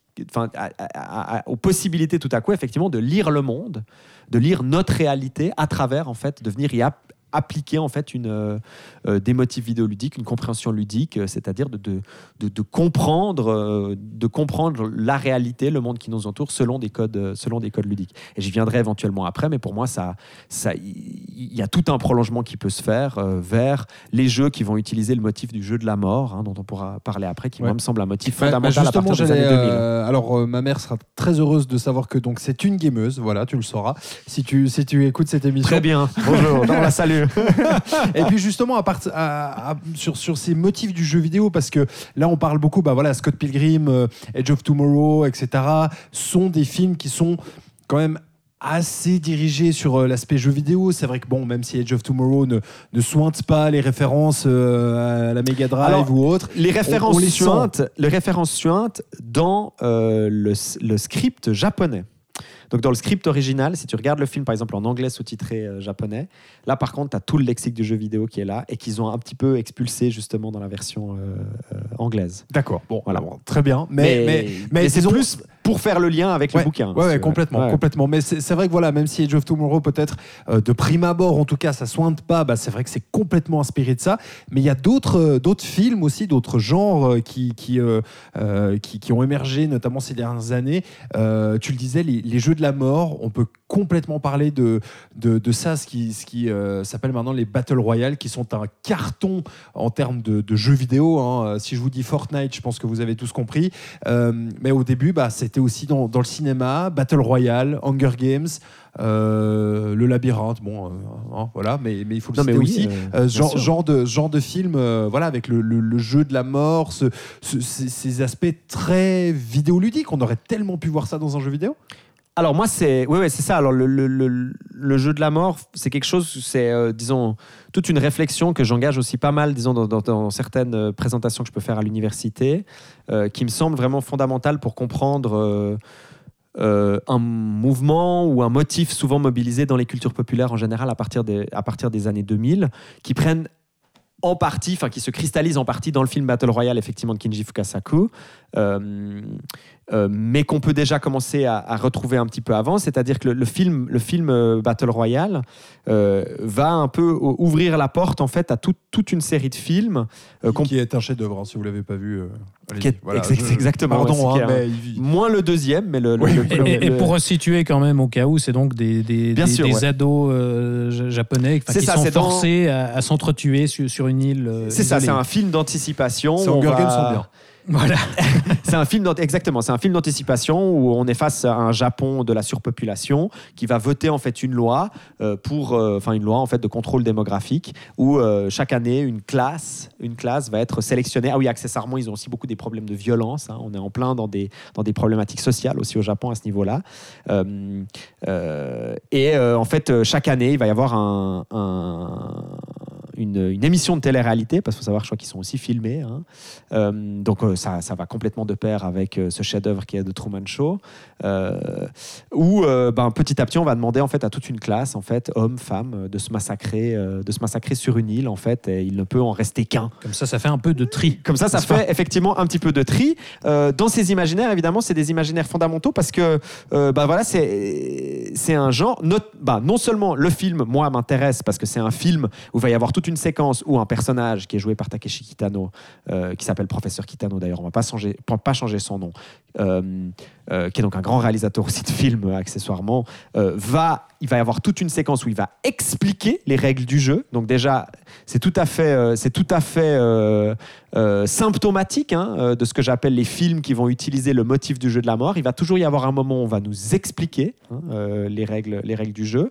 aux possibilités tout à coup effectivement de lire le monde, de lire notre réalité à travers en fait, de venir y appliquer en fait des motifs vidéoludiques, une compréhension ludique, c'est-à-dire de comprendre la réalité, le monde qui nous entoure selon des codes ludiques. Et j'y viendrai éventuellement après, mais pour moi, il y a tout un prolongement qui peut se faire vers les jeux qui vont utiliser le motif du jeu de la mort, dont on pourra parler après, qui moi me semble un motif fondamental à partir des années 2000. Alors, ma mère sera très heureuse de savoir que donc c'est une gameuse, voilà, tu le sauras, si tu écoutes cette émission. Très bien, bonjour, on la salue. Et puis justement, sur ces motifs du jeu vidéo, parce que là on parle beaucoup, Scott Pilgrim, Edge of Tomorrow, etc., sont des films qui sont quand même assez dirigés sur l'aspect jeu vidéo. C'est vrai que même si Edge of Tomorrow ne sointe pas les références à la Mega Drive ou autre, les références suintent dans le script japonais. Donc dans le script original, si tu regardes le film par exemple en anglais sous-titré japonais, là par contre tu as tout le lexique du jeu vidéo qui est là et qu'ils ont un petit peu expulsé justement dans la version anglaise. D'accord, très bien. Mais c'est plus pour faire le lien avec le bouquin. Ouais, complètement. Mais c'est vrai que même si Age of Tomorrow peut-être de prime abord, en tout cas, ça sointe pas, c'est vrai que c'est complètement inspiré de ça. Mais il y a d'autres films aussi, d'autres genres qui ont émergé, notamment ces dernières années. Tu le disais, les jeux de la mort, on peut complètement parler de ça, ce qui s'appelle maintenant les Battle Royale, qui sont un carton en termes de jeux vidéo. Si je vous dis Fortnite, je pense que vous avez tous compris. Mais au début, c'était aussi dans le cinéma, Battle Royale, Hunger Games, le labyrinthe, voilà, mais il faut le citer aussi. Genre de film, avec le jeu de la mort, ces aspects très vidéoludiques. On aurait tellement pu voir ça dans un jeu vidéo. Alors moi, c'est ça. Alors le jeu de la mort, c'est quelque chose, c'est disons toute une réflexion que j'engage aussi pas mal, disons dans certaines présentations que je peux faire à l'université, qui me semble vraiment fondamentale pour comprendre un mouvement ou un motif souvent mobilisé dans les cultures populaires en général à partir des années 2000, qui prennent en partie, qui se cristallise en partie dans le film Battle Royale effectivement de Kinji Fukasaku, mais qu'on peut déjà commencer à retrouver un petit peu avant, c'est-à-dire que le film Battle Royale va un peu ouvrir la porte en fait à toute une série de films qui est un chef-d'œuvre, si vous l'avez pas vu. Exactement. Pardon, moins le deuxième, mais et pour resituer quand même au cas où, c'est donc des ados japonais qui sont forcés à s'entretuer sur une une île. C'est ça, isolée. c'est un film d'anticipation. C'est où on Hunger va- Games en bien. Voilà. Exactement, c'est un film d'anticipation où on est face à un Japon de la surpopulation qui va voter en fait une loi une loi en fait de contrôle démographique où chaque année une classe va être sélectionnée. Ah oui, accessoirement, ils ont aussi beaucoup des problèmes de violence. Hein. On est en plein dans des problématiques sociales aussi au Japon à ce niveau-là. En fait, chaque année, il va y avoir une émission de télé-réalité, parce qu'il faut savoir, je crois qu'ils sont aussi filmés. Hein. Donc ça va complètement de pair avec ce chef-d'œuvre qui est The Truman Show, où petit à petit, on va demander en fait à toute une classe, en fait, hommes, femmes, de se massacrer sur une île, en fait, et il ne peut en rester qu'un. Comme ça fait un peu de tri. Comme ça N'est-ce fait effectivement un petit peu de tri. Dans ces imaginaires, évidemment, c'est des imaginaires fondamentaux parce que c'est un genre. Non seulement le film, moi, m'intéresse parce que c'est un film où il va y avoir toute une séquence où un personnage qui est joué par Takeshi Kitano, qui s'appelle Professeur Kitano d'ailleurs, on ne va pas changer son nom, qui est donc un grand réalisateur aussi de films accessoirement, il va y avoir toute une séquence où il va expliquer les règles du jeu. Donc déjà, c'est tout à fait symptomatique de ce que j'appelle les films qui vont utiliser le motif du jeu de la mort. Il va toujours y avoir un moment où on va nous expliquer les règles du jeu.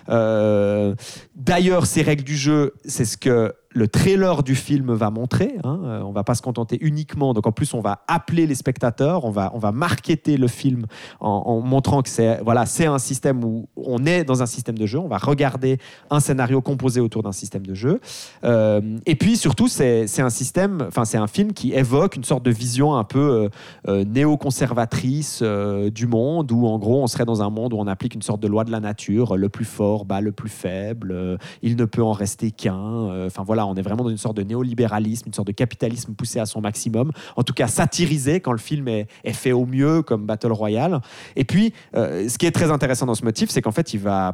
D'ailleurs, ces règles du jeu, c'est ce que le trailer du film va montrer. On ne va pas se contenter uniquement. Donc en plus, on va appeler les spectateurs, on va marketer le film en montrant que c'est un système où on est dans un système de jeu. On va regarder un scénario composé autour d'un système de jeu. Et puis surtout, c'est un film qui évoque une sorte de vision un peu néoconservatrice du monde, où en gros, on serait dans un monde où on applique une sorte de loi de la nature. Le plus fort bat le plus faible. Il ne peut en rester qu'un. On est vraiment dans une sorte de néolibéralisme, une sorte de capitalisme poussé à son maximum, en tout cas satirisé quand le film est fait au mieux comme Battle Royale. Et puis, ce qui est très intéressant dans ce motif, c'est qu'en fait, il va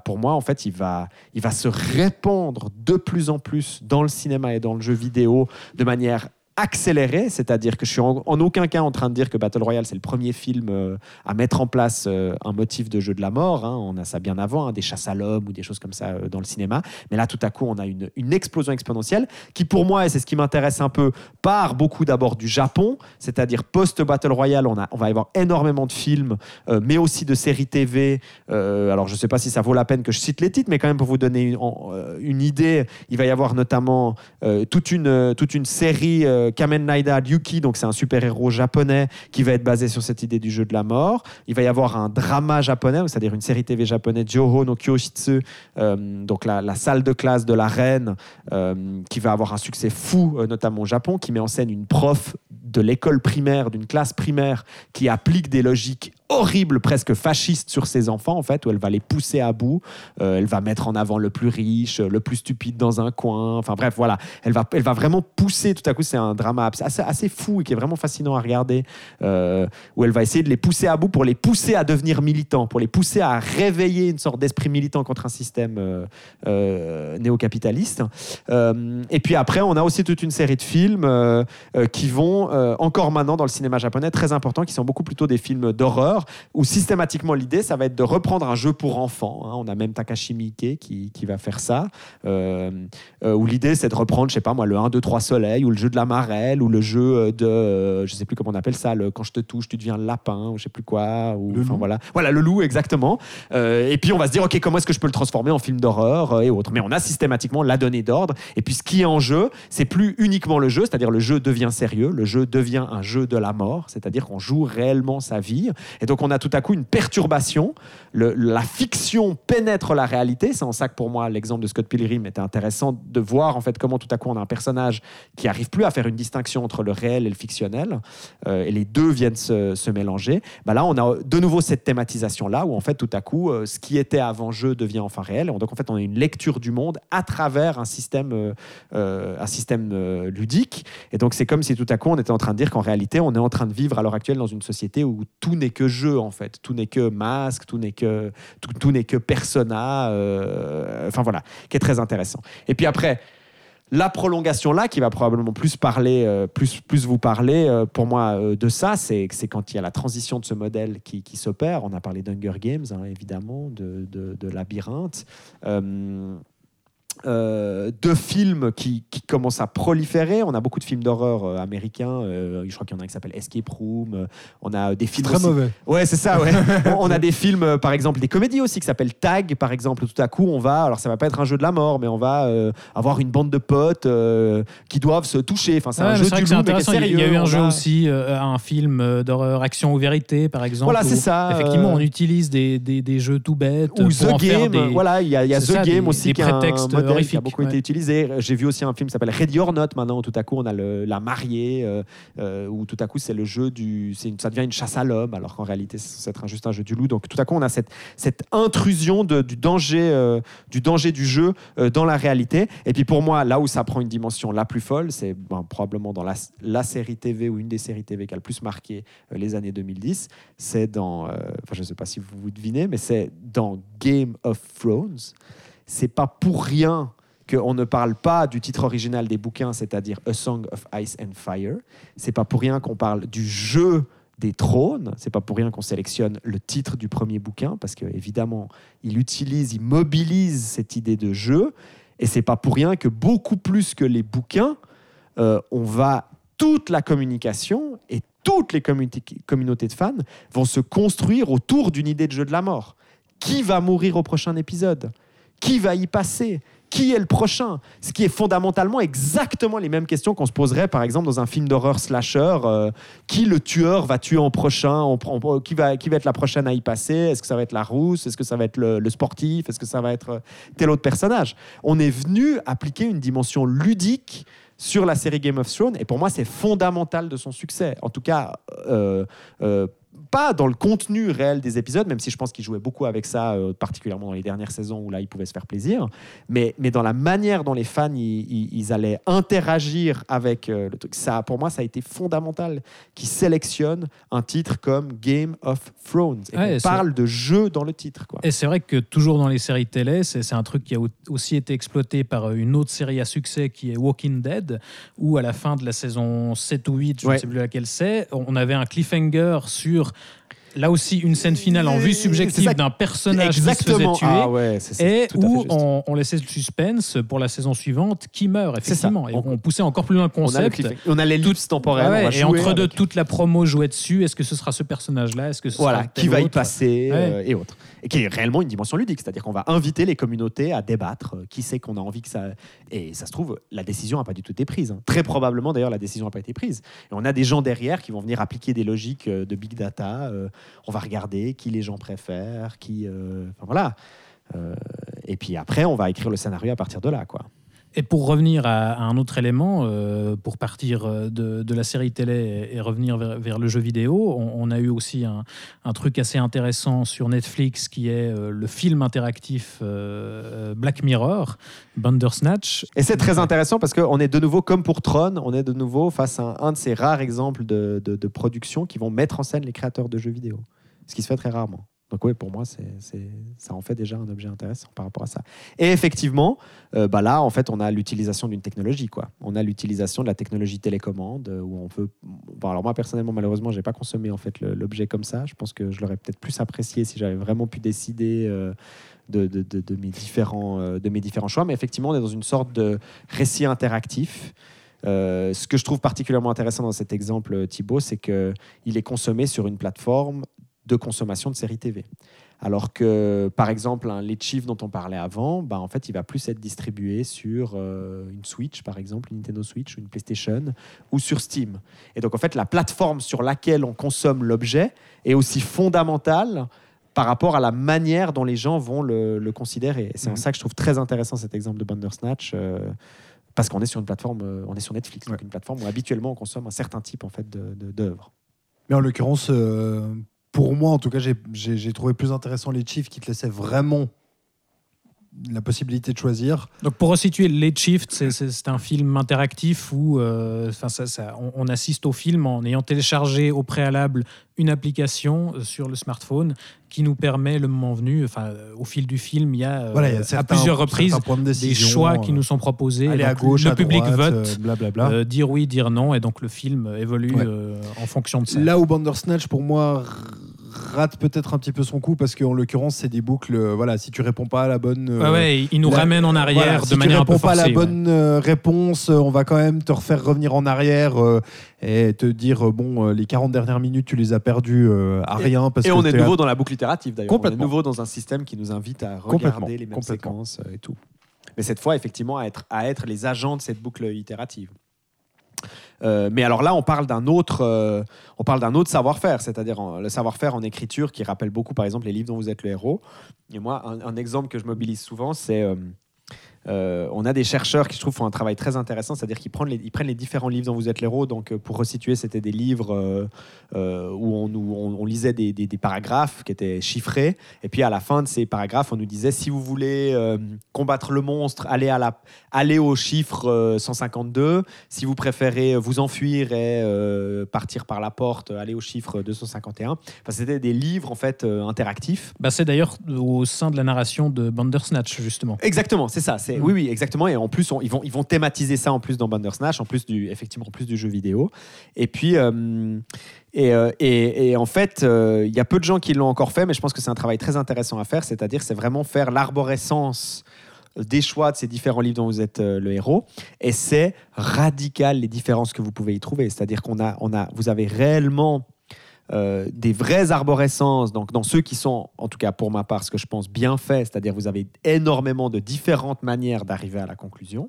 se répandre de plus en plus dans le cinéma et dans le jeu vidéo de manière accéléré, c'est-à-dire que je suis en aucun cas en train de dire que Battle Royale c'est le premier film à mettre en place un motif de jeu de la mort. On a ça bien avant, des chasses à l'homme ou des choses comme ça dans le cinéma. Mais là, tout à coup, on a une explosion exponentielle qui, pour moi, et c'est ce qui m'intéresse un peu, part beaucoup d'abord du Japon, c'est-à-dire post-Battle Royale, on va y avoir énormément de films, mais aussi de séries TV. Alors, je ne sais pas si ça vaut la peine que je cite les titres, mais quand même pour vous donner une idée, il va y avoir notamment toute une série Kamen Rider Ryuki, donc c'est un super-héros japonais qui va être basé sur cette idée du jeu de la mort. Il va y avoir un drama japonais, c'est-à-dire une série TV japonaise, Joho no Kyoshitsu, donc la salle de classe de la reine, qui va avoir un succès fou, notamment au Japon, qui met en scène une prof de l'école primaire, d'une classe primaire, qui applique des logiques horrible, presque fasciste sur ses enfants, en fait, où elle va les pousser à bout. Elle va mettre en avant le plus riche, le plus stupide dans un coin. Enfin bref, voilà. Elle va vraiment pousser. Tout à coup, c'est un drama assez fou et qui est vraiment fascinant à regarder, où elle va essayer de les pousser à bout pour les pousser à devenir militants, pour les pousser à réveiller une sorte d'esprit militant contre un système néocapitaliste. Et puis après, on a aussi toute une série de films qui vont, encore maintenant dans le cinéma japonais, très importants, qui sont beaucoup plutôt des films d'horreur, où systématiquement l'idée, ça va être de reprendre un jeu pour enfants. On a même Takashi Miike qui va faire ça, où l'idée, c'est de reprendre, je sais pas moi, le 1, 2, 3 soleil, ou le jeu de la marelle, ou le jeu de, je sais plus comment on appelle ça, quand je te touche, tu deviens le lapin, ou je sais plus quoi. Ou, voilà, le loup, exactement. Et puis on va se dire, ok, comment est-ce que je peux le transformer en film d'horreur et autres. Mais on a systématiquement la donnée d'ordre. Et puis ce qui est en jeu, c'est plus uniquement le jeu, c'est-à-dire le jeu devient sérieux, le jeu devient un jeu de la mort, c'est-à-dire qu'on joue réellement sa vie. Et donc on a tout à coup une perturbation. La fiction pénètre la réalité. C'est en ça que pour moi l'exemple de Scott Pilgrim était intéressant, de voir en fait comment tout à coup on a un personnage qui n'arrive plus à faire une distinction entre le réel et le fictionnel, et les deux viennent se mélanger. Là on a de nouveau cette thématisation là où en fait tout à coup ce qui était avant jeu devient enfin réel. Donc en fait on a une lecture du monde à travers un système ludique. Et donc c'est comme si tout à coup on était en train de dire qu'en réalité on est en train de vivre à l'heure actuelle dans une société où tout n'est que jeu en fait, tout n'est que masque, tout n'est que persona, enfin voilà, qui est très intéressant. Et puis après, la prolongation là, qui va probablement plus vous parler pour moi de ça, c'est quand il y a la transition de ce modèle qui s'opère. On a parlé d'Hunger Games, évidemment, de Labyrinthe. De films qui commence à proliférer. On a beaucoup de films d'horreur américains. Je crois qu'il y en a un qui s'appelle Escape Room. On a des films très aussi... mauvais. Ouais, c'est ça. Ouais. On a des films, par exemple, des comédies aussi qui s'appellent Tag, par exemple. Tout à coup, on va... Alors, ça va pas être un jeu de la mort, mais on va avoir une bande de potes qui doivent se toucher. Enfin, c'est un jeu du loup, mais qui est sérieux. Il y a eu un jeu aussi, un film d'horreur action ou vérité, par exemple. Voilà, c'est ça. Effectivement, on utilise des jeux tout bêtes. Ou pour en The Game. faire Voilà, il y a The Game aussi, des qui est un prétextes modèle horrifiques, qui a beaucoup été utilisé. J'ai vu aussi un film qui s'appelle Ready or Not maintenant, où tout à coup on a la mariée, où tout à coup c'est le jeu ça devient une chasse à l'homme, alors qu'en réalité c'est juste un jeu du loup. Donc tout à coup on a cette intrusion du danger du jeu dans la réalité. Et puis pour moi, là où ça prend une dimension la plus folle, c'est probablement dans la série TV ou une des séries TV qui a le plus marqué les années 2010. C'est dans, je ne sais pas si vous devinez, mais c'est dans Game of Thrones. C'est pas pour rien qu'on ne parle pas du titre original des bouquins, c'est-à-dire A Song of Ice and Fire. C'est pas pour rien qu'on parle du jeu des trônes. C'est pas pour rien qu'on sélectionne le titre du premier bouquin, parce qu'évidemment, il mobilise cette idée de jeu. Et c'est pas pour rien que beaucoup plus que les bouquins, toute la communication et toutes les communautés de fans vont se construire autour d'une idée de jeu de la mort. Qui va mourir au prochain épisode ? Qui va y passer ? Qui est le prochain ? Ce qui est fondamentalement exactement les mêmes questions qu'on se poserait, par exemple, dans un film d'horreur slasher. Qui le tueur va tuer en prochain ? Qui va être la prochaine à y passer ? Est-ce que ça va être la rousse ? Est-ce que ça va être le sportif ? Est-ce que ça va être tel autre personnage ? On est venu appliquer une dimension ludique sur la série Game of Thrones, et pour moi, c'est fondamental de son succès. En tout cas, pas dans le contenu réel des épisodes, même si je pense qu'il jouait beaucoup avec ça, particulièrement dans les dernières saisons où là, il pouvait se faire plaisir, mais dans la manière dont les fans ils allaient interagir avec le truc. Ça, pour moi, ça a été fondamental qu'ils sélectionnent un titre comme Game of Thrones et qu'on parle de jeu dans le titre, quoi. Et c'est vrai que toujours dans les séries télé, c'est un truc qui a aussi été exploité par une autre série à succès qui est Walking Dead, où à la fin de la saison 7 ou 8, je ne sais plus laquelle c'est, on avait un cliffhanger sur... Là aussi, une scène finale en vue subjective d'un personnage qui se faisait tuer, et où on laissait le suspense pour la saison suivante qui meurt, effectivement. Et on poussait encore plus loin le concept. On a l'ellipse temporelle. Et entre deux, toute la promo jouait dessus. Est-ce que ce sera ce personnage-là ? Est-ce que ce sera qui va y passer et autres. Et qui est réellement une dimension ludique. C'est-à-dire qu'on va inviter les communautés à débattre. Qui sait qu'on a envie que ça... Et ça se trouve, la décision n'a pas du tout été prise. Très probablement, d'ailleurs, la décision n'a pas été prise. Et on a des gens derrière qui vont venir appliquer des logiques de big data. On va regarder qui les gens préfèrent, voilà. Et puis après, on va écrire le scénario à partir de là, quoi. Et pour revenir à un autre élément, pour partir de la série télé et revenir vers le jeu vidéo, on a eu aussi un truc assez intéressant sur Netflix qui est le film interactif Black Mirror, Bandersnatch. Et c'est très intéressant parce qu'on est de nouveau, comme pour Tron, on est de nouveau face à un de ces rares exemples de production qui vont mettre en scène les créateurs de jeux vidéo. Ce qui se fait très rarement. Donc oui, pour moi, ça en fait déjà un objet intéressant par rapport à ça. Et effectivement, là, en fait, on a l'utilisation d'une technologie, quoi. On a l'utilisation de la technologie télécommande où on peut... Bon, alors moi, personnellement, malheureusement, je n'ai pas consommé en fait, l'objet comme ça. Je pense que je l'aurais peut-être plus apprécié si j'avais vraiment pu décider de mes différents choix. Mais effectivement, on est dans une sorte de récit interactif. Ce que je trouve particulièrement intéressant dans cet exemple, Thibaut, c'est qu'il est consommé sur une plateforme de consommation de séries TV. Alors que, par exemple, les Chiefs dont on parlait avant, en fait, il va plus être distribué sur une Switch, par exemple, une Nintendo Switch ou une PlayStation, ou sur Steam. Et donc, en fait, la plateforme sur laquelle on consomme l'objet est aussi fondamentale par rapport à la manière dont les gens vont le considérer. Et c'est en ça que je trouve très intéressant cet exemple de Bandersnatch, parce qu'on est sur une plateforme, on est sur Netflix, donc une plateforme où habituellement on consomme un certain type en fait, d'œuvres. Mais en l'occurrence... Pour moi, en tout cas, j'ai trouvé plus intéressant les Chiefs qui te laissaient vraiment la possibilité de choisir. Donc pour resituer, les Chiefs, c'est un film interactif où on assiste au film en ayant téléchargé au préalable une application sur le smartphone qui nous permet, le moment venu, au fil du film, il y a à plusieurs reprises des choix qui nous sont proposés. Aller à gauche, le public droite, vote, dire oui, dire non, et donc le film évolue en fonction de ça. Là où Bandersnatch, pour moi, rate peut-être un petit peu son coup parce qu'en l'occurrence, c'est des boucles. Voilà, si tu réponds pas à la bonne. Il nous ramène en arrière de manière un peu forcée. Si tu réponds pas à la bonne réponse, on va quand même te refaire revenir en arrière et te dire les 40 dernières minutes, tu les as perdues à rien. Et on est de nouveau dans la boucle itérative d'ailleurs. Complètement. On est de nouveau dans un système qui nous invite à regarder les mêmes séquences et tout. Mais cette fois, effectivement, à être les agents de cette boucle itérative. Mais alors là, on parle d'un autre savoir-faire, c'est-à-dire le savoir-faire en écriture qui rappelle beaucoup, par exemple, les livres dont vous êtes le héros. Et moi, un exemple que je mobilise souvent, c'est on a des chercheurs qui, je trouve, font un travail très intéressant, c'est-à-dire qu'ils prennent les différents livres dont vous êtes l'héros. Donc, pour resituer, c'était des livres où on lisait des paragraphes qui étaient chiffrés. Et puis, à la fin de ces paragraphes, on nous disait, si vous voulez combattre le monstre, allez au chiffre 152. Si vous préférez vous enfuir et partir par la porte, allez au chiffre 251. Enfin, c'était des livres, en fait, interactifs. C'est d'ailleurs au sein de la narration de Bandersnatch, justement. Exactement, c'est ça. Oui, exactement. Et en plus, ils vont thématiser ça en plus dans Bandersnatch, en plus du jeu vidéo. Et puis, et en fait, il y a peu de gens qui l'ont encore fait, mais je pense que c'est un travail très intéressant à faire. C'est-à-dire, c'est vraiment faire l'arborescence des choix de ces différents livres dont vous êtes le héros. Et c'est radical les différences que vous pouvez y trouver. C'est-à-dire vous avez réellement des vraies arborescences, donc dans ceux qui sont, en tout cas pour ma part, ce que je pense bien fait, c'est-à-dire vous avez énormément de différentes manières d'arriver à la conclusion.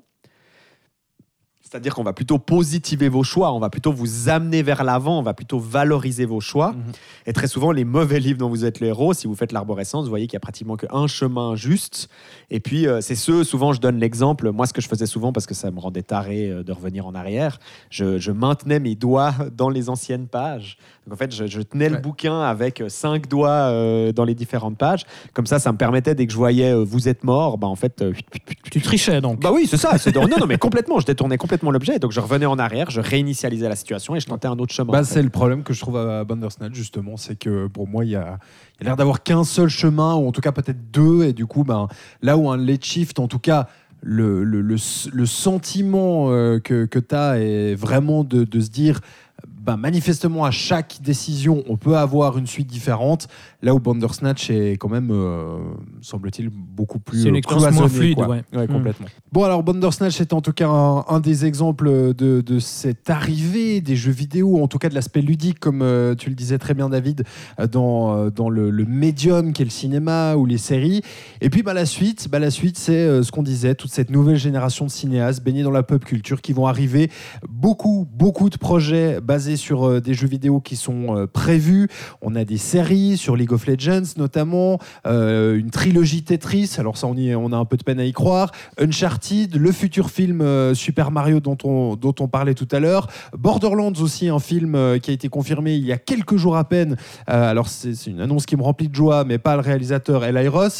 C'est-à-dire qu'on va plutôt positiver vos choix, on va plutôt vous amener vers l'avant, on va plutôt valoriser vos choix. Et très souvent, les mauvais livres dont vous êtes le héros, si vous faites l'arborescence, vous voyez qu'il n'y a pratiquement qu'un chemin juste. Et puis, c'est souvent je donne l'exemple, moi ce que je faisais souvent, parce que ça me rendait taré de revenir en arrière, je maintenais mes doigts dans les anciennes pages. Donc en fait, je tenais le bouquin avec 5 doigts dans les différentes pages. Comme ça me permettait, dès que je voyais vous êtes mort, en fait... Tu trichais donc. Oui, c'est ça. Non, mais complètement. Je détournais complètement l'objet. Donc je revenais en arrière, je réinitialisais la situation et je tentais un autre chemin. C'est le problème que je trouve à Bandersnatch, justement. C'est que pour moi, il y a l'air d'avoir qu'un seul chemin, ou en tout cas peut-être deux. Et du coup, là où un late shift, en tout cas... Le sentiment que tu as est vraiment de se dire manifestement à chaque décision on peut avoir une suite différente, là où Bandersnatch est quand même semble-t-il beaucoup plus c'est une expérience moins fluide, ouais, complètement. Bon, alors Bandersnatch est en tout cas un des exemples de cette arrivée des jeux vidéo, en tout cas de l'aspect ludique, comme tu le disais très bien David, dans le médium qu'est le cinéma ou les séries. Et puis la suite c'est ce qu'on disait, toute cette nouvelle génération de cinéastes baignés dans la pop culture qui vont arriver, beaucoup de projets basés sur des jeux vidéo qui sont prévus. On a des séries sur League of Legends notamment, une trilogie Tetris, alors ça on a un peu de peine à y croire, Uncharted, le futur film Super Mario dont on parlait tout à l'heure, Borderlands aussi, un film qui a été confirmé il y a quelques jours à peine, alors c'est une annonce qui me remplit de joie, mais pas le réalisateur Eli Roth.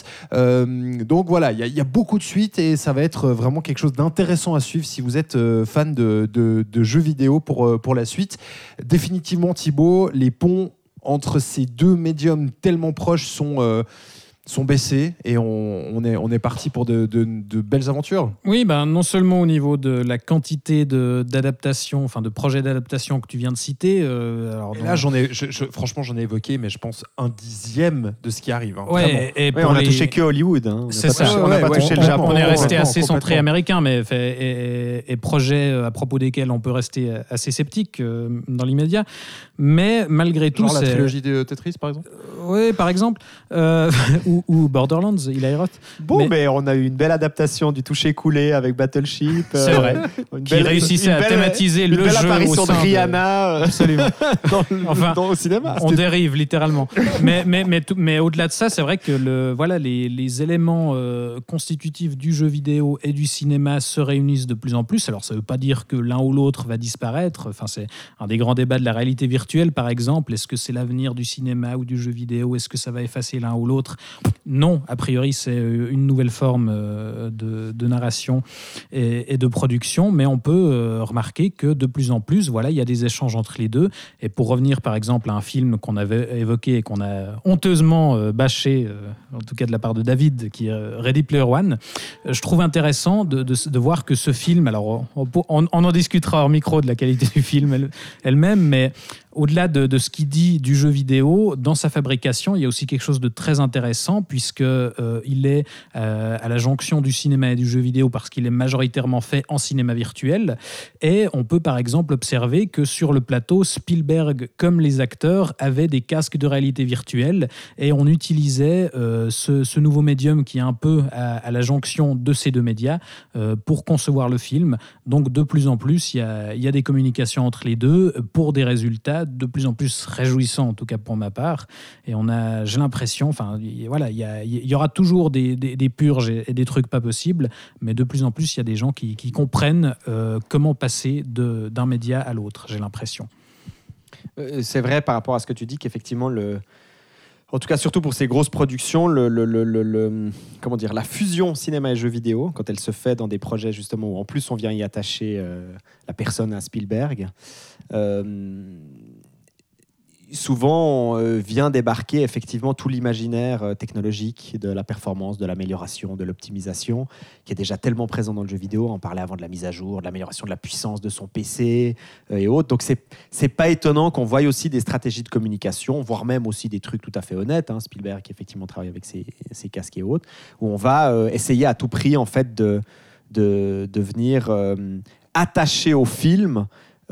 Donc voilà, il y a beaucoup de suites et ça va être vraiment quelque chose d'intéressant à suivre si vous êtes fan de jeux vidéo pour la suite. Définitivement Thibaut, les ponts entre ces deux médiums tellement proches sont baissés et on est parti pour de belles aventures. Oui, non seulement au niveau de la quantité d'adaptation, enfin de projets d'adaptation que tu viens de citer. Là, franchement, j'en ai évoqué, mais je pense 1/10 de ce qui arrive. On n'a touché que Hollywood. C'est ça. On n'a pas touché le Japon. On est resté assez centré américain, mais et projets à propos desquels on peut rester assez sceptique dans l'immédiat. Mais malgré tout, la trilogie de Tetris, par exemple. Oui, par exemple. Ou Borderlands, Eli Roth. Mais on a eu une belle adaptation du toucher coulé avec Battleship. C'est vrai. Qui réussissait à thématiser le jeu. Une belle apparition de Rihanna au cinéma. On dérive littéralement. mais au-delà de ça, c'est vrai que les éléments constitutifs du jeu vidéo et du cinéma se réunissent de plus en plus. Alors ça ne veut pas dire que l'un ou l'autre va disparaître. Enfin, c'est un des grands débats de la réalité virtuelle, par exemple. Est-ce que c'est l'avenir du cinéma ou du jeu vidéo? Est-ce que ça va effacer l'un ou l'autre? Non, a priori, c'est une nouvelle forme de narration et de production, mais on peut remarquer que de plus en plus, il y a des échanges entre les deux. Et pour revenir, par exemple, à un film qu'on avait évoqué et qu'on a honteusement bâché, en tout cas de la part de David, qui est Ready Player One, je trouve intéressant de voir que ce film, alors on en discutera hors micro de la qualité du film elle-même, mais au-delà de ce qu'il dit du jeu vidéo, dans sa fabrication, il y a aussi quelque chose de très intéressant puisque il est à la jonction du cinéma et du jeu vidéo parce qu'il est majoritairement fait en cinéma virtuel. Et on peut par exemple observer que sur le plateau, Spielberg, comme les acteurs, avaient des casques de réalité virtuelle et on utilisait ce nouveau médium qui est un peu à la jonction de ces deux médias pour concevoir le film. Donc de plus en plus, il y a des communications entre les deux pour des résultats de plus en plus réjouissants, en tout cas pour ma part. Et j'ai l'impression, voilà, il y aura toujours des purges et des trucs pas possibles, mais de plus en plus, il y a des gens qui comprennent comment passer d'un média à l'autre, j'ai l'impression. C'est vrai par rapport à ce que tu dis qu'effectivement, en tout cas surtout pour ces grosses productions, comment dire, la fusion cinéma et jeux vidéo, quand elle se fait dans des projets justement où en plus on vient y attacher la personne à Spielberg, souvent vient débarquer effectivement tout l'imaginaire technologique de la performance, de l'amélioration, de l'optimisation, qui est déjà tellement présent dans le jeu vidéo. On parlait avant de la mise à jour, de l'amélioration de la puissance de son PC et autres. Donc c'est pas étonnant qu'on voie aussi des stratégies de communication, voire même aussi des trucs tout à fait honnêtes. Spielberg qui effectivement travaille avec ses casques et autres, où on va essayer à tout prix en fait de venir attacher au film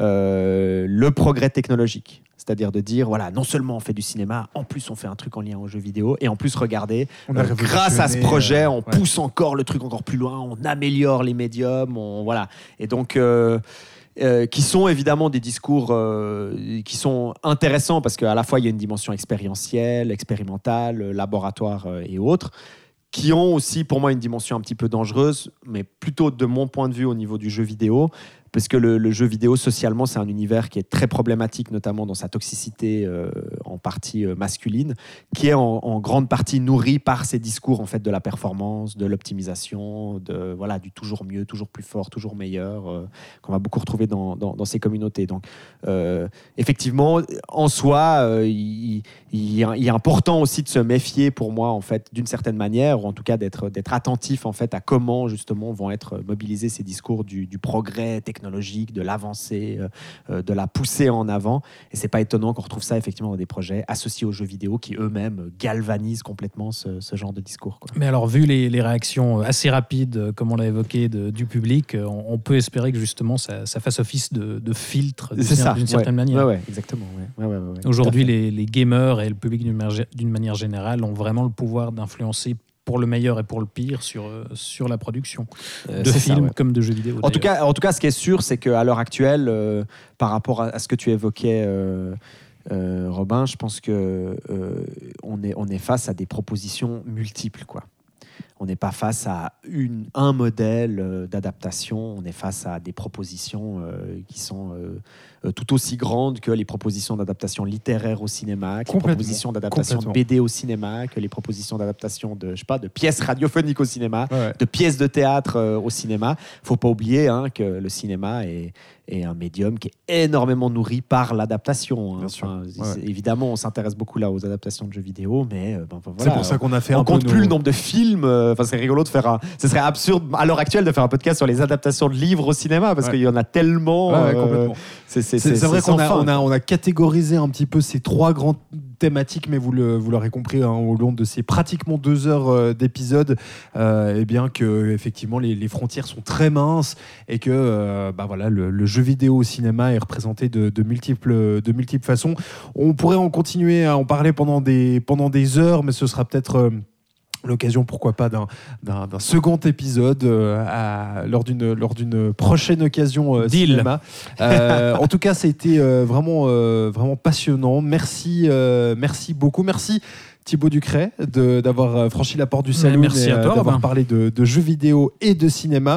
le progrès technologique. C'est-à-dire de dire, voilà, non seulement on fait du cinéma, en plus on fait un truc en lien aux jeux vidéo, et en plus, regardez, grâce à ce projet, on pousse encore le truc encore plus loin, on améliore les médiums, voilà. Et donc, qui sont évidemment des discours qui sont intéressants, parce qu'à la fois, il y a une dimension expérientielle, expérimentale, laboratoire et autres, qui ont aussi, pour moi, une dimension un petit peu dangereuse, mais plutôt de mon point de vue au niveau du jeu vidéo, parce que le jeu vidéo, socialement, c'est un univers qui est très problématique, notamment dans sa toxicité en partie masculine, qui est en grande partie nourri par ces discours en fait, de la performance, de l'optimisation, voilà, du toujours mieux, toujours plus fort, toujours meilleur, qu'on va beaucoup retrouver dans ces communautés. Donc, effectivement, en soi, il est important aussi de se méfier, pour moi, en fait, d'une certaine manière, ou en tout cas d'être attentif en fait, à comment, justement, vont être mobilisés ces discours du progrès technologique, de l'avancée, de la poussée en avant. Et c'est pas étonnant qu'on retrouve ça effectivement dans des projets associés aux jeux vidéo qui eux-mêmes galvanisent complètement ce genre de discours, quoi. Mais alors, vu les réactions assez rapides, comme on l'a évoqué, du public, on peut espérer que justement ça fasse office de filtre d'une certaine manière. Ouais, exactement. Ouais. Aujourd'hui, les gamers et le public d'une manière générale ont vraiment le pouvoir d'influencer pour le meilleur et pour le pire sur la production de films comme de jeux vidéo. En tout cas, ce qui est sûr, c'est qu'à l'heure actuelle, par rapport à ce que tu évoquais, Robin, je pense qu'on est face à des propositions multiples, quoi. On n'est pas face à un modèle d'adaptation, on est face à des propositions qui sont tout aussi grandes que les propositions d'adaptation littéraire au cinéma, que les propositions d'adaptation de BD au cinéma, que les propositions d'adaptation de pièces radiophoniques au cinéma, de pièces de théâtre au cinéma. Il ne faut pas oublier que le cinéma est un médium qui est énormément nourri par l'adaptation. Évidemment, on s'intéresse beaucoup là aux adaptations de jeux vidéo, mais voilà, c'est pour ça qu'on a fait on compte plus le nombre de films. C'est rigolo de faire ce serait absurde à l'heure actuelle de faire un podcast sur les adaptations de livres au cinéma parce qu'il y en a tellement. Complètement. C'est vrai qu'on a catégorisé un petit peu ces trois grandes thématiques, mais vous l'aurez compris au long de ces pratiquement 2 heures d'épisode, bien que effectivement les frontières sont très minces et que voilà, le jeu vidéo au cinéma est représenté de multiples façons. On pourrait en continuer à en parler pendant des heures, mais ce sera peut-être l'occasion, pourquoi pas, d'un second épisode lors d'une prochaine occasion cinéma. En tout cas, ça a été vraiment passionnant. Merci beaucoup. Merci Thibaut Ducret d'avoir franchi la porte du salon et d'avoir parlé de jeux vidéo et de cinéma.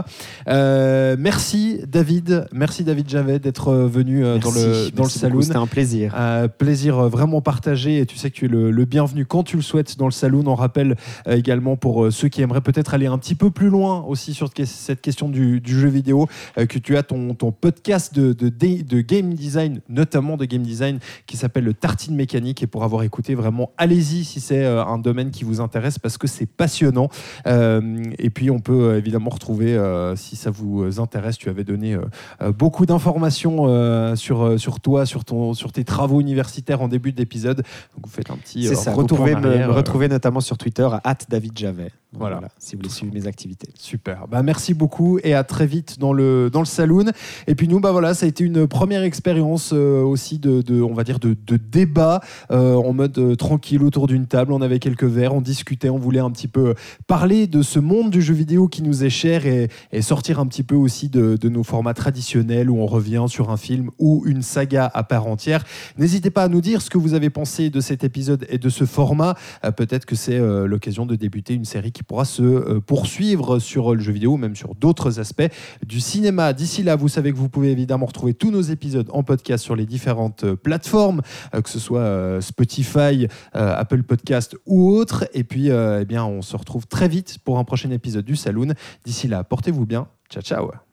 Merci David Javet d'être venu dans le salon. C'était un plaisir. Plaisir vraiment partagé, et tu sais que tu es le bienvenu quand tu le souhaites dans le salon. On rappelle également pour ceux qui aimeraient peut-être aller un petit peu plus loin aussi sur cette question du jeu vidéo, que tu as ton podcast de game design, notamment de game design, qui s'appelle le Tartine Mécanique, et pour avoir écouté, vraiment allez-y si si c'est un domaine qui vous intéresse parce que c'est passionnant. Et puis on peut évidemment retrouver, si ça vous intéresse, tu avais donné beaucoup d'informations sur toi, sur tes travaux universitaires en début d'épisode. Donc vous faites un petit retour vous pouvez en arrière. me retrouver notamment sur Twitter @DavidJavet. Voilà. Si vous voulez suivre mes activités. Super. Merci beaucoup et à très vite dans le saloon. Et puis nous, ça a été une première expérience aussi on va dire de débat en mode tranquille autour d'une table. On avait quelques verres, on discutait, on voulait un petit peu parler de ce monde du jeu vidéo qui nous est cher et sortir un petit peu aussi de nos formats traditionnels où on revient sur un film ou une saga à part entière. N'hésitez pas à nous dire ce que vous avez pensé de cet épisode et de ce format. Peut-être que c'est l'occasion de débuter une série qui pourra se poursuivre sur le jeu vidéo, même sur d'autres aspects du cinéma. D'ici là, vous savez que vous pouvez évidemment retrouver tous nos épisodes en podcast sur les différentes plateformes, que ce soit Spotify, Apple Podcast ou autres. Et puis, on se retrouve très vite pour un prochain épisode du Saloon. D'ici là, portez-vous bien. Ciao, ciao.